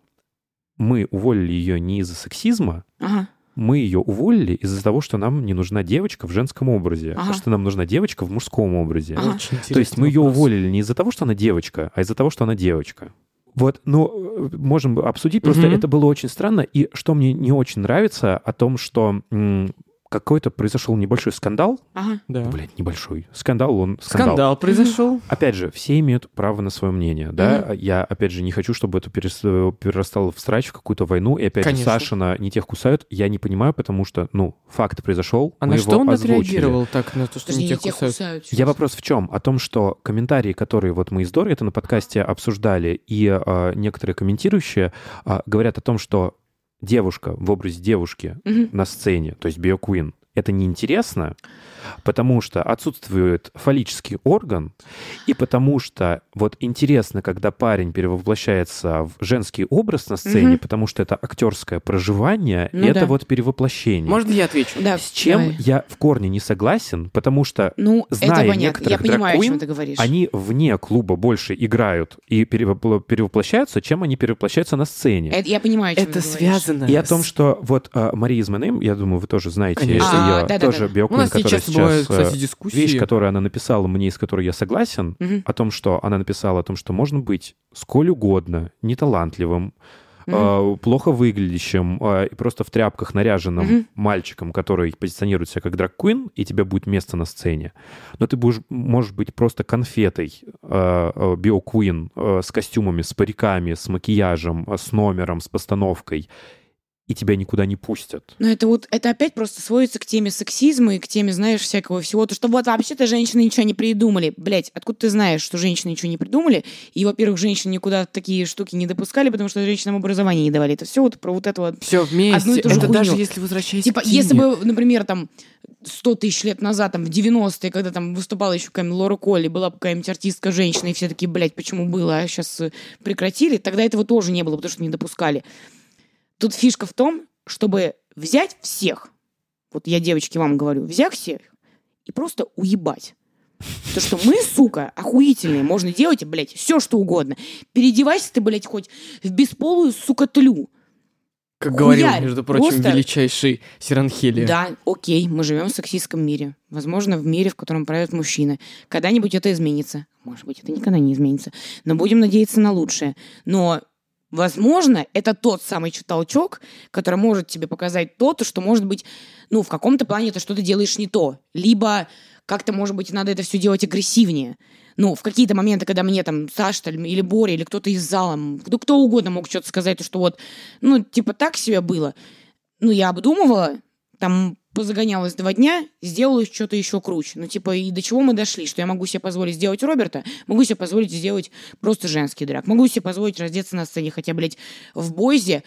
S1: мы уволили ее не из-за сексизма,
S3: ага.
S1: мы ее уволили из-за того, что нам не нужна девочка в женском образе,
S3: ага.
S1: а что нам нужна девочка в мужском образе.
S3: Ага.
S1: То есть мы ее уволили не из-за того, что она девочка, а из-за того, что она девочка. Вот, ну, можем обсудить, просто угу. это было очень странно. И что мне не очень нравится о том, что... М- какой-то произошел небольшой скандал.
S3: Ага.
S1: Да. Блядь, небольшой. Скандал, он...
S2: Скандал, скандал произошел.
S1: Опять же, все имеют право на свое мнение, да? Mm-hmm. Я, опять же, не хочу, чтобы это перерастало в срач, в какую-то войну. И опять Конечно. же, Сашина не тех кусают. Я не понимаю, потому что, ну, факт произошел,
S2: а
S1: мы
S2: на
S1: его
S2: что он
S1: озвучили.
S2: отреагировал так на то, что не, не тех кусают? кусают
S1: Я вопрос в чем? О том, что комментарии, которые вот мы из Доры это на подкасте обсуждали, и а, некоторые комментирующие а, говорят о том, что девушка в образе девушки mm-hmm. на сцене, то есть биоквин, это неинтересно, потому что отсутствует фаллический орган, и потому что вот интересно, когда парень перевоплощается в женский образ на сцене, mm-hmm. потому что это актерское проживание, ну, и это да. вот перевоплощение.
S2: Можно я отвечу?
S3: Да,
S1: С чем
S3: давай.
S1: я в корне не согласен, потому что,
S3: ну,
S1: зная некоторых драг-квин,
S3: ты
S1: они вне клуба больше играют и перевоплощаются, чем они перевоплощаются на сцене.
S3: Это, я понимаю, о чем
S2: это
S3: ты
S2: связано.
S1: И с... о том, что вот uh, Мария из Мэнэм, я думаю, вы тоже знаете,
S2: Конечно.
S1: ее
S3: А, да,
S1: тоже
S3: да, да.
S1: биоквин, которая сейчас... Бывают,
S2: кстати, дискуссии.
S1: Вещь, которую она написала мне, с которой я согласен,
S3: угу.
S1: о том, что она написала о том, что можно быть сколь угодно неталантливым, угу. э, плохо выглядящим э, и просто в тряпках наряженным угу. мальчиком, который позиционирует себя как драг-квин, и тебе будет место на сцене. Но ты будешь, можешь быть просто конфетой э, биоквин э, с костюмами, с париками, с макияжем, с номером, с постановкой, и тебя никуда не пустят.
S3: Но это вот, это опять просто сводится к теме сексизма и к теме, знаешь, всякого всего. То, что вот вообще-то женщины ничего не придумали. Блять, откуда ты знаешь, что женщины ничего не придумали? И, во-первых, женщины никуда такие штуки не допускали, потому что женщинам образование не давали. Это все вот про вот это вот...
S2: Все вместе.
S3: Одну и ту же
S2: это
S3: хуйню.
S2: даже если возвращаясь
S3: типа,
S2: к теме.
S3: если бы, например, там, сто тысяч лет назад, там, в девяностые, когда там выступала еще какая-нибудь Лора Колли, была бы какая-нибудь артистка женщина, и все такие, блядь, почему было, а сейчас прекратили, тогда этого тоже не было, потому что не допускали. Тут фишка в том, чтобы взять всех, вот я, девочки, вам говорю, взять всех и просто уебать. То, что мы, сука, охуительные, можно делать, блядь, все что угодно. Переодевайся ты, блядь, хоть в бесполую, сука, тлю.
S2: Как
S3: Хуярь.
S2: говорил, между прочим,
S3: Просто...
S2: величайший Сиранхелия.
S3: Да, окей, мы живем в сексистском мире. Возможно, в мире, в котором правят мужчины. Когда-нибудь это изменится. Может быть, это никогда не изменится. Но будем надеяться на лучшее. Но... Возможно, это тот самый толчок, который может тебе показать то, что, может быть, ну, в каком-то плане ты что-то делаешь не то. Либо как-то, может быть, надо это все делать агрессивнее. Ну, в какие-то моменты, когда мне там Саша или Боря, или кто-то из зала, кто, кто угодно мог что-то сказать, что вот, ну, типа так себе было. Ну, я обдумывала, там позагонялась два дня, сделала что-то еще круче. Ну, типа, и до чего мы дошли? Что я могу себе позволить сделать Роберта, могу себе позволить сделать просто женский драк, могу себе позволить раздеться на сцене, хотя, блядь, в бойзе.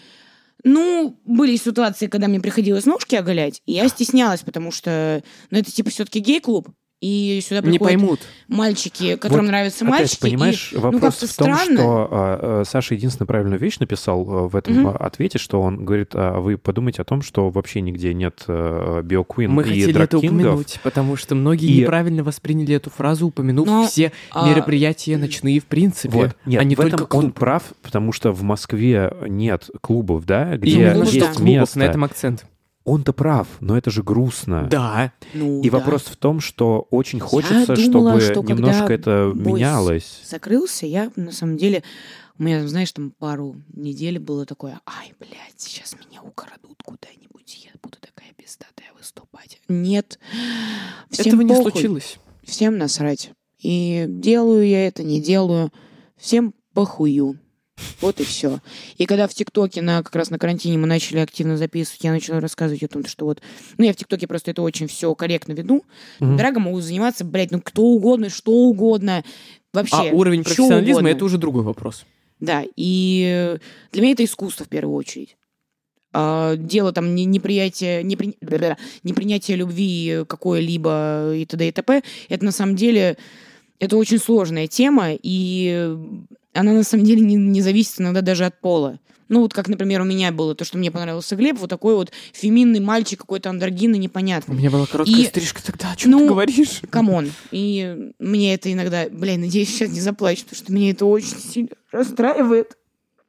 S3: Ну, были ситуации, когда мне приходилось ножки оголять, и я стеснялась, потому что, ну, это, типа, все-таки гей-клуб, и сюда приходят
S2: не поймут.
S3: мальчики, которым вот нравятся
S1: опять,
S3: мальчики.
S1: Понимаешь,
S3: и,
S1: вопрос
S3: ну,
S1: в том,
S3: странно.
S1: что а, Саша единственную правильную вещь написал а, в этом mm-hmm. ответе, что он говорит, а вы подумайте о том, что вообще нигде нет а, биоквин
S2: Мы
S1: и
S2: хотели
S1: драг-кингов.
S2: это упомянуть, потому что многие и... неправильно восприняли эту фразу, упомянув Но, все а... мероприятия ночные в принципе,
S1: вот. Нет,
S2: а не
S1: в этом
S2: только клуб.
S1: Он прав, потому что в Москве нет клубов, да, где
S2: Именно
S1: есть
S2: что клубов,
S1: место.
S2: На этом акцент.
S1: Он-то прав, но это же грустно.
S2: Да.
S3: Ну,
S1: и
S3: да.
S1: вопрос в том, что очень хочется,
S3: я думала,
S1: чтобы
S3: что
S1: немножко это менялось.
S3: Закрылся, я на самом деле... У меня, знаешь, там пару недель было такое, ай, блядь, сейчас меня украдут куда-нибудь, я буду такая пиздатая выступать. Нет. Всем
S2: Этого не
S3: похуй.
S2: случилось.
S3: Всем насрать. И делаю я это, не делаю. Всем похую. Вот и все. И когда в ТикТоке на, как раз на карантине мы начали активно записывать, я начала рассказывать о том, что вот... Ну, я в ТикТоке просто это очень все корректно веду. Mm-hmm. Драгом могу заниматься, блядь, ну, кто угодно, что угодно. Вообще,
S2: а уровень профессионализма — это уже другой вопрос.
S3: Да, и для меня это искусство в первую очередь. дело там неприятия, непри... непринятия любви какой-либо и т.д. и т.п., это на самом деле это очень сложная тема, и она на самом деле не, не зависит иногда даже от пола. Ну, вот как, например, у меня было то, что мне понравился Глеб, вот такой вот феминный мальчик, какой-то андроген непонятный.
S2: У меня была короткая и... стрижка тогда, о чем
S3: ну,
S2: ты говоришь?
S3: Камон. И мне это иногда, блин, надеюсь, сейчас не заплачу, потому что меня это очень сильно расстраивает.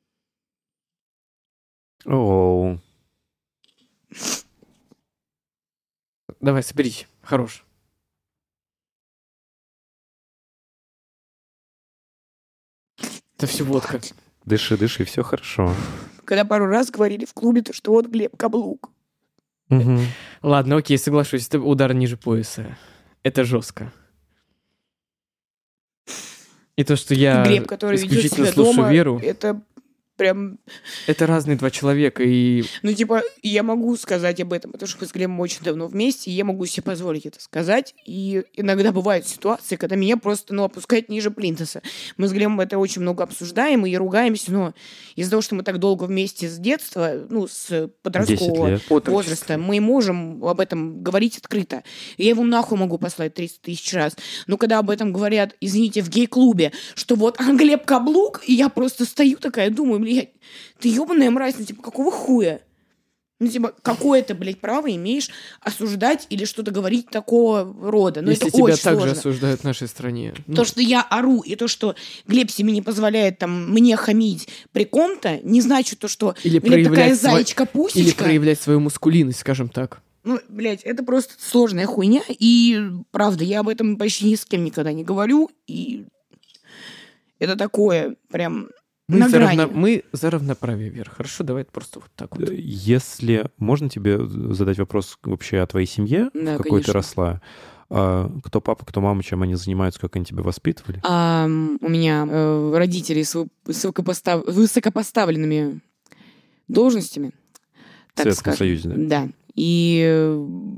S1: Оу.
S2: Давай, соберись. Хорош. Это все водка.
S1: Дыши, дыши, все хорошо.
S3: Когда пару раз говорили в клубе, то что вот Глеб каблук.
S1: Угу.
S2: Ладно, окей, соглашусь. Это удар ниже пояса. Это жестко. И то, что я
S3: Глеб, который ведет себя
S2: слушаю
S3: дома,
S2: Веру,
S3: это прям...
S2: Это разные два человека, и...
S3: Ну, типа, я могу сказать об этом, потому что мы с Глебом очень давно вместе, и я могу себе позволить это сказать. И иногда бывают ситуации, когда меня просто, ну, опускают ниже плинтуса. Мы с Глебом это очень много обсуждаем и ругаемся, но из-за того, что мы так долго вместе с детства, ну, с подросткового возраста, мы можем об этом говорить открыто. Я его нахуй могу послать триста тысяч раз. Но когда об этом говорят, извините, в гей-клубе, что вот а, Глеб каблук, и я просто стою такая, думаю, блядь, ты ебаная мразь, ну, типа, какого хуя? Ну, типа, какое ты, блядь, право имеешь осуждать или что-то говорить такого рода? Ну,
S2: если
S3: это
S2: тебя
S3: очень
S2: так
S3: сложно.
S2: же осуждают в нашей стране.
S3: Ну. То, что я ору, и то, что Глеб себе не позволяет там мне хамить при ком-то, не значит то, что
S2: или
S3: Глеб такая
S2: сво...
S3: зайчка-пусечка.
S2: Или проявлять свою мускулинность, скажем так.
S3: Ну, блядь, это просто сложная хуйня, и, правда, я об этом почти ни с кем никогда не говорю, и это такое прям...
S2: Мы за, равно... Мы за равноправие, Вера. Хорошо, давай просто вот так вот.
S1: Если можно тебе задать вопрос вообще о твоей семье,
S3: да,
S1: в какой
S3: конечно.
S1: ты росла? А, кто папа, кто мама, чем они занимаются, как они тебя воспитывали?
S3: А, у меня э, родители с высокопостав... высокопоставленными должностями.
S1: В Советском Союзе, да?
S3: Да. И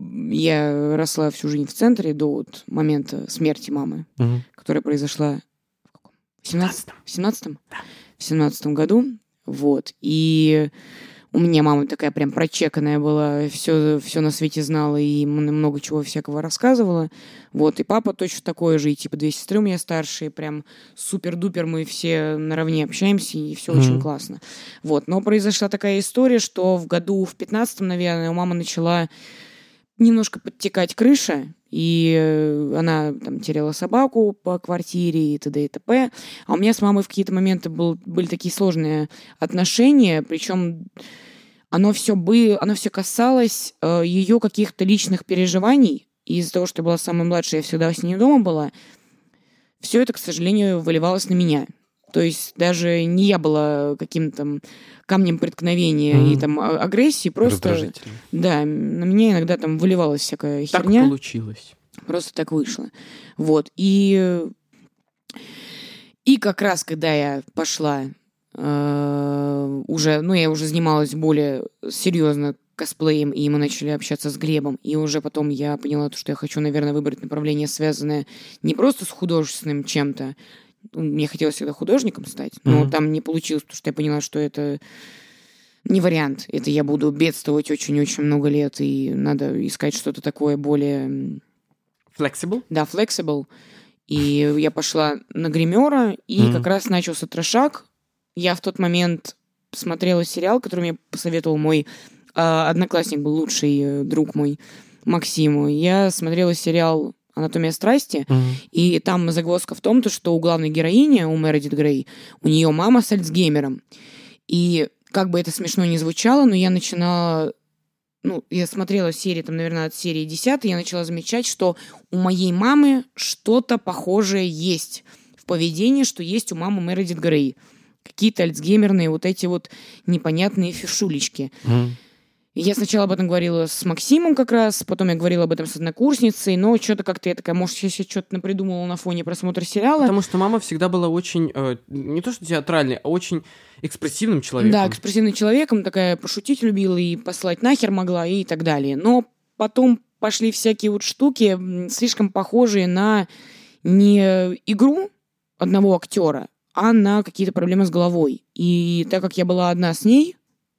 S3: я росла всю жизнь в центре до вот момента смерти мамы, угу. которая произошла в семнадцатом? В семнадцатом?
S2: Да.
S3: В семнадцатом году, вот, и у меня мама такая прям прочеканная была, все, все на свете знала и много чего всякого рассказывала, вот, и папа точно такой же, и типа две сестры у меня старшие, прям супер-дупер, мы все наравне общаемся, и все mm-hmm. очень классно, вот, но произошла такая история, что в году в пятнадцатом, наверное, у мамы начала немножко подтекать крыша, и она там теряла собаку по квартире и т.д. и т.п. А у меня с мамой в какие-то моменты был, были такие сложные отношения, причем оно все было, оно все касалось э, ее каких-то личных переживаний. И из-за того, что я была самой младшей, я всегда с ней дома была, все это, к сожалению, выливалось на меня. То есть даже не я была каким-то там камнем преткновения mm-hmm. и там агрессии, просто... Да, на меня иногда там выливалась всякая
S2: так
S3: херня.
S2: Так получилось.
S3: Просто так вышло. Вот. И, и как раз, когда я пошла э, уже... Ну, я уже занималась более серьезно косплеем, и мы начали общаться с Глебом, и уже потом я поняла, что я хочу, наверное, выбрать направление, связанное не просто с художественным чем-то. Мне хотелось всегда художником стать, но mm-hmm. там не получилось, потому что я поняла, что это не вариант. Это я буду бедствовать очень-очень много лет, и надо искать что-то такое более...
S2: Flexible?
S3: Да, flexible. И я пошла на гримера, и mm-hmm. как раз начался трешак. Я в тот момент смотрела сериал, который мне посоветовал мой э, одноклассник, был лучший друг мой, Максиму. Я смотрела сериал «Анатомия страсти», mm-hmm. и там загвоздка в том, что у главной героини, у Мередит Грей, у нее мама с Альцгеймером. И как бы это смешно ни звучало, но я начинала... Ну, я смотрела серии, там, наверное, от серии десятой, я начала замечать, что у моей мамы что-то похожее есть в поведении, что есть у мамы Мередит Грей. Какие-то альцгеймерные вот эти вот непонятные фишулечки. Mm-hmm. Я сначала об этом говорила с Максимом как раз, потом я говорила об этом с однокурсницей, но что-то как-то я такая, может, я себе что-то напридумывала на фоне просмотра сериала.
S2: Потому что мама всегда была очень, э, не то что театральной, а очень экспрессивным человеком.
S3: Да, экспрессивным человеком, такая пошутить любила и послать нахер могла и так далее. Но потом пошли всякие вот штуки, слишком похожие на не игру одного актера, а на какие-то проблемы с головой. И так как я была одна с ней,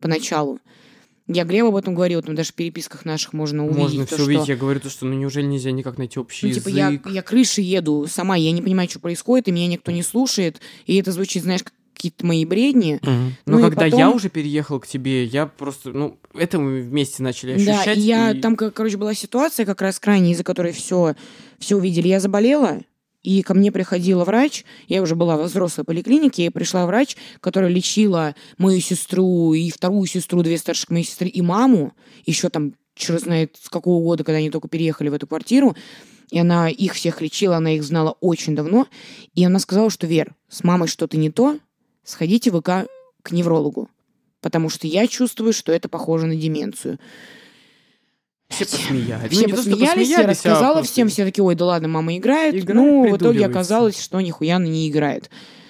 S3: поначалу. Я Глебу об этом говорила, там даже в переписках наших можно увидеть.
S2: Можно
S3: то,
S2: все увидеть.
S3: Что...
S2: Я говорю то, что ну неужели нельзя никак найти общий
S3: ну, типа,
S2: язык?
S3: Я, я крышей еду сама, я не понимаю, что происходит, и меня никто не слушает, и это звучит, знаешь, как какие-то мои бредни.
S2: Угу. Но ну, когда потом... я уже переехал к тебе, я просто, ну, это мы вместе начали ощущать.
S3: Да, и я,
S2: и...
S3: там, короче, была ситуация как раз крайняя, из-за которой все, все увидели. Я заболела, и ко мне приходила врач, я уже была во взрослой поликлинике, и пришла врач, которая лечила мою сестру и вторую сестру, две старших моей сестры, и маму, еще там, черт знает, с какого года, когда они только переехали в эту квартиру, и она их всех лечила, она их знала очень давно, и она сказала, что, Вер, с мамой что-то не то, сходите вы к, к неврологу, потому что я чувствую, что это похоже на деменцию.
S2: Все посмеялись.
S3: Все ну, посмеялись, посмеялись, я рассказала а всем, все такие, ой, да ладно, мама играет. играет ну, в итоге оказалось, что нихуя она не играет.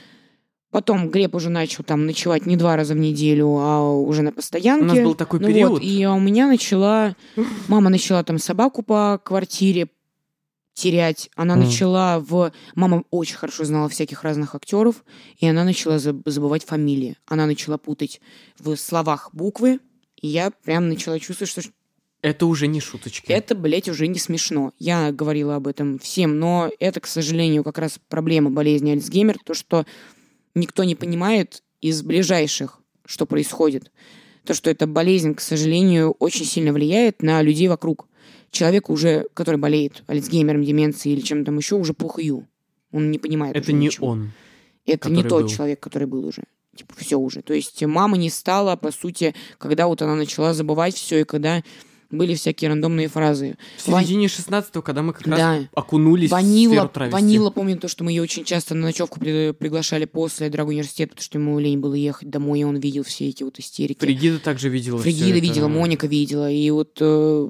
S3: Потом Глеб уже начал там ночевать не два раза в неделю, а уже на постоянке.
S2: У нас был такой
S3: ну,
S2: период.
S3: Вот, и у меня начала... Мама начала там собаку по квартире терять. Она mm. начала в... Мама очень хорошо знала всяких разных актеров, и она начала забывать фамилии. Она начала путать в словах буквы, и я прям начала чувствовать, что...
S2: Это уже не шуточки.
S3: Это, блядь, уже не смешно. Я говорила об этом всем, но это, к сожалению, как раз проблема болезни Альцгеймер, то, что никто не понимает из ближайших, что происходит. То, что эта болезнь, к сожалению, очень сильно влияет на людей вокруг. Человек уже, который болеет Альцгеймером, деменцией или чем-то там еще, уже похую. Он не понимает.
S2: Это не
S3: ничего.
S2: он.
S3: Это не тот был. человек, который был уже. Типа, все уже. То есть мама не стала, по сути, когда вот она начала забывать все, и когда были всякие рандомные фразы.
S2: В середине шестнадцатого, когда мы как раз
S3: да.
S2: окунулись
S3: Ванила,
S2: в сферу травести.
S3: Ванила, помню то, что мы ее очень часто на ночевку при, приглашали после Дорогой университета, потому что ему лень было ехать домой, и он видел все эти вот истерики.
S2: Фригида также видела
S3: Фригида видела, это... Моника видела. И вот э,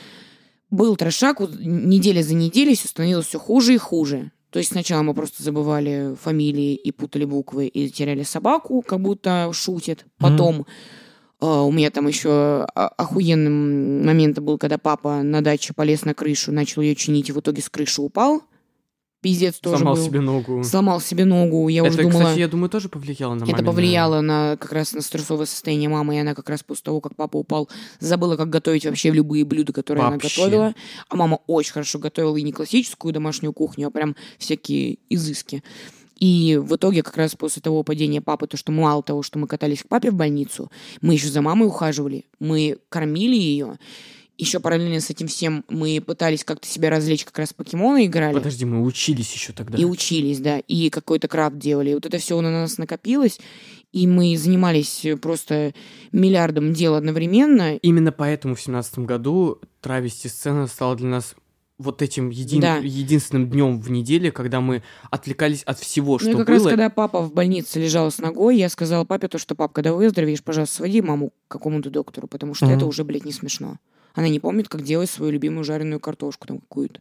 S3: был трешак, вот, неделя за неделей все становилось все хуже и хуже. То есть сначала мы просто забывали фамилии и путали буквы, и теряли собаку, как будто шутят. Потом... Mm-hmm. Uh, у меня там еще охуенный момент был, когда папа на даче полез на крышу, начал ее чинить, и в итоге с крыши упал. Пиздец тоже
S2: Сломал
S3: был.
S2: себе ногу.
S3: Сломал себе ногу. Я
S2: это,
S3: уже думала...
S2: кстати, я думаю, тоже повлияло на маму.
S3: Это повлияло на, как раз на стрессовое состояние мамы, и она как раз после того, как папа упал, забыла, как готовить вообще любые блюда, которые вообще. она готовила. А мама очень хорошо готовила и не классическую домашнюю кухню, а прям всякие изыски. И в итоге как раз после того падения папы, то, что мало того, что мы катались к папе в больницу, мы еще за мамой ухаживали, мы кормили ее. Еще параллельно с этим всем мы пытались как-то себя развлечь, как раз в покемоны играли.
S2: Подожди, мы учились еще тогда.
S3: И учились, да, и какой-то крафт делали. И вот это все на нас накопилось, и мы занимались просто миллиардом дел одновременно.
S2: Именно поэтому в семнадцатом году травести-сцена стала для нас... вот этим един... да. единственным днем в неделе, когда мы отвлекались от всего, что было.
S3: Ну и как
S2: было.
S3: раз, когда папа в больнице лежал с ногой, я сказала папе то, что, пап, когда выздоровеешь, пожалуйста, своди маму к какому-то доктору, потому что mm-hmm. это уже, блядь, не смешно. Она не помнит, как делать свою любимую жареную картошку там какую-то.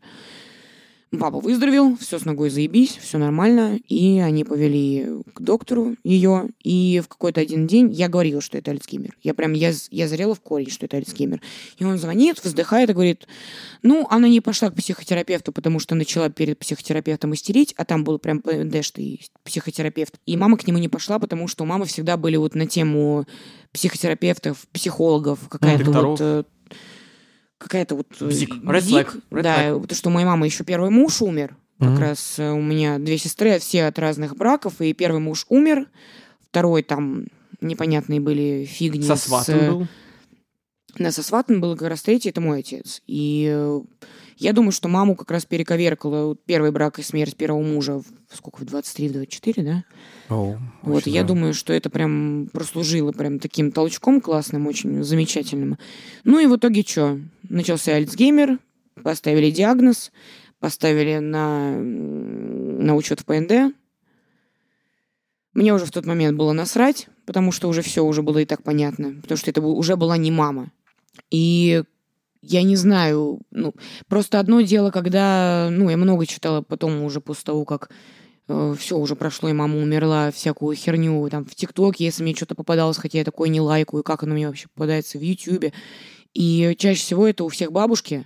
S3: Папа выздоровел, все с ногой заебись, все нормально, и они повели к доктору ее, и в какой-то один день я говорила, что это Альцгеймер. Я прям, я, я зарела в корень, что это Альцгеймер. И он звонит, вздыхает и говорит, ну, она не пошла к психотерапевту, потому что начала перед психотерапевтом истерить, а там был прям ПНДшный психотерапевт. И мама к нему не пошла, потому что у мамы всегда были вот на тему психотерапевтов, психологов, какая-то
S2: Докторов.
S3: вот... какая-то вот...
S2: Бзик. Red flag. Red
S3: да,
S2: flag.
S3: потому что у моей мамы еще первый муж умер. Как
S2: Mm-hmm.
S3: раз у меня две сестры, все от разных браков, и первый муж умер, второй там непонятные были фигни.
S2: Сосватан
S3: с...
S2: был?
S3: Да, сосватан был, как раз третий, это мой отец. И я думаю, что маму как раз перековеркала первый брак и смерть первого мужа в сколько, в двадцать три двадцать четыре, да?
S2: Oh,
S3: вот, я да. думаю, что это прям прослужило прям таким толчком классным, очень замечательным. Ну и в итоге что? Начался Альцгеймер, поставили диагноз, поставили на, на учет в ПНД. Мне уже в тот момент было насрать, потому что уже все уже было и так понятно, потому что это уже была не мама. И я не знаю, ну, просто одно дело, когда, ну, я много читала потом уже после того, как э, все уже прошло, и мама умерла, всякую херню, там, в ТикТоке, если мне что-то попадалось, хотя я такое не лайкаю, как оно мне вообще попадается в Ютьюбе. И чаще всего это у всех бабушки.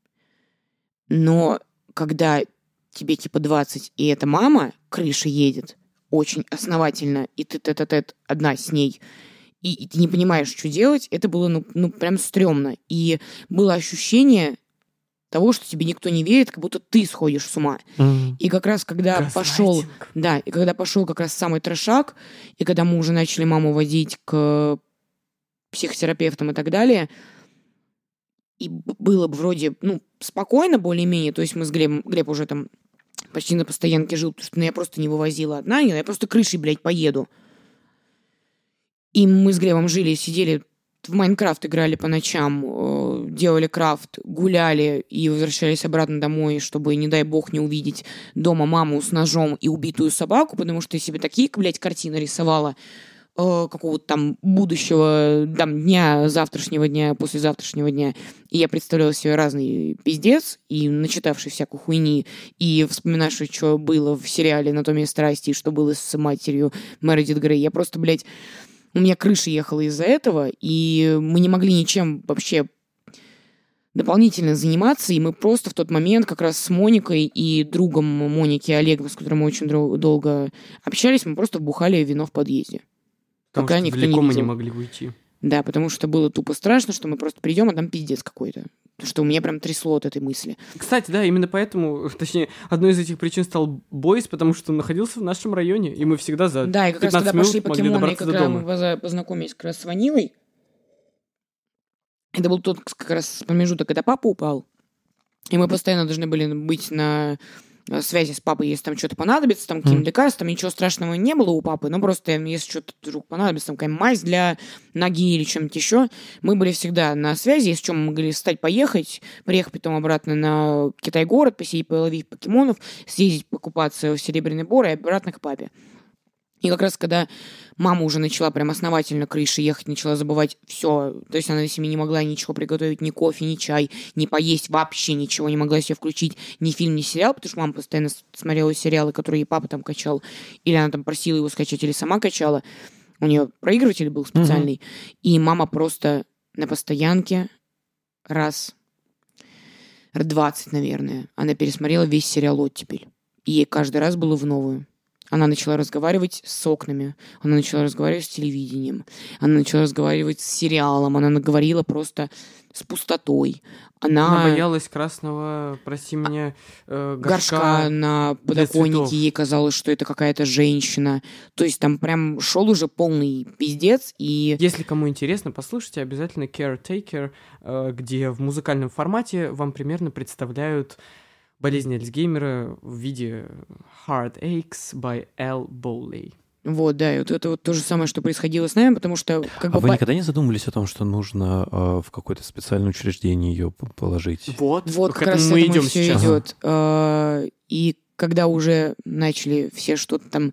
S3: Но когда тебе типа двадцать, и эта мама крыша едет очень основательно, и ты тет-а-тет одна с ней, и, и ты не понимаешь, что делать, это было, ну, ну, прям стрёмно. И было ощущение того, что тебе никто не верит, как будто ты сходишь с ума. Mm-hmm. И как раз, когда Газлайтинг. пошел... Да, и когда пошел как раз самый трешак, и когда мы уже начали маму водить к психотерапевтам и так далее, и было бы вроде, ну, спокойно более-менее, то есть мы с Глебом, Глеб уже там почти на постоянке жил, потому что ну, я просто не вывозила одна, я просто крышей, блядь, поеду. И мы с Глебом жили, сидели в Майнкрафт, играли по ночам, делали крафт, гуляли и возвращались обратно домой, чтобы, не дай бог, не увидеть дома маму с ножом и убитую собаку, потому что я себе такие, блядь, картины рисовала э, какого-то там будущего там, дня, завтрашнего дня, послезавтрашнего дня. И я представляла себе разный пиздец, и начитавший всякую хуйни, и вспоминавший, что было в сериале «Анатомия страсти», и что было с матерью Мередит Грей. Я просто, блядь, у меня крыша ехала из-за этого, и мы не могли ничем вообще дополнительно заниматься, и мы просто в тот момент как раз с Моникой и другом Моники Олегом, с которым мы очень долго общались, мы просто бухали вино в подъезде.
S2: Потому пока что никто далеко не мы не могли уйти.
S3: Да, потому что было тупо страшно, что мы просто придем, а там пиздец какой-то. Потому что у меня прям трясло от этой мысли.
S2: Кстати, да, именно поэтому, точнее, одной из этих причин стал Бойс, потому что он находился в нашем районе, и мы всегда за
S3: да, и как раз когда пошли покемоны, и когда мы познакомились как раз с Ванилой, это был тот как раз промежуток, когда папа упал, и мы постоянно должны были быть на связи с папой, если там что-то понадобится, там какие-нибудь лекарства, там ничего страшного не было у папы, но просто если что-то вдруг понадобится, там какая-нибудь мазь для ноги или чем-то еще, мы были всегда на связи, если что, мы могли встать, поехать, приехать потом обратно на Китай-город, посидеть, половить покемонов, съездить покупаться в Серебряный Бор и обратно к папе. И как раз когда мама уже начала прям основательно крыши ехать, начала забывать все, то есть она себе не могла ничего приготовить, ни кофе, ни чай, ни поесть, вообще ничего не могла себе включить, ни фильм, ни сериал, потому что мама постоянно смотрела сериалы, которые ей папа там качал, или она там просила его скачать, или сама качала. У нее проигрыватель был специальный, mm-hmm. и мама просто на постоянке раз двадцать, наверное, она пересмотрела весь сериал «Оттепель». И ей каждый раз было в новую. Она начала разговаривать с окнами, она начала разговаривать с телевидением, она начала разговаривать с сериалом, она наговорила просто с пустотой. Она,
S2: она боялась красного, прости меня, э, горшка,
S3: горшка на подоконнике, ей казалось, что это какая-то женщина. То есть там прям шел уже полный пиздец. И...
S2: Если кому интересно, послушайте обязательно Caretaker, э, где в музыкальном формате вам примерно представляют болезнь Альцгеймера в виде Heartaches by Al Bowley.
S3: Вот, да, и вот это вот то же самое, что происходило с нами, потому что... Как
S1: а
S3: бы,
S1: вы по... никогда не задумывались о том, что нужно э, в какое-то специальное учреждение ее положить?
S2: Вот,
S3: вот как раз мы идем все сейчас. Идет. Ага. И когда уже начали все что-то там...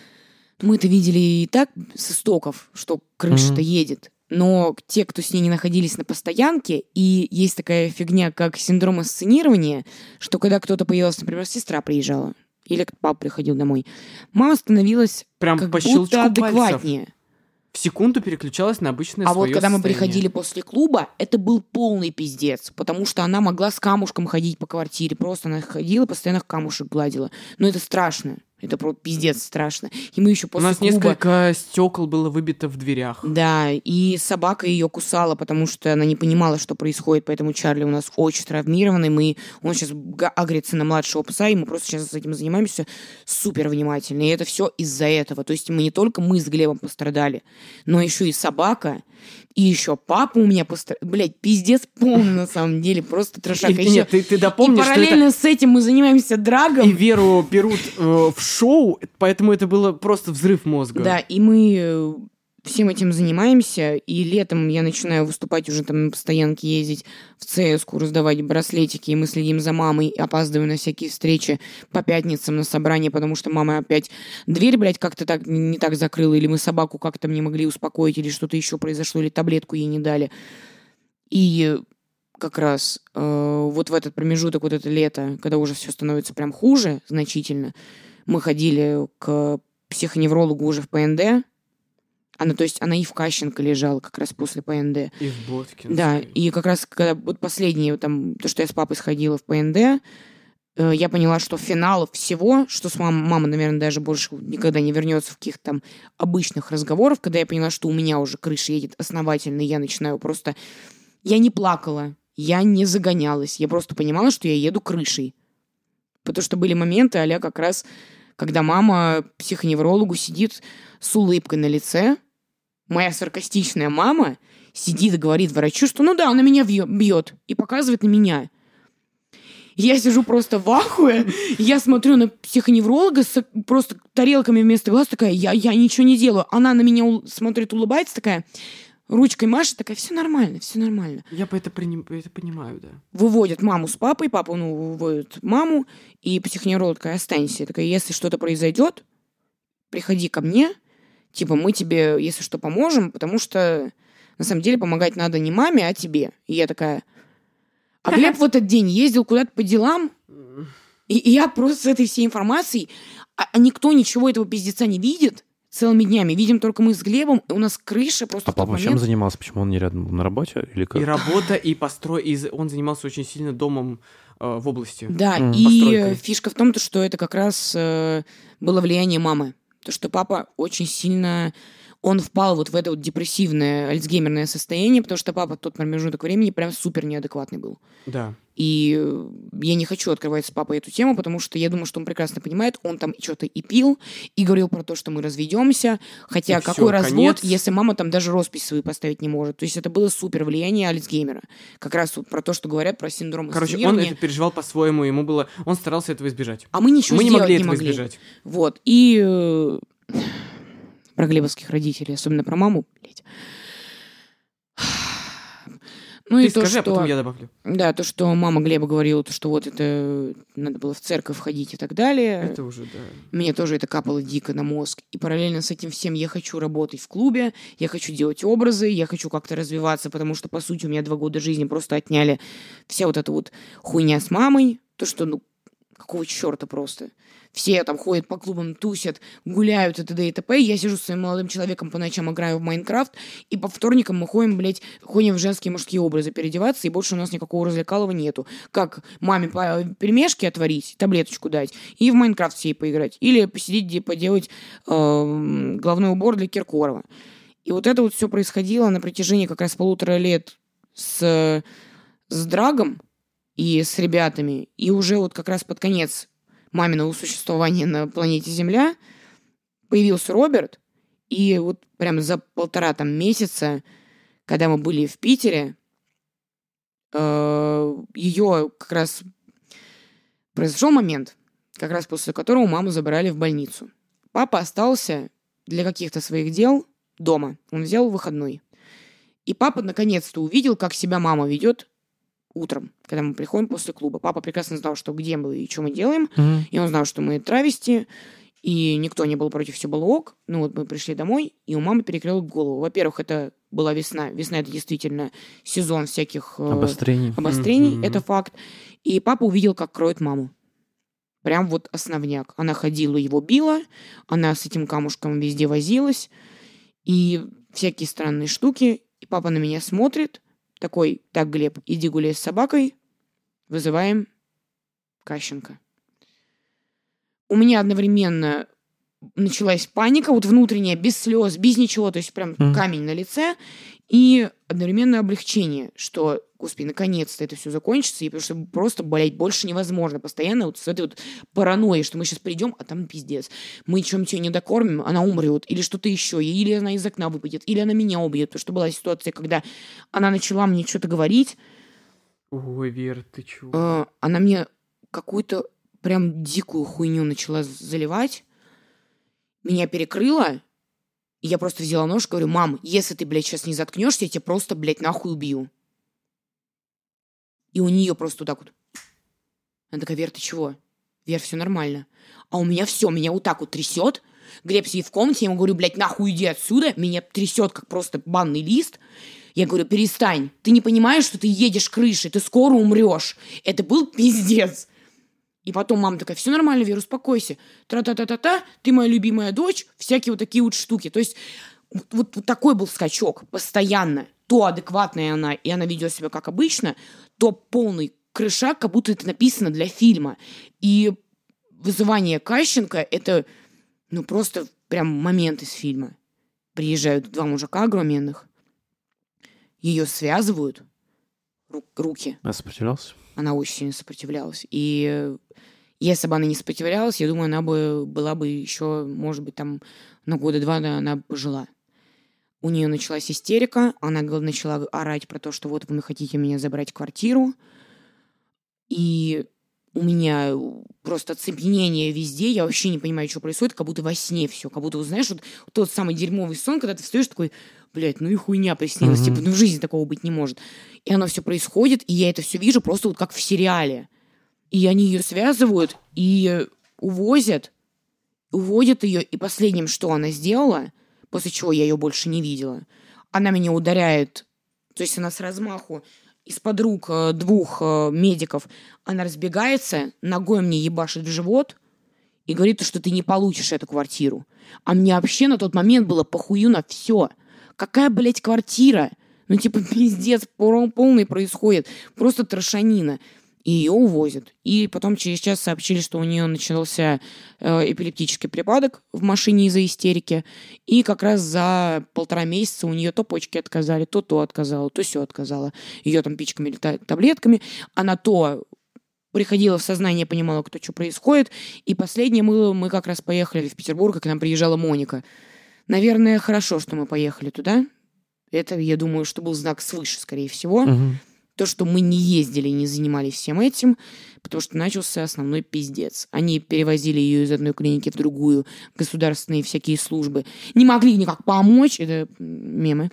S3: Мы-то видели и так с истоков, что крыша-то mm-hmm. едет. Но те, кто с ней не находились на постоянке, и есть такая фигня, как синдром сценирования, что когда кто-то появился, например, сестра приезжала, или папа приходил домой, мама становилась
S2: прям
S3: как
S2: по
S3: будто адекватнее.
S2: Пальцев. В секунду переключалась на обычное
S3: а
S2: свое
S3: вот когда
S2: состояние.
S3: Мы приходили после клуба, это был полный пиздец, потому что она могла с камушком ходить по квартире, просто она ходила, постоянно камушек гладила. Но это страшно. Это просто пиздец страшно. И мы еще после
S2: У нас
S3: клуба...
S2: несколько стекол было выбито в дверях.
S3: Да, и собака ее кусала, потому что она не понимала, что происходит, поэтому Чарли у нас очень травмированный. Мы... Он сейчас агрится на младшего пса, и мы просто сейчас с этим занимаемся супер внимательно. И это все из-за этого. То есть мы не только мы с Глебом пострадали, но еще и собака, и еще папа у меня пострадал. Блять, пиздец полный на самом деле, просто трешак.
S2: И, нет, ты, ты допомни,
S3: и параллельно
S2: что
S3: это... с этим мы занимаемся драгом.
S2: И Веру берут э, в шоу, поэтому это было просто взрыв мозга.
S3: Да, и мы всем этим занимаемся, и летом я начинаю выступать уже там на постоянке, ездить в ЦСКу, раздавать браслетики, и мы следим за мамой, опаздываем на всякие встречи по пятницам на собрание, потому что мама опять дверь, блядь, как-то так не так закрыла, или мы собаку как-то не могли успокоить, или что-то еще произошло, или таблетку ей не дали. И как раз э, вот в этот промежуток, вот это лето, когда уже все становится прям хуже значительно, мы ходили к психоневрологу уже в ПНД. Она, то есть она и в Кащенко лежала как раз после ПНД.
S2: И в Боткинской.
S3: Да, и как раз когда вот последнее, там, то, что я с папой сходила в ПНД, я поняла, что финал всего, что с мамой, мама, наверное, даже больше никогда не вернется в каких-то там обычных разговоров, когда я поняла, что у меня уже крыша едет основательно, и я начинаю просто... Я не плакала, я не загонялась, я просто понимала, что я еду крышей. Потому что были моменты, а-ля как раз, когда мама психоневрологу сидит с улыбкой на лице, моя саркастичная мама сидит и говорит врачу, что ну да, она меня бьет, и показывает на меня. Я сижу просто в ахуе, я смотрю на психоневролога с просто тарелками вместо глаз, такая, я, я ничего не делаю. Она на меня ул- смотрит, улыбается, такая, ручкой машет, такая, все нормально, все нормально.
S2: Я по это, приним- это понимаю, да.
S3: Выводят маму с папой, папа, ну, выводит маму, и психоневролог такая, останься. Такая, если что-то произойдет, приходи ко мне, типа, мы тебе, если что, поможем, потому что, на самом деле, помогать надо не маме, а тебе. И я такая... А Глеб в этот день ездил куда-то по делам, и, и я просто с этой всей информацией, а, а никто ничего этого пиздеца не видит целыми днями. Видим только мы с Глебом, и у нас крыша просто...
S1: А папа момент... чем занимался? Почему он не рядом был? На работе? Или как?
S2: И работа, и построй... И он занимался очень сильно домом э, в области.
S3: Да, mm. и Постройкой. Фишка в том, что это как раз э, было влияние мамы. То, что папа очень сильно... Он впал вот в это вот депрессивное альцгеймерное состояние, потому что папа в тот промежуток времени прям супер неадекватный был.
S2: Да.
S3: И я не хочу открывать с папой эту тему, потому что я думаю, что он прекрасно понимает, он там что-то и пил, и говорил про то, что мы разведемся, хотя и какой всё, развод, конец. Если мама там даже роспись свою поставить не может. То есть это было супер влияние альцгеймера. Как раз вот про то, что говорят про синдром
S2: Короче, он это переживал по-своему, ему было... Он старался этого избежать.
S3: А мы ничего
S2: мы
S3: сделать
S2: не могли
S3: не
S2: этого
S3: могли.
S2: избежать.
S3: Вот. И... Про глебовских родителей, особенно про маму, блядь. Ну
S2: Ты
S3: и
S2: скажи,
S3: то,
S2: а
S3: что...
S2: потом я добавлю.
S3: Да, то, что мама Глеба говорила, то, что вот это надо было в церковь ходить и так далее.
S2: Это уже, да.
S3: Мне тоже это капало дико на мозг. И параллельно с этим всем я хочу работать в клубе, я хочу делать образы, я хочу как-то развиваться, потому что, по сути, у меня два года жизни просто отняли вся вот эта вот хуйня с мамой. То, что, ну, какого черта просто. Все там ходят по клубам, тусят, гуляют и т.д. и т.п. Я сижу с своим молодым человеком по ночам, играю в Майнкрафт, и по вторникам мы ходим, блядь, ходим в женские мужские образы переодеваться, и больше у нас никакого развлекалого нету. Как маме по пельмешки отварить, таблеточку дать, и в Майнкрафт всей поиграть. Или посидеть, поделать э, головной убор для Киркорова. И вот это вот все происходило на протяжении как раз полутора лет с, с Драгом и с ребятами. И уже вот как раз под конец маминого существования на планете Земля появился Роберт, и вот прям за полтора там месяца, когда мы были в Питере, э, ее как раз произошел момент, как раз после которого маму забрали в больницу. Папа остался для каких-то своих дел дома, он взял выходной. И папа наконец-то увидел, как себя мама ведет утром, когда мы приходим после клуба. Папа прекрасно знал, что где мы и что мы делаем. Mm-hmm. И он знал, что мы травести, и никто не был против, все было ок. Ну вот мы пришли домой, и у мамы перекрыло голову. Во-первых, это была весна. Весна — это действительно сезон всяких
S1: обострений.
S3: Э, обострений,
S1: mm-hmm.
S3: это факт. И папа увидел, как кроет маму. Прям вот основняк. Она ходила, его била, она с этим камушком везде возилась, и всякие странные штуки. И папа на меня смотрит, такой: так, Глеб, иди гуляй с собакой, вызываем Кащенко. У меня одновременно началась паника, вот внутренняя, без слез, без ничего, то есть прям mm. камень на лице, и одновременно облегчение, что, господи, наконец-то это все закончится, и потому что просто, блядь, больше невозможно постоянно вот с этой вот паранойей, что мы сейчас придем, а там пиздец. Мы чем-нибудь ее не докормим, она умрет, или что-то еще, или она из окна выпадет, или она меня убьет, потому что была ситуация, когда она начала мне что-то говорить.
S2: Ой, Вера, ты чего?
S3: Э, она мне какую-то прям дикую хуйню начала заливать, меня перекрыло, и я просто взяла нож и говорю: мам, если ты, блядь, сейчас не заткнешься, я тебя просто, блядь, нахуй убью. И у нее просто вот так вот. Она такая: Вер, ты чего? Вер, все нормально. А у меня все, меня вот так вот трясет. Глеб сидит в комнате, я ему говорю: блядь, нахуй иди отсюда. Меня трясет, как просто банный лист. Я говорю: перестань. Ты не понимаешь, что ты едешь крышей, ты скоро умрешь. Это был пиздец. И потом мама такая: все нормально, Вера, успокойся. Тра-та-та-та-та, ты моя любимая дочь. Всякие вот такие вот штуки. То есть вот, вот, вот такой был скачок постоянно. То адекватная она, и она ведет себя как обычно, то полный крышак, как будто это написано для фильма. И вызывание Кащенко — это, ну, просто прям момент из фильма. Приезжают два мужика огроменных, ее связывают, ру- руки.
S1: Она сопротивлялась?
S3: Она очень сильно сопротивлялась. И если бы она не сопротивлялась, я думаю, она бы была бы еще, может быть, там на года два она бы пожила. У нее началась истерика, она начала орать про то, что вот вы хотите меня забрать квартиру. И у меня просто оцепенение везде, я вообще не понимаю, что происходит, как будто во сне все, как будто, знаешь, вот тот самый дерьмовый сон, когда ты встаешь такой, блядь, ну и хуйня приснилась, uh-huh. типа, ну в жизни такого быть не может. И оно все происходит, и я это все вижу просто вот как в сериале. И они ее связывают и увозят, уводят ее, и последним, что она сделала, после чего я ее больше не видела, она меня ударяет, то есть она с размаху из-под рук двух медиков, она разбегается, ногой мне ебашит в живот и говорит, что ты не получишь эту квартиру. А мне вообще на тот момент было похую на все. Какая, блядь, квартира? Ну, типа, пиздец полный происходит. Просто трошанина. И ее увозят. И потом через час сообщили, что у нее начался э, эпилептический припадок в машине из-за истерики. И как раз за полтора месяца у нее то почки отказали, то то отказала, то все отказала. Ее там пичками летают таблетками. Она то приходила в сознание, понимала, кто что происходит. И последнее мы, мы как раз поехали в Петербург, и к нам приезжала Моника. Наверное, хорошо, что мы поехали туда. Это, я думаю, что был знак свыше, скорее всего. Угу. То, что мы не ездили и не занимались всем этим, потому что начался основной пиздец. Они перевозили ее из одной клиники в другую, государственные всякие службы. Не могли никак помочь, это мемы,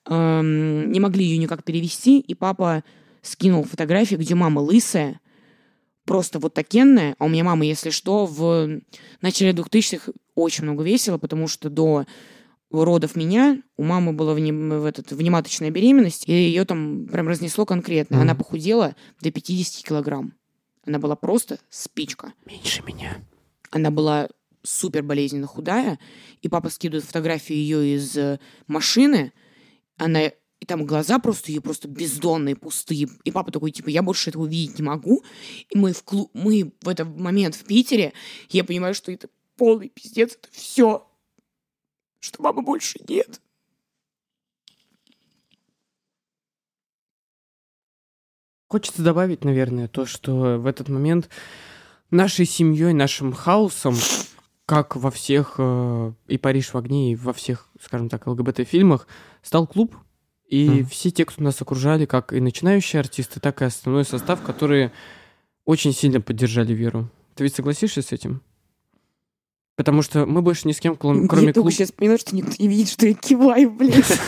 S3: эм, не могли ее никак перевести, и папа скинул фотографии, где мама лысая, просто вот такенная, а у меня мама, если что, в начале двухтысячных очень много весила, потому что до родов меня у мамы была вним, в этот, внематочная беременность, и ее там прям разнесло конкретно. Mm. Она похудела до пятьдесят килограмм. Она была просто спичка.
S1: Меньше меня.
S3: Она была супер болезненно худая, и папа скидывает фотографию ее из машины, она, и там глаза просто ее просто бездонные, пустые. И папа такой, типа, я больше этого видеть не могу. И мы в, клуб, мы в этот момент в Питере, я понимаю, что это полный пиздец, это все. Что мамы больше нет.
S2: Хочется добавить, наверное, то, что в этот момент нашей семьей, нашим хаосом, как во всех э, и «Париж в огне», и во всех, скажем так, ЛГБТ-фильмах, стал клуб. И mm. все те, кто нас окружали, как и начинающие артисты, так и основной состав, которые очень сильно поддержали Веру. Ты ведь согласишься с этим? Потому что мы больше ни с кем, кроме клуба... Я
S3: только сейчас поняла, что никто не видит, что я киваю, блядь.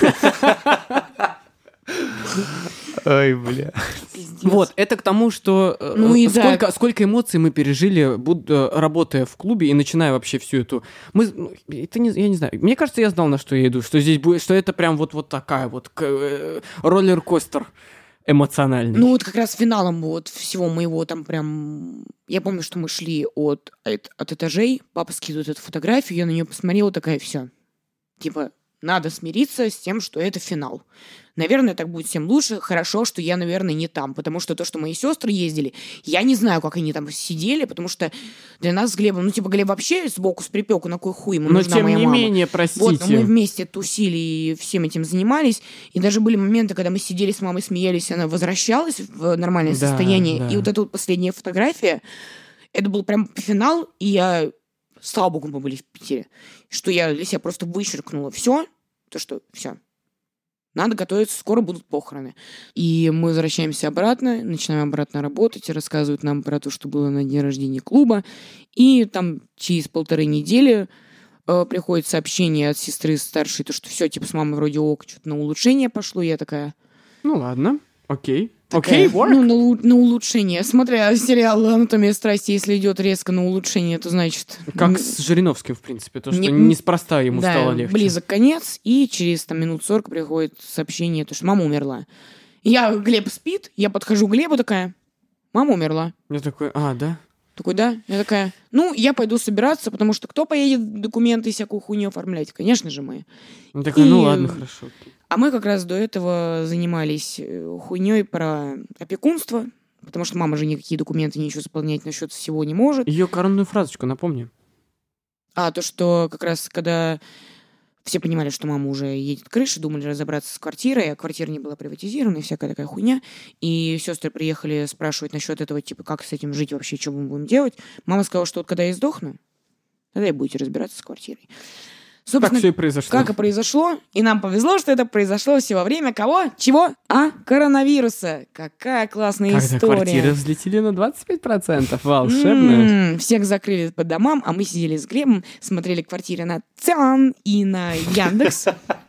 S1: Ой, бля.
S2: Вот, это к тому, что ну и сколько, да. сколько эмоций мы пережили, буд, работая в клубе и начиная вообще всю эту... Мы, это не, я не знаю, мне кажется, я знал, на что я иду, что здесь будет, что это прям вот, вот такая вот роллер-костер эмоциональный.
S3: Ну вот как раз финалом вот всего моего там прям... Я помню, что мы шли от, от, от этажей, папа скидывает эту фотографию, я на нее посмотрела, такая, все. Типа, надо смириться с тем, что это финал. Наверное, так будет всем лучше. Хорошо, что я, наверное, не там. Потому что то, что мои сестры ездили, я не знаю, как они там сидели, потому что для нас с Глебом... Ну, типа, Глеб вообще сбоку с припеку, на кой хуй ему
S2: но
S3: нужна
S2: тем
S3: моя
S2: не
S3: мама.
S2: менее, простите.
S3: Вот, но мы вместе тусили и всем этим занимались. И даже были моменты, когда мы сидели с мамой, смеялись, она возвращалась в нормальное да, состояние. Да. И вот эта вот последняя фотография, это был прям финал, и я... Слава богу, мы были в Питере. Что я для себя просто вычеркнула все, то, что все. Надо готовиться, скоро будут похороны. И мы возвращаемся обратно, начинаем обратно работать, рассказывают нам про то, что было на дне рождения клуба. И там через полторы недели э, приходит сообщение от сестры старшей, то, что все, типа, с мамой вроде ок, что-то на улучшение пошло. Я такая...
S2: Ну ладно, окей. Окей, okay,
S3: ну, на, на улучшение. Смотря сериал «Анатомия страсти», если идет резко на улучшение, то значит...
S2: Как с Жириновским, в принципе, то, что не, неспроста ему
S3: да,
S2: стало легче.
S3: Близок конец, и через там, минут сорок приходит сообщение, то, что мама умерла. Я, Глеб спит, я подхожу к Глебу, такая, мама умерла.
S2: Я такой, а, да?
S3: Такой, да. Я такая, ну, я пойду собираться, потому что кто поедет документы и всякую хуйню оформлять? Конечно же мы.
S2: Я такая, и... ну ладно, хорошо.
S3: А мы как раз до этого занимались хуйней про опекунство потому что мама же никакие документы ничего заполнять насчет всего не может.
S2: Ее коронную фразочку напомни.
S3: А, то, что как раз когда все понимали, что мама уже едет к крыше, думали разобраться с квартирой, а квартира не была приватизирована, и всякая такая хуйня. И сестры приехали спрашивать насчет этого, типа, как с этим жить вообще, что мы будем делать. Мама сказала, что вот когда я сдохну, тогда и будете разбираться с квартирой.
S2: Собственно, так все и произошло.
S3: Как и произошло. И нам повезло, что это произошло все во время кого? Чего? А? Коронавируса. Какая классная
S2: Когда
S3: история.
S2: Квартиры взлетели на двадцать пять процентов. Волшебно.
S3: М-м-м, всех закрыли по домам, а мы сидели с Глебом, смотрели квартиры на Циан и на Яндекс.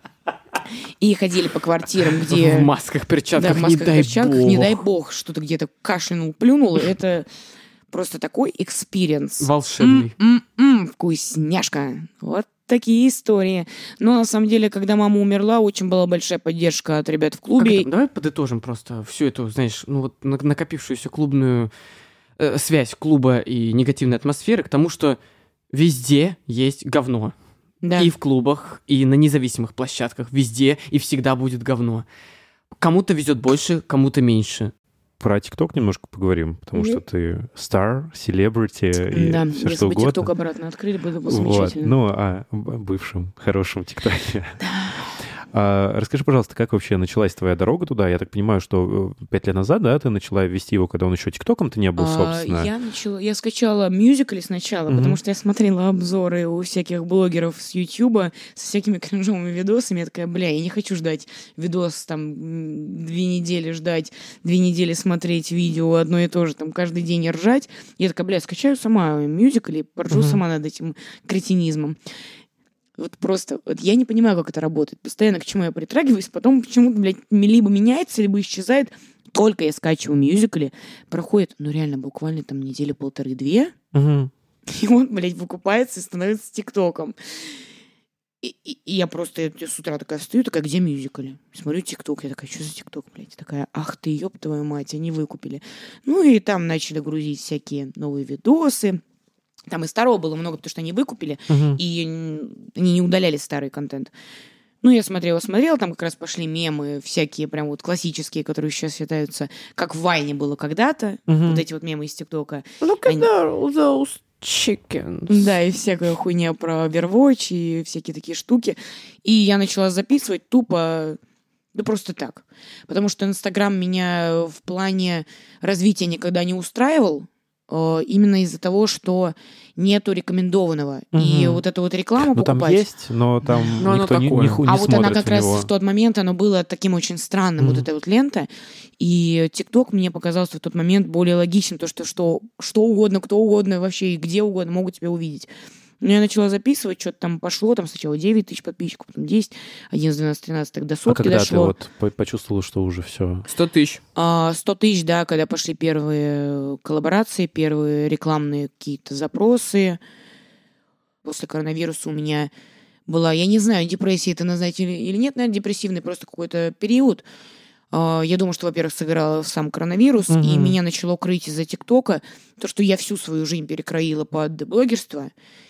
S3: И ходили по квартирам, где...
S2: В масках, перчатках,
S3: да, в масках,
S2: не дай
S3: перчатках,
S2: бог.
S3: Не дай бог. Что-то где-то кашлянул, плюнул. Это просто такой экспириенс.
S2: Волшебный.
S3: М-м-м, вкусняшка. Вот такие истории. Но на самом деле, когда мама умерла, очень была большая поддержка от ребят в клубе.
S2: Давай подытожим просто всю эту, знаешь, ну вот накопившуюся клубную э, связь клуба и негативной атмосферы к тому, что везде есть говно.
S3: Да.
S2: И в клубах, и на независимых площадках. Везде и всегда будет говно. Кому-то везет больше, кому-то меньше.
S1: Про ТикТок немножко поговорим, потому mm-hmm. что ты стар, селебрити и
S3: да,
S1: все
S3: если
S1: что
S3: бы
S1: угодно.
S3: ТикТок обратно открыли, было бы
S1: вот.
S3: замечательно.
S1: Ну, о бывшем хорошем ТикТоке.
S3: Да.
S1: А, расскажи, пожалуйста, как вообще началась твоя дорога туда? Я так понимаю, что пять лет назад, да, ты начала вести его, когда он еще ТикТоком-то не был, собственно.
S3: А, я начала, я скачала мюзикли сначала, mm-hmm. потому что я смотрела обзоры у всяких блогеров с Ютуба со всякими кринжовыми видосами. Я такая, бля, я не хочу ждать видос, там, две недели ждать, две недели смотреть видео одно и то же, там, каждый день ржать. Я такая, бля, скачаю сама мюзикли, поржу mm-hmm. сама над этим кретинизмом. Вот просто, вот я не понимаю, как это работает. Постоянно к чему я притрагиваюсь, потом почему-то, блядь, либо меняется, либо исчезает. Только я скачиваю мюзикли, проходит, ну, реально, буквально там недели полторы-две,
S1: угу.
S3: и он, блядь, выкупается и становится ТикТоком. И, и, и я просто я с утра такая стою, такая, где мюзикли? Смотрю ТикТок, я такая, что за ТикТок, блядь? Такая, ах ты, ёб твою мать, они выкупили. Ну, и там начали грузить всякие новые видосы. Там и старого было много, потому что они выкупили, uh-huh. и они не удаляли старый контент. Ну, я смотрела, смотрела, там как раз пошли мемы всякие, прям вот классические, которые сейчас считаются, как в Вайне было когда-то, uh-huh. вот эти вот мемы из ТикТока.
S2: Look at они... those chickens.
S3: Да, и всякая хуйня про Overwatch и всякие такие штуки. И я начала записывать тупо, да просто так. Потому что Инстаграм меня в плане развития никогда не устраивал, именно из-за того, что нету рекомендованного. Угу. И вот эту вот рекламу
S1: ну,
S3: покупать...
S1: Ну, там есть, но там но никто не, не, не
S3: А вот она как раз
S1: него.
S3: в тот момент, оно было таким очень странным, угу. вот эта вот лента. И ТикТок мне показался в тот момент более логичным, то, что, что что угодно, кто угодно вообще и где угодно могут тебя увидеть. Но я начала записывать, что-то там пошло, там сначала девять тысяч подписчиков, потом десять, одиннадцать, двенадцать, тринадцать, так до сотки
S1: а когда
S3: дошло.
S1: ты вот почувствовала, что уже все?
S2: сто тысяч.
S3: А, сто тысяч, да, когда пошли первые коллаборации, первые рекламные какие-то запросы. После коронавируса у меня была, я не знаю, депрессия это назвать или, или нет, наверное, депрессивный просто какой-то период. А, я думаю, что, во-первых, сыграл сам коронавирус, угу. и меня начало крыть из-за ТикТока то, что я всю свою жизнь перекроила под блогерство.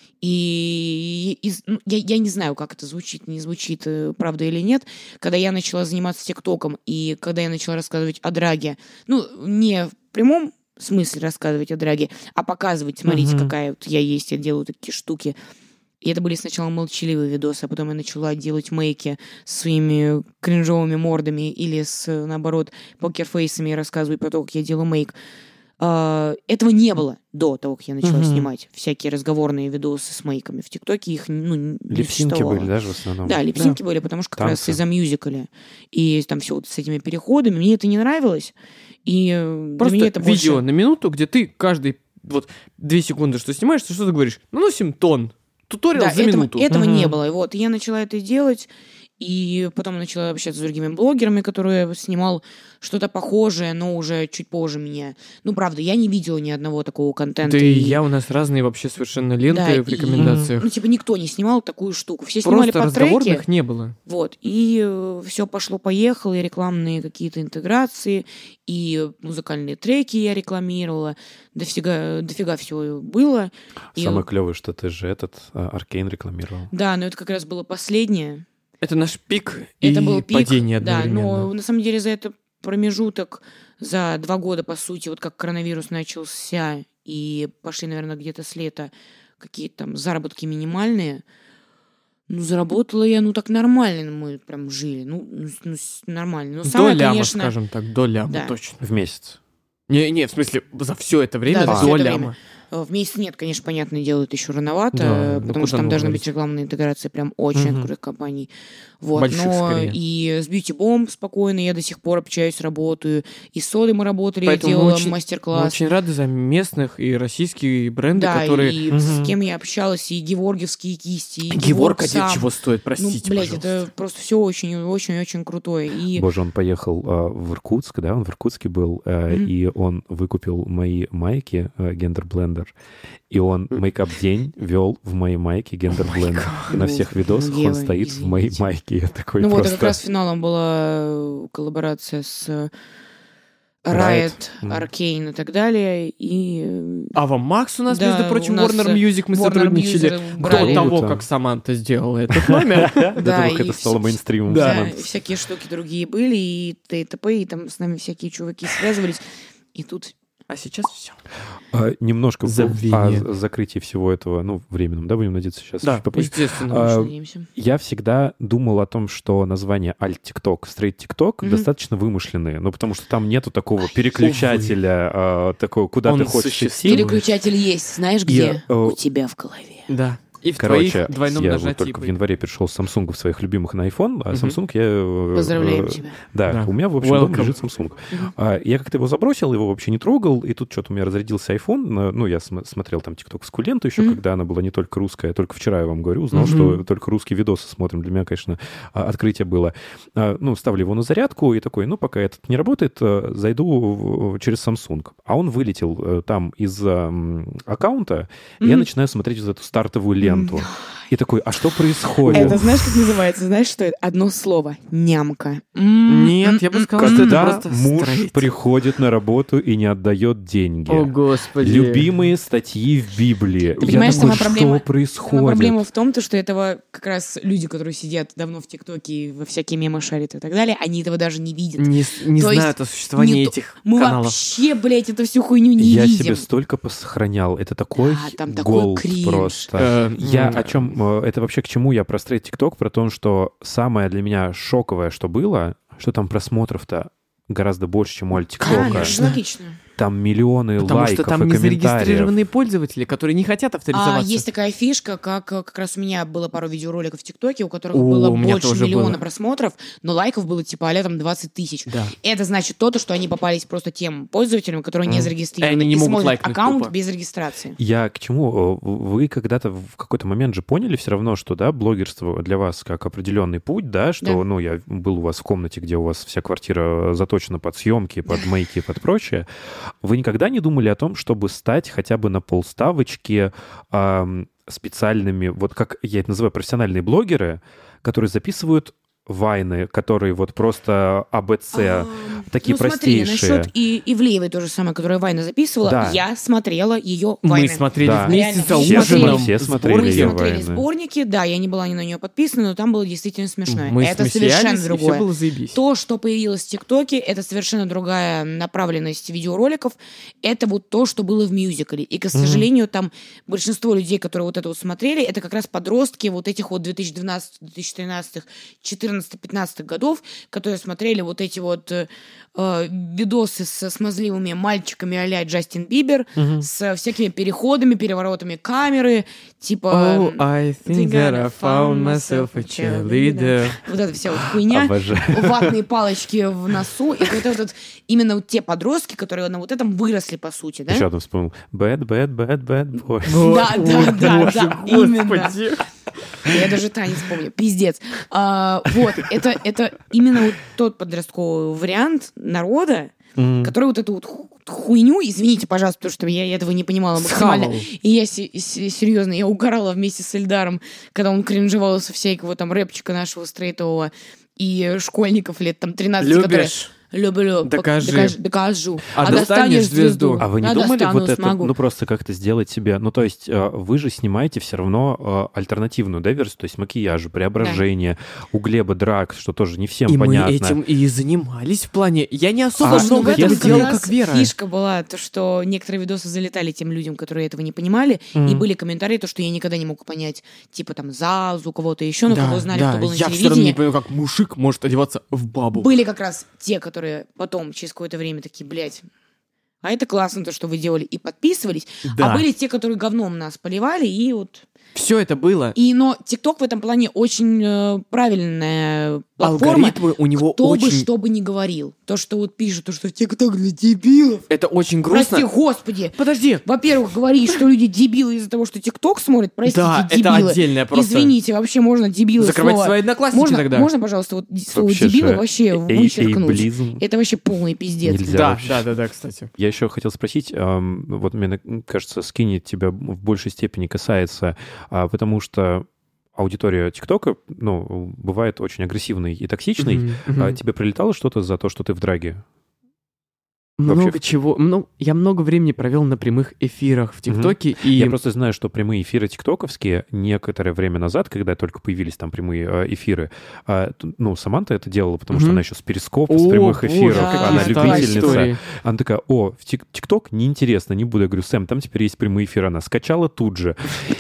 S3: И, и ну, я, я не знаю, как это звучит, не звучит, правда или нет. Когда я начала заниматься ТикТоком, и когда я начала рассказывать о драге, ну, не в прямом смысле рассказывать о драге, а показывать, смотрите, uh-huh. какая вот я есть, я делаю такие штуки. И это были сначала молчаливые видосы, а потом я начала делать мейки с своими кринжовыми мордами или с, наоборот, покерфейсами и рассказывать про то, как я делаю мейк. Uh, этого не было до того, как я начала uh-huh. снимать всякие разговорные видосы с мейками. В ТикТоке их ну, не
S1: липсинки
S3: существовало.
S1: Были, да, в основном?
S3: Да, липсинки
S2: да.
S3: были, потому что как
S1: Танцы.
S3: раз из-за мюзикля. И там все вот с этими переходами. Мне это не нравилось. И
S2: просто
S3: для меня это
S2: видео
S3: больше...
S2: на минуту, где ты каждый вот две секунды, что снимаешь, ты что-то говоришь. Наносим тон. Туториал
S3: да,
S2: за
S3: этого,
S2: минуту.
S3: Этого
S2: uh-huh.
S3: не было. И вот я начала это делать. И потом начала общаться с другими блогерами, которые снимал что-то похожее, но уже чуть позже меня. Ну, правда, я не видела ни одного такого контента.
S2: Да и
S3: и
S2: я, у нас разные вообще совершенно ленты
S3: да,
S2: в рекомендациях.
S3: И, ну, типа, никто не снимал такую штуку. Все
S2: Просто
S3: снимали по
S2: разговорных
S3: треке.
S2: не было.
S3: Вот. И э, все пошло-поехало, и рекламные какие-то интеграции, и музыкальные треки я рекламировала. Дофига, дофига всего было.
S1: Самое
S3: и...
S1: клевое, что ты же этот Аркейн рекламировал.
S3: Да, но это как раз было последнее.
S2: Это наш пик
S3: это
S2: и
S3: был пик,
S2: падение
S3: да,
S2: одновременно.
S3: но на самом деле за это промежуток за два года, по сути, вот как коронавирус начался, и пошли, наверное, где-то с лета какие-то там заработки минимальные, ну, заработала я, ну, так нормально, мы прям жили, ну, ну, ну нормально. Но
S2: до
S3: самое,
S2: ляма,
S3: конечно...
S2: скажем так, до ляма,
S3: да.
S2: точно.
S1: В месяц?
S2: Не, не, в смысле, за все это время
S3: да,
S2: до
S3: это
S2: ляма.
S3: Время. В месяц нет, конечно, понятное дело, это еще рановато,
S2: да,
S3: потому что там должна быть рекламная интеграция прям очень угу. от крутых компаний. Вот.
S2: Больших,
S3: но
S2: скорее.
S3: И с Beauty Bomb спокойно я до сих пор общаюсь, работаю. И с Содой мы работали,
S2: Поэтому
S3: я делала
S2: очень,
S3: мастер-класс.
S2: Мы очень рады за местных и российские бренды,
S3: да,
S2: которые...
S3: и угу. с кем я общалась, и геворгиевские кисти, и
S2: Геворг один чего стоит, простите,
S3: ну, блядь,
S2: пожалуйста.
S3: это просто все очень-очень-очень крутое. И...
S1: Боже, он поехал а, в Иркутск, да, он в Иркутске был, а, mm-hmm. и он выкупил мои майки а, Gender Blender, и он мейкап-день вел в моей майке Gender Blender. Oh на всех видосах
S3: ну,
S1: он стоит
S3: извините.
S1: в моей майке. Я такой
S3: ну
S1: просто...
S3: вот, как раз финалом была коллаборация с Riot, Arcane и так далее. И...
S2: Ава Макс у нас,
S3: да,
S2: между прочим,
S3: нас
S2: Warner Music мы
S3: Warner
S2: сотрудничали до того, как Саманта сделала этот номер.
S1: До того, как это стало мейнстримом.
S3: Да, всякие штуки другие были, и т.т.п., и там с нами всякие чуваки связывались. И тут...
S2: А сейчас все.
S1: А, немножко
S2: Забвение.
S1: о закрытии всего этого, ну, временном, да, будем надеяться сейчас.
S2: Да, естественно.
S1: А, я всегда думал о том, что название Alt-TikTok, Straight TikTok mm-hmm. достаточно вымышленные, ну, потому что там нету такого переключателя, а, такого, куда
S2: Он
S1: ты хочешь идти.
S3: Переключатель есть, знаешь где?
S1: Я,
S3: У тебя в голове.
S2: Да. И в
S1: Короче,
S2: твоих двойном
S1: я
S2: нажатии
S1: вот только
S2: были.
S1: в январе перешел с Samsung своих любимых на iPhone, а Samsung
S2: uh-huh.
S1: я...
S3: Поздравляем
S1: э,
S3: тебя.
S1: Да,
S2: да,
S1: у меня, в общем,
S2: Welcome.
S1: дома лежит Samsung. Uh-huh. А, я как-то его забросил, его вообще не трогал, и тут что-то у меня разрядился iPhone. Ну, я см- смотрел там тиктоковскую ленту еще, uh-huh. когда она была не только русская, только вчера я вам говорю, узнал, uh-huh. что только русские видосы смотрим. Для меня, конечно, открытие было. А, ну, ставлю его на зарядку и такой, ну, пока этот не работает, зайду в, через Samsung. А он вылетел там из м, аккаунта, uh-huh. и я начинаю смотреть вот эту стартовую ленту. Uh-huh. И такой, а что происходит?
S3: Это знаешь, как называется? Знаешь, что это? Одно слово. Нямка.
S2: Нет, я бы сказала, что это
S1: Когда
S2: просто
S1: муж
S2: стрейт.
S1: приходит на работу и не отдает деньги.
S2: О, Господи.
S1: Любимые статьи в Библии.
S3: Ты понимаешь,
S1: я такой,
S3: сама проблема,
S1: что происходит?
S3: Сама проблема в том, что этого как раз люди, которые сидят давно в ТикТоке, во всякие мемы шарят и так далее, они этого даже не видят.
S2: Не, не
S3: То
S2: знают о существовании
S3: не
S2: этих
S3: мы
S2: каналов.
S3: вообще, блядь, эту всю хуйню не
S1: я
S3: видим.
S1: себе столько посохранял. Это такой
S3: да, там такой
S1: голд
S3: кринж.
S1: просто.
S2: Э,
S1: я
S2: м-
S1: о чем... Это вообще к чему я про Straight TikTok? Про то, что самое для меня шоковое, что было, что там просмотров-то гораздо больше, чем у Alt-TikTok.
S3: Конечно, логично.
S1: Там миллионы
S2: Потому
S1: лайков
S2: что там
S1: и
S2: не
S1: комментариев.
S2: зарегистрированные пользователи, которые не хотят авторизоваться.
S3: А есть такая фишка, как как раз у меня было пару видеороликов в ТикТоке, у которых
S2: О,
S3: было
S2: у меня
S3: больше
S2: тоже
S3: миллиона
S2: было.
S3: просмотров, но лайков было типа а-ля там двадцать тысяч.
S2: Да.
S3: Это значит то, что они попались просто тем пользователям, которые не
S2: Мгм.
S3: зарегистрированы,
S2: И они не
S3: и
S2: могут
S3: смотрят
S2: лайкнуть
S3: аккаунт
S2: тупо.
S3: без регистрации.
S1: Я к чему? Вы когда-то в какой-то момент же поняли все равно, что, да, блогерство для вас как определенный путь, да, что,
S3: Да.
S1: ну, я был у вас в комнате, где у вас вся квартира заточена под съемки, под мейки, под прочее. Вы никогда не думали о том, чтобы стать хотя бы на полставочки эм, специальными, вот как я это называю, профессиональные блогеры, которые записывают вайны, которые вот просто АБЦ,
S3: А,
S1: такие
S3: ну, смотри,
S1: простейшие.
S3: насчет и Ивлеевой то же самое, которая Вайна записывала,
S1: Да.
S3: я смотрела ее
S2: Мы
S3: Вайны.
S2: смотрели
S1: Да.
S2: вместе за
S3: Реально. Все
S2: ужином.
S1: смотрели, все смотрели
S3: Мы
S1: её
S3: смотрели
S1: Вайны.
S3: сборники, да, я не была ни на нее подписана, но там было действительно смешное.
S2: Мы
S3: это
S2: мы
S3: совершенно
S2: смеялись, и
S3: другое.
S2: все было заебись.
S3: То, что появилось в ТикТоке, это совершенно другая направленность видеороликов. Это вот то, что было в мюзикле. И, к сожалению, там большинство людей, которые вот это вот смотрели, это как раз подростки вот этих вот две тысячи двенадцатого, две тысячи тринадцатого, две тысячи четырнадцатого, пятнадцатого годов, которые смотрели вот эти вот э, видосы со смазливыми мальчиками а-ля Джастин Бибер,
S2: Мгм.
S3: с всякими переходами, переворотами камеры, типа...
S2: Oh, I think that I found myself a cheerleader.
S3: Вот эта вся вот хуйня.
S1: Обожаю.
S3: Ватные палочки в носу. И вот это вот именно вот те подростки, которые на вот этом выросли, по сути, да?
S1: Еще одно вспомнил. Bad, bad, bad, bad boy.
S3: Да, да, да, да, именно.
S2: Господи.
S3: Я даже танец помню. Пиздец. А, вот, это, это именно вот тот подростковый вариант народа,
S1: Мгм.
S3: который вот эту вот ху- хуйню, извините, пожалуйста, потому что я этого не понимала максимально.
S2: Схавал.
S3: И я се- се- серьезно, я угорала вместе с Эльдаром, когда он кринжевал со всякого там рэпчика нашего стрейтового и школьников лет там тринадцати, которые...
S2: Любишь?
S3: люблю.
S2: Докажи.
S3: Докаж, докажу.
S2: А, а достанешь звезду.
S1: А вы не
S3: а
S1: думали вот это,
S3: смогу.
S1: ну просто как-то сделать себе, ну то есть вы же снимаете все равно альтернативную, да, версию, то есть макияж, преображение, да. у Глеба драк, что тоже не всем
S2: и
S1: понятно.
S2: И мы этим и занимались в плане... Я не особо
S3: а,
S2: много этого делал, как Вера.
S3: Фишка была, то, что некоторые видосы залетали тем людям, которые этого не понимали, mm. и были комментарии, то, что я никогда не мог понять, типа там Зазу, кого-то еще, но да, кого знали,
S2: да.
S3: кто был на
S2: я
S3: телевидении.
S2: Я все равно не понимаю, как мужик может одеваться в бабу.
S3: Были как раз те, которые потом, через какое-то время, такие, блядь, а это классно, то, что вы делали, и подписывались.
S2: Да.
S3: А были те, которые говном нас поливали, и вот...
S2: Все это было.
S3: И, но ТикТок в этом плане очень э, правильная платформа.
S2: Алгоритмы у него
S3: кто
S2: очень...
S3: бы что бы ни говорил. То, что вот пишут, то, что ТикТок для дебилов.
S2: Это очень грустно.
S3: Прости, господи.
S2: Подожди.
S3: Во-первых, говорить, что люди дебилы из-за того, что ТикТок смотрят, простите,
S2: да,
S3: дебилы.
S2: это отдельное просто.
S3: Извините, вообще можно дебилы
S2: закрывать
S3: слово...
S2: свои одноклассники
S3: можно,
S2: тогда.
S3: Можно, пожалуйста, вот слово
S1: вообще
S3: дебилы
S1: же
S3: вообще вычеркнуть. Эйблизм. Это вообще полный пиздец.
S1: Нельзя
S2: да,
S1: вообще.
S2: да, да, да, кстати.
S1: Я еще хотел спросить, эм, вот мне кажется, скинет тебя в большей степени касается, э, потому что аудитория ТикТока, ну, бывает очень агрессивной и токсичной. Mm-hmm, mm-hmm. А тебе прилетало что-то за то, что ты в драге?
S2: Много
S1: Вообще...
S2: чего. Ну, я много времени провел на прямых эфирах в ТикТоке.
S1: Mm-hmm.
S2: И...
S1: Я просто знаю, что прямые эфиры тиктоковские некоторое время назад, когда только появились там прямые э, эфиры, э, ну, Саманта это делала, потому mm-hmm. что она еще с перископа, с прямых эфиров,
S3: да,
S1: она любительница.
S2: Истории.
S1: Она такая, о, в ТикТок неинтересно, не буду. Я говорю, Сэм, там теперь есть прямые эфиры. Она скачала тут же.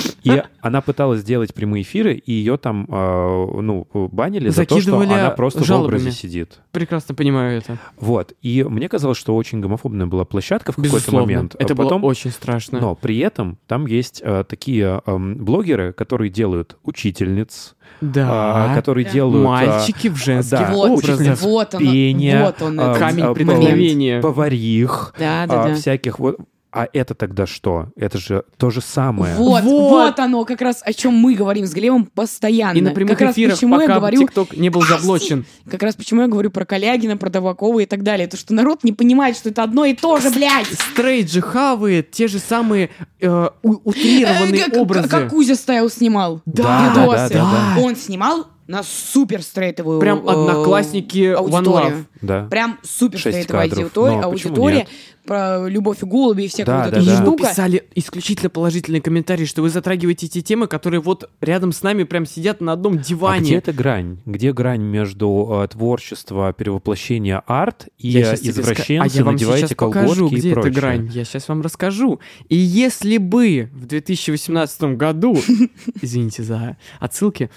S1: И она пыталась сделать прямые эфиры, и ее там, э, ну, банили за то, что она просто
S2: жалобами.
S1: в образе сидит.
S2: Прекрасно понимаю это.
S1: Вот. И мне казалось, что очень гомофобная была площадка в какой-то
S2: Безусловно.
S1: момент.
S2: Это
S1: Потом,
S2: было очень страшно.
S1: Но при этом там есть э, такие э, блогеры, которые делают учительниц,
S2: да.
S1: э, которые
S3: да.
S1: делают...
S2: Мальчики в женских
S1: да,
S3: вот,
S2: образах.
S3: Вот он,
S1: пение,
S3: вот он,
S1: э,
S2: камень
S1: э,
S2: преткновения.
S1: Поварих,
S3: да, да,
S1: э,
S3: да.
S1: всяких... Вот, а это тогда что? Это же то же самое.
S3: Вот,
S2: вот,
S3: вот оно, как раз о чем мы говорим с Глебом постоянно.
S2: И на прямых
S3: как
S2: эфирах,
S3: раз почему
S2: пока
S3: я говорю...
S2: ТикТок не был заблочен.
S3: Как раз почему я говорю про Калягина, про Табакова и так далее. То, что народ не понимает, что это одно и то же, блядь.
S2: Стрейт же хавает те же самые э, утрированные
S3: как,
S2: образы.
S3: Как Кузя Стайл снимал
S1: Да,
S3: видосы.
S1: да, да,
S3: да. Он снимал на супер стрейтовую
S2: Прям одноклассники One Love.
S1: Да.
S3: Прям супер
S1: Шесть
S3: стрейтовая
S1: кадров.
S3: аудитория,
S1: Но
S3: аудитория про любовь и голуби и всякая
S1: Да,
S3: вот
S1: да,
S3: эта
S1: да.
S2: Ему
S3: штука.
S2: писали исключительно положительные комментарии, что вы затрагиваете те темы, которые вот рядом с нами прям сидят на одном диване.
S1: А где эта грань? Где грань между э, творчество, перевоплощение арт и
S2: Я сейчас тебе
S1: извращенцы,
S2: ска- а я вам
S1: надеваете
S2: сейчас покажу,
S1: колготки
S2: где
S1: и
S2: эта
S1: прочее?
S2: грань. Я сейчас вам расскажу. И если бы в две тысячи восемнадцатом году, извините за отсылки,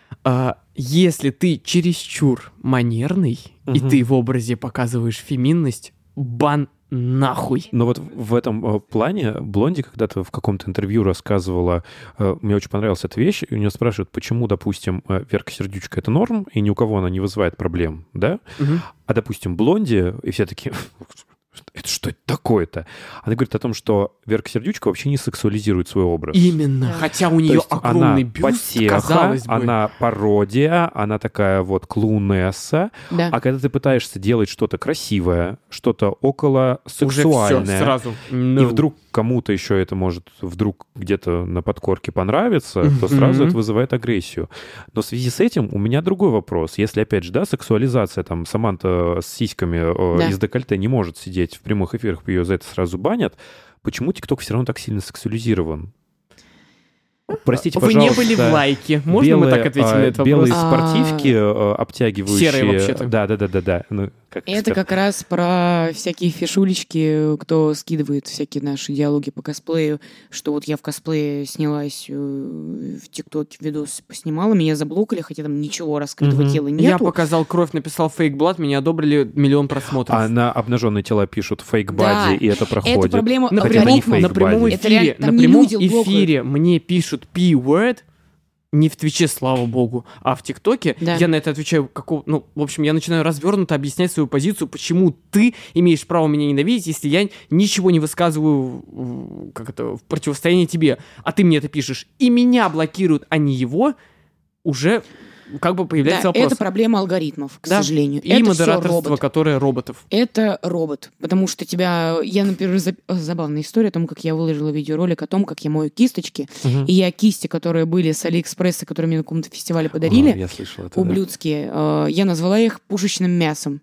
S2: а, если ты чересчур манерный, и
S1: Мгм.
S2: ты в образе показываешь феминность, бан нахуй.
S1: Но вот в этом э, плане Блонди когда-то в каком-то интервью рассказывала, э, мне очень понравилась эта вещь, и у нее спрашивают, почему, допустим, э, Верка Сердючка — это норм, и ни у кого она не вызывает проблем, да?
S2: Мгм.
S1: А, допустим, Блонди, и все такие... Это что это такое-то? Она говорит о том, что Верка Сердючка вообще не сексуализирует свой образ.
S2: Именно.
S3: Да.
S2: Хотя у
S1: То
S2: нее
S1: есть
S2: огромный
S1: она
S2: бюст,
S1: потеха,
S2: казалось бы.
S1: она пародия, она такая вот клоунесса.
S3: Да.
S1: А когда ты пытаешься делать что-то красивое, что-то около
S2: Уже
S1: сексуальное,
S2: все сразу.
S1: и
S2: No.
S1: вдруг кому-то еще это может вдруг где-то на подкорке понравиться, то
S2: Мгм.
S1: сразу это вызывает агрессию. Но в связи с этим у меня другой вопрос. Если, опять же, да, сексуализация, там, Саманта с сиськами э,
S3: Да.
S1: из декольте не может сидеть в прямых эфирах, ее за это сразу банят, почему ТикТок все равно так сильно сексуализирован? Простите,
S2: Вы
S1: пожалуйста.
S2: не были в лайке. Можно
S1: белые,
S2: мы так ответим
S1: а,
S2: на этот
S1: белые
S2: вопрос?
S1: спортивки э, обтягивающие.
S2: Серые вообще-то.
S1: Да, да, да, да, да. Ну, как
S3: Это
S1: сказать?
S3: как раз про всякие фишулечки, кто скидывает всякие наши диалоги по косплею, что вот я в косплее снялась э, в ТикТоке, видос поснимала, меня заблокали, хотя там ничего раскрытого
S1: Мгм.
S3: тела
S2: Я
S3: нету.
S2: показал кровь, написал фейк блад, меня одобрили миллион просмотров.
S1: А на обнаженные тела пишут фейк
S3: Да,
S1: бади, и это проходит.
S3: Это проблема
S2: на,
S1: Хотя
S2: прямом,
S1: это не фейк
S2: на прямом
S1: бади.
S3: Это
S2: эфире,
S3: реально-
S2: на
S3: там не
S2: прямом
S3: люди блокают.
S2: эфире мне пишут P-word, не в Твиче, слава богу, а в ТикТоке.
S3: Да.
S2: Я на это отвечаю, какого, ну, в общем, я начинаю развернуто объяснять свою позицию, почему ты имеешь право меня ненавидеть, если я ничего не высказываю в, как это, в противостоянии тебе, а ты мне это пишешь, и меня блокируют, а не его, уже как бы появляется
S3: Да,
S2: вопрос.
S3: это проблема алгоритмов, к
S2: Да,
S3: сожалению.
S2: И
S3: это всё
S2: модераторство,
S3: робот.
S2: которое роботов.
S3: Это робот, потому что тебя... Я, например, за- забавная история о том, как я выложила видеоролик о том, как я мою кисточки,
S1: Мгм.
S3: и я кисти, которые были с Алиэкспресса, которые мне на каком-то фестивале подарили,
S1: А, я слышал это. да.
S3: ублюдские, э, я назвала их пушечным мясом.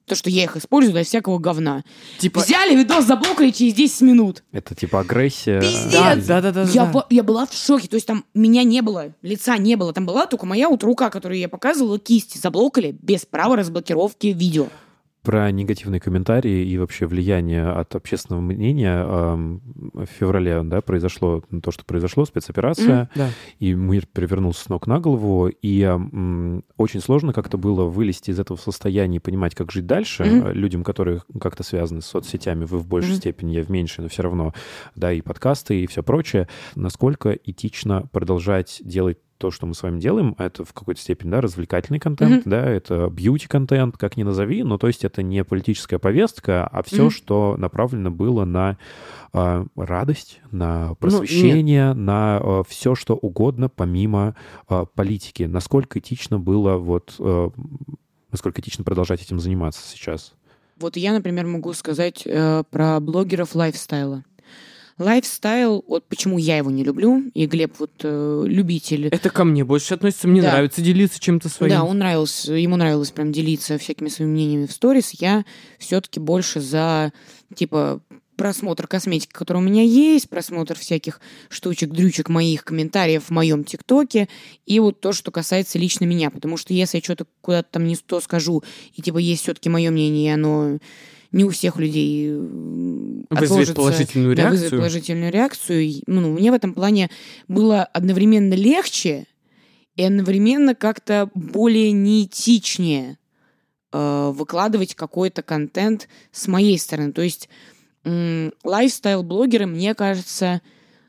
S3: То, что я их использую для всякого говна.
S2: Типа...
S3: Взяли видос, заблокали через десять минут.
S1: Это типа агрессия.
S3: Пиздец!
S2: Да, да, да, да,
S3: я,
S2: да.
S3: Б, я была в шоке. То есть там меня не было, лица не было. Там была только моя вот рука, которую я показывала, кисть. Заблокали без права разблокировки видео.
S1: Про негативные комментарии и вообще влияние от общественного мнения в феврале, да, произошло то, что произошло, спецоперация,
S2: mm, да.
S1: и мир перевернулся с ног на голову, и м, очень сложно как-то было вылезти из этого состояния и понимать, как жить дальше mm-hmm. людям, которые как-то связаны с соцсетями, вы в большей mm-hmm. степени, я в меньшей, но все равно, да, и подкасты, и все прочее. Насколько этично продолжать делать то, что мы с вами делаем, это в какой-то степени, да, развлекательный контент, mm-hmm. да, это бьюти-контент, как ни назови, но то есть это не политическая повестка, а все, mm-hmm. что направлено было на э, радость, на просвещение, ну, на э, все, что угодно, помимо э, политики. Насколько этично было вот, э, насколько этично продолжать этим заниматься сейчас?
S3: Вот я, например, могу сказать э, про блогеров лайфстайла. Лайфстайл, вот почему я его не люблю, и Глеб вот э, любитель.
S2: Это ко мне больше относится, мне да. нравится делиться чем-то своим.
S3: Да, он нравился, ему нравилось прям делиться всякими своими мнениями в сторис. Я все-таки больше за, типа, просмотр косметики, которая у меня есть, просмотр всяких штучек, дрючек моих комментариев в моем ТикТоке, и вот то, что касается лично меня, потому что если я что-то куда-то там не то скажу, и типа есть все-таки мое мнение, и оно... не у всех людей
S2: вызовет положительную
S3: да,
S2: реакцию.
S3: Вызовет положительную реакцию. Ну, мне в этом плане было одновременно легче и одновременно как-то более неэтичнее э, выкладывать какой-то контент с моей стороны. То есть э, лайфстайл-блогеры, мне кажется,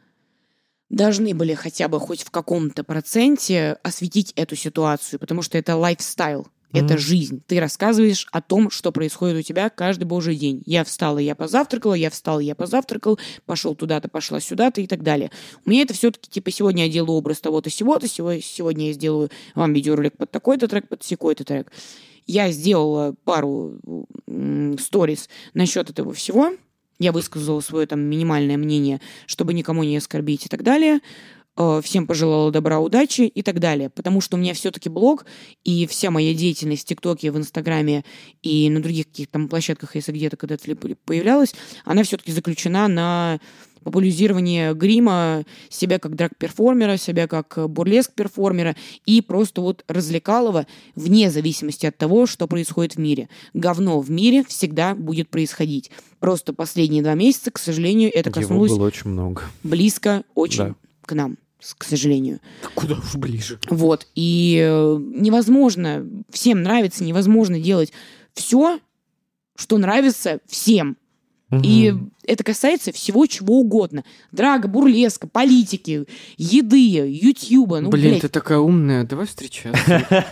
S3: должны были хотя бы хоть в каком-то проценте осветить эту ситуацию, потому что это лайфстайл. Это mm-hmm. жизнь. Ты рассказываешь о том, что происходит у тебя каждый божий день. Я встала, я позавтракала, я встал, я позавтракал, пошел туда-то, пошла сюда-то и так далее. У меня это все-таки, типа, сегодня я делаю образ того-то, сего-то, сегодня я сделаю вам видеоролик под такой-то трек, под секой-то трек. Я сделала пару м- сторис насчет этого всего. Я высказала свое там минимальное мнение, чтобы никому не оскорбить и так далее. Всем пожелала добра, удачи и так далее. Потому что у меня все-таки блог, и вся моя деятельность в ТикТоке, в Инстаграме и на других каких-то там площадках, если где-то когда-то появлялась, она все-таки заключена на популяризирование грима, себя как драг-перформера, себя как бурлеск-перформера и просто вот развлекалого вне зависимости от того, что происходит в мире. Говно в мире всегда будет происходить. Просто последние два месяца, к сожалению, это коснулось...
S1: Его было очень много.
S3: Близко очень да. к нам. К сожалению.
S2: Куда уж ближе.
S3: Вот. И э, невозможно, всем нравится, невозможно делать все, что нравится всем. Угу. И это касается всего чего угодно. Драга, бурлеска, политики, еды, ютьюба. Ну,
S2: Блин,
S3: блядь.
S2: ты такая умная, давай встречаться.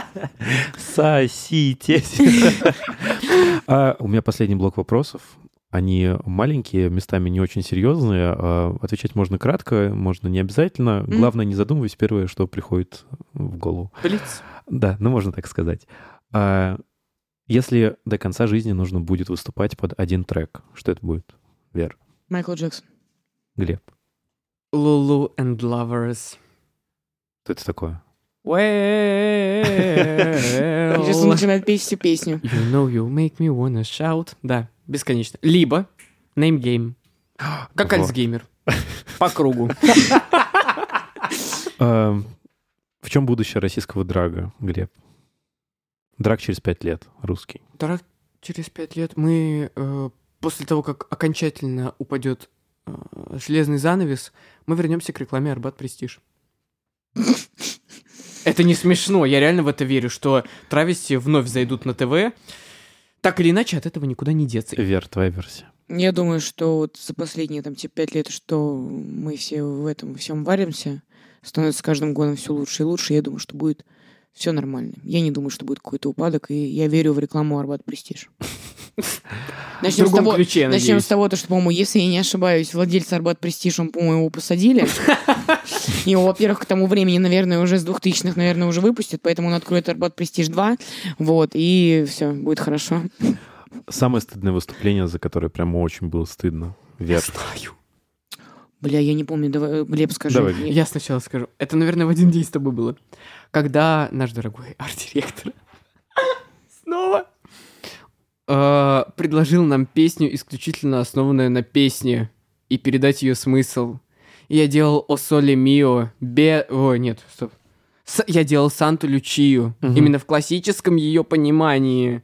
S1: Сосите. У меня последний блок вопросов. Они маленькие, местами не очень серьезные. Отвечать можно кратко, можно не обязательно. Mm. Главное, не задумываясь, первое, что приходит в голову.
S2: Блиц.
S1: Да, ну можно так сказать. Если до конца жизни нужно будет выступать под один трек, что это будет, Вер?
S3: Майкл Джексон.
S1: Глеб?
S2: Lulu and Lovers.
S1: Что это такое?
S2: Well...
S3: Сейчас он начинает петь всю песню.
S2: You know you make me wanna shout. Да, бесконечно. Либо Name Game. Как Альцгеймер. По кругу.
S1: В чем будущее российского драга, Глеб? Драг через пять лет, русский.
S2: Драг через пять лет. Мы после того, как окончательно упадет железный занавес, мы вернемся к рекламе Арбат Престиж. Это не смешно, я реально в это верю, что травести вновь зайдут на ТВ. Так или иначе, от этого никуда не деться.
S1: Вер, твоя версия.
S3: Я думаю, что вот за последние там типа пять лет, что мы все в этом всем варимся, становится с каждым годом все лучше и лучше. Я думаю, что будет все нормально. Я не думаю, что будет какой-то упадок, и я верю в рекламу Арбат Престиж. Начнем с того, ключе, начнем с того, что, по-моему, если я не ошибаюсь, владельца Арбат Престиж, он, по-моему, его посадили. Его, во-первых, к тому времени, наверное, уже с двухтысячных, наверное, уже выпустят, поэтому он откроет Арбат Престиж два, вот, и все, будет хорошо.
S1: Самое стыдное выступление, за которое прямо очень было стыдно. Вер.
S2: Знаю.
S3: Бля, я не помню, давай, Глеб, скажи.
S2: Давай. Я сначала скажу. Это, наверное, в один день с тобой было. Когда наш дорогой арт-директор снова э, предложил нам песню, исключительно основанную на песне, и передать ее смысл. И я делал «О соле мио», бе... Ой, нет, стоп. С... Я делал «Санту Лючию», угу. именно в классическом ее понимании.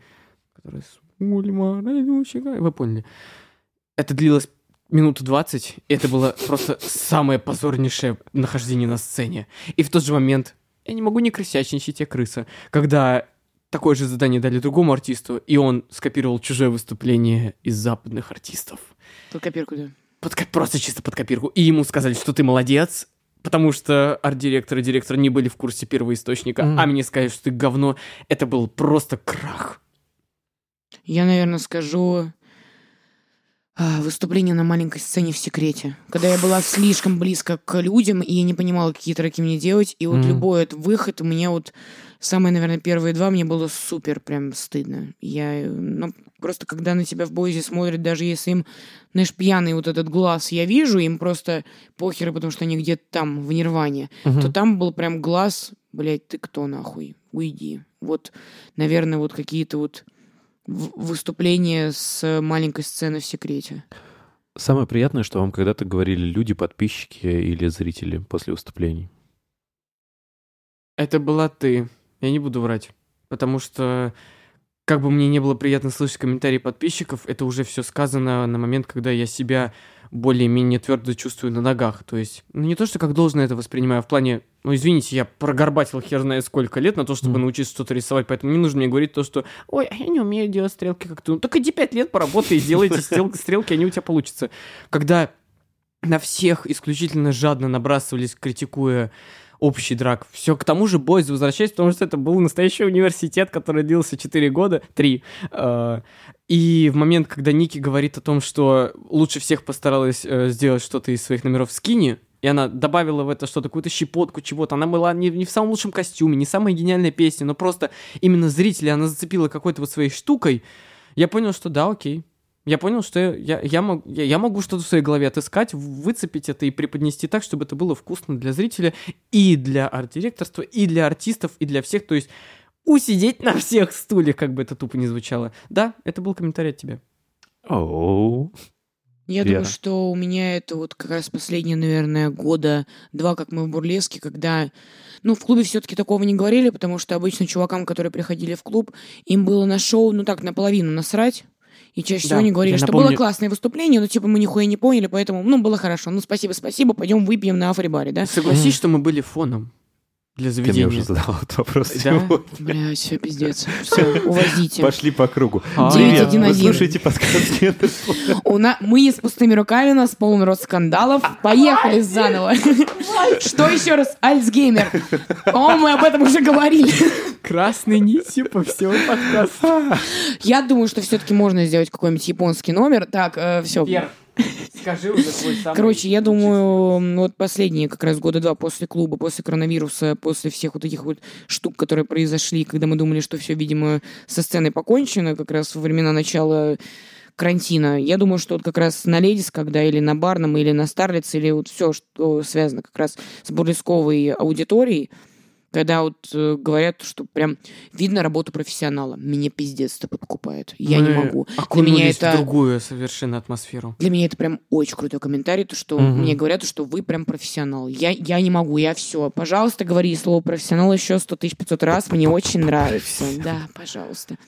S2: Вы поняли. Это длилось минуту двадцать, и это было просто самое позорнейшее нахождение на сцене. И в тот же момент я не могу не крысячничать, я крыса. Когда такое же задание дали другому артисту, и он скопировал чужое выступление из западных артистов.
S3: Под копирку, да.
S2: Под, просто чисто под копирку. И ему сказали, что ты молодец, потому что арт-директор и директор не были в курсе первоисточника, mm. а мне сказали, что ты говно. Это был просто крах.
S3: Я, наверное, скажу... выступление на маленькой сцене в секрете. Когда я была слишком близко к людям, и я не понимала, какие треки мне делать. И вот mm. любой этот выход, у меня вот самые, наверное, первые два, мне было супер прям стыдно. Я, ну, просто когда на тебя в бойзе смотрят, даже если им, знаешь, пьяный вот этот глаз я вижу, им просто похер, потому что они где-то там, в нирване, mm-hmm. то там был прям глаз, блядь, ты кто нахуй? Уйди. Вот, наверное, вот какие-то вот выступление с маленькой сцены в секрете.
S1: Самое приятное, что вам когда-то говорили люди, подписчики или зрители после выступлений?
S2: Это была ты. Я не буду врать. Потому что, как бы мне не было приятно слышать комментарии подписчиков, это уже все сказано на момент, когда я себя более-менее твердо чувствую на ногах. То есть, ну не то, что как должно это воспринимаю, в плане, ну извините, я прогорбатил хер знает сколько лет на то, чтобы mm. научиться что-то рисовать, поэтому не нужно мне говорить то, что ой, а я не умею делать стрелки как ты. Ну так иди пять лет поработай и делайте стрелки, стрелки, они у тебя получатся. Когда на всех исключительно жадно набрасывались, критикуя общий драк. Все к тому же бойз возвращаясь, потому что это был настоящий университет, который длился четыре года, три. И в момент, когда Ники говорит о том, что лучше всех постаралась сделать что-то из своих номеров в скине, и она добавила в это что-то, какую-то щепотку чего-то, она была не, не в самом лучшем костюме, не самая гениальная песня, но просто именно зрителя она зацепила какой-то вот своей штукой, я понял, что да, окей. Я понял, что я, я, я, мог, я, я могу что-то в своей голове отыскать, выцепить это и преподнести так, чтобы это было вкусно для зрителя и для арт-директорства, и для артистов, и для всех. То есть усидеть на всех стульях, как бы это тупо не звучало. Да, это был комментарий от тебя.
S1: Оу.
S3: Я Вера. думаю, что у меня это вот как раз последние, наверное, года два, как мы в бурлеске, когда... Ну, в клубе все-таки такого не говорили, потому что обычно чувакам, которые приходили в клуб, им было на шоу, ну так, наполовину насрать. И чаще да, всего они говорили, что напомню... было классное выступление, но типа мы нихуя не поняли, поэтому, ну, было хорошо. Ну, спасибо, спасибо, пойдем выпьем на афри-баре, да?
S2: Согласись, mm. что мы были фоном для заведения.
S1: Ты мне уже задал этот вопрос
S2: да?
S1: сегодня.
S3: Блядь, все, пиздец. Все, увозите.
S1: Пошли по кругу.
S3: девять один
S1: один. Вы слушаете подкаст
S3: Мы не с пустыми руками, у нас полный рот скандалов. Поехали заново. Что еще раз? Альцгеймер. О, мы об этом уже говорили.
S2: Красной нитью по всему подкасту.
S3: Я думаю, что все-таки можно сделать какой-нибудь японский номер. Так, э, все.
S2: Вер, скажи уже свой самый...
S3: Короче, я думаю, вот последние как раз года два после клуба, после коронавируса, после всех вот этих вот штук, которые произошли, когда мы думали, что все, видимо, со сценой покончено, как раз во времена начала карантина. Я думаю, что вот как раз на Ледис, когда или на Барном, или на Старлиц, или вот все, что связано как раз с бурлесковой аудиторией, когда вот э, говорят, что прям видно работу профессионала. Меня пиздец это подкупает. Я
S2: Мы
S3: не могу.
S2: Для меня это в другую совершенно атмосферу.
S3: Для меня это прям очень крутой комментарий, то, что угу. мне говорят, что вы прям профессионал. Я, я не могу, я все. Пожалуйста, говори слово профессионал еще сто тысяч пятьсот раз. Мне очень нравится. Да, пожалуйста.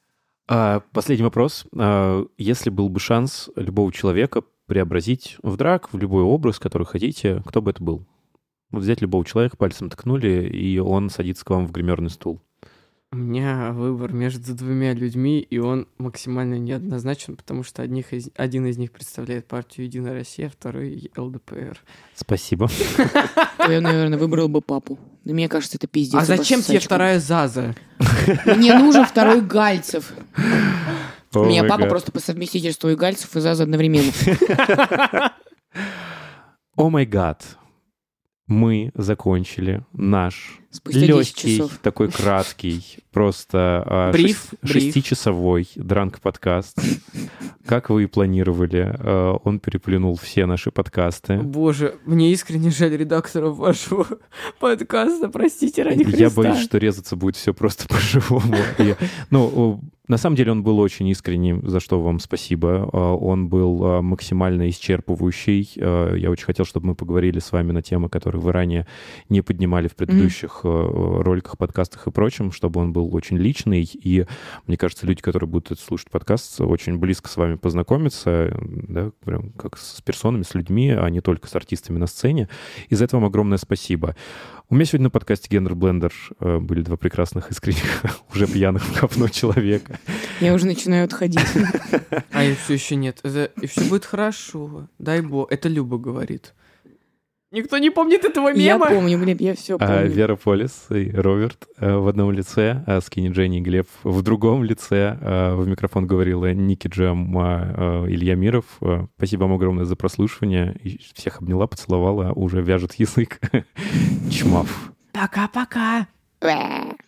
S1: А, последний вопрос. А, если был бы шанс любого человека преобразить в драг, в любой образ, который хотите, кто бы это был? Вот взять любого человека, пальцем ткнули, и он садится к вам в гримерный стул.
S2: У меня выбор между двумя людьми, и он максимально неоднозначен, потому что одних из, один из них представляет партию «Единая Россия», второй — эл дэ пэ эр.
S1: Спасибо.
S3: Я, наверное, выбрал бы папу. Мне кажется, это пиздец.
S2: А зачем тебе вторая Заза?
S3: Мне нужен второй Гальцев. У меня папа просто по совместительству и Гальцев, и Заза одновременно.
S1: О май гад. Мы закончили наш
S3: Спустя
S1: легкий, такой краткий, просто
S2: бриф,
S1: шесть, шестичасовой дранк-подкаст. Как вы и планировали, он переплюнул все наши подкасты.
S2: Боже, мне искренне жаль редакторов вашего подкаста, простите, ради Христа.
S1: Я боюсь, что резаться будет все просто по-живому. И, ну, На самом деле он был очень искренним, за что вам спасибо. Он был максимально исчерпывающий. Я очень хотел, чтобы мы поговорили с вами на темы, которые вы ранее не поднимали в предыдущих mm-hmm. роликах, подкастах и прочем, чтобы он был очень личный. И мне кажется, люди, которые будут слушать подкаст, очень близко с вами познакомятся, да, прям как с персонами, с людьми, а не только с артистами на сцене. И за это вам огромное спасибо. У меня сегодня на подкасте Гендер Блендер были два прекрасных, искренних, уже пьяных в говно человека.
S3: Я уже начинаю отходить.
S2: А и все еще нет. Это, и все будет хорошо. Дай бог. Это Люба говорит. Никто не помнит этого мема?
S3: Я помню, Глеб, я все помню.
S1: А, Вера Полис и Роберт а, в одном лице, а Скини Дженни и Глеб в другом лице. А, в микрофон говорила Ники Джем, а, а, Илья Миров. А, спасибо вам огромное за прослушивание. И всех обняла, поцеловала, уже вяжет язык. Чмав.
S2: Пока-пока.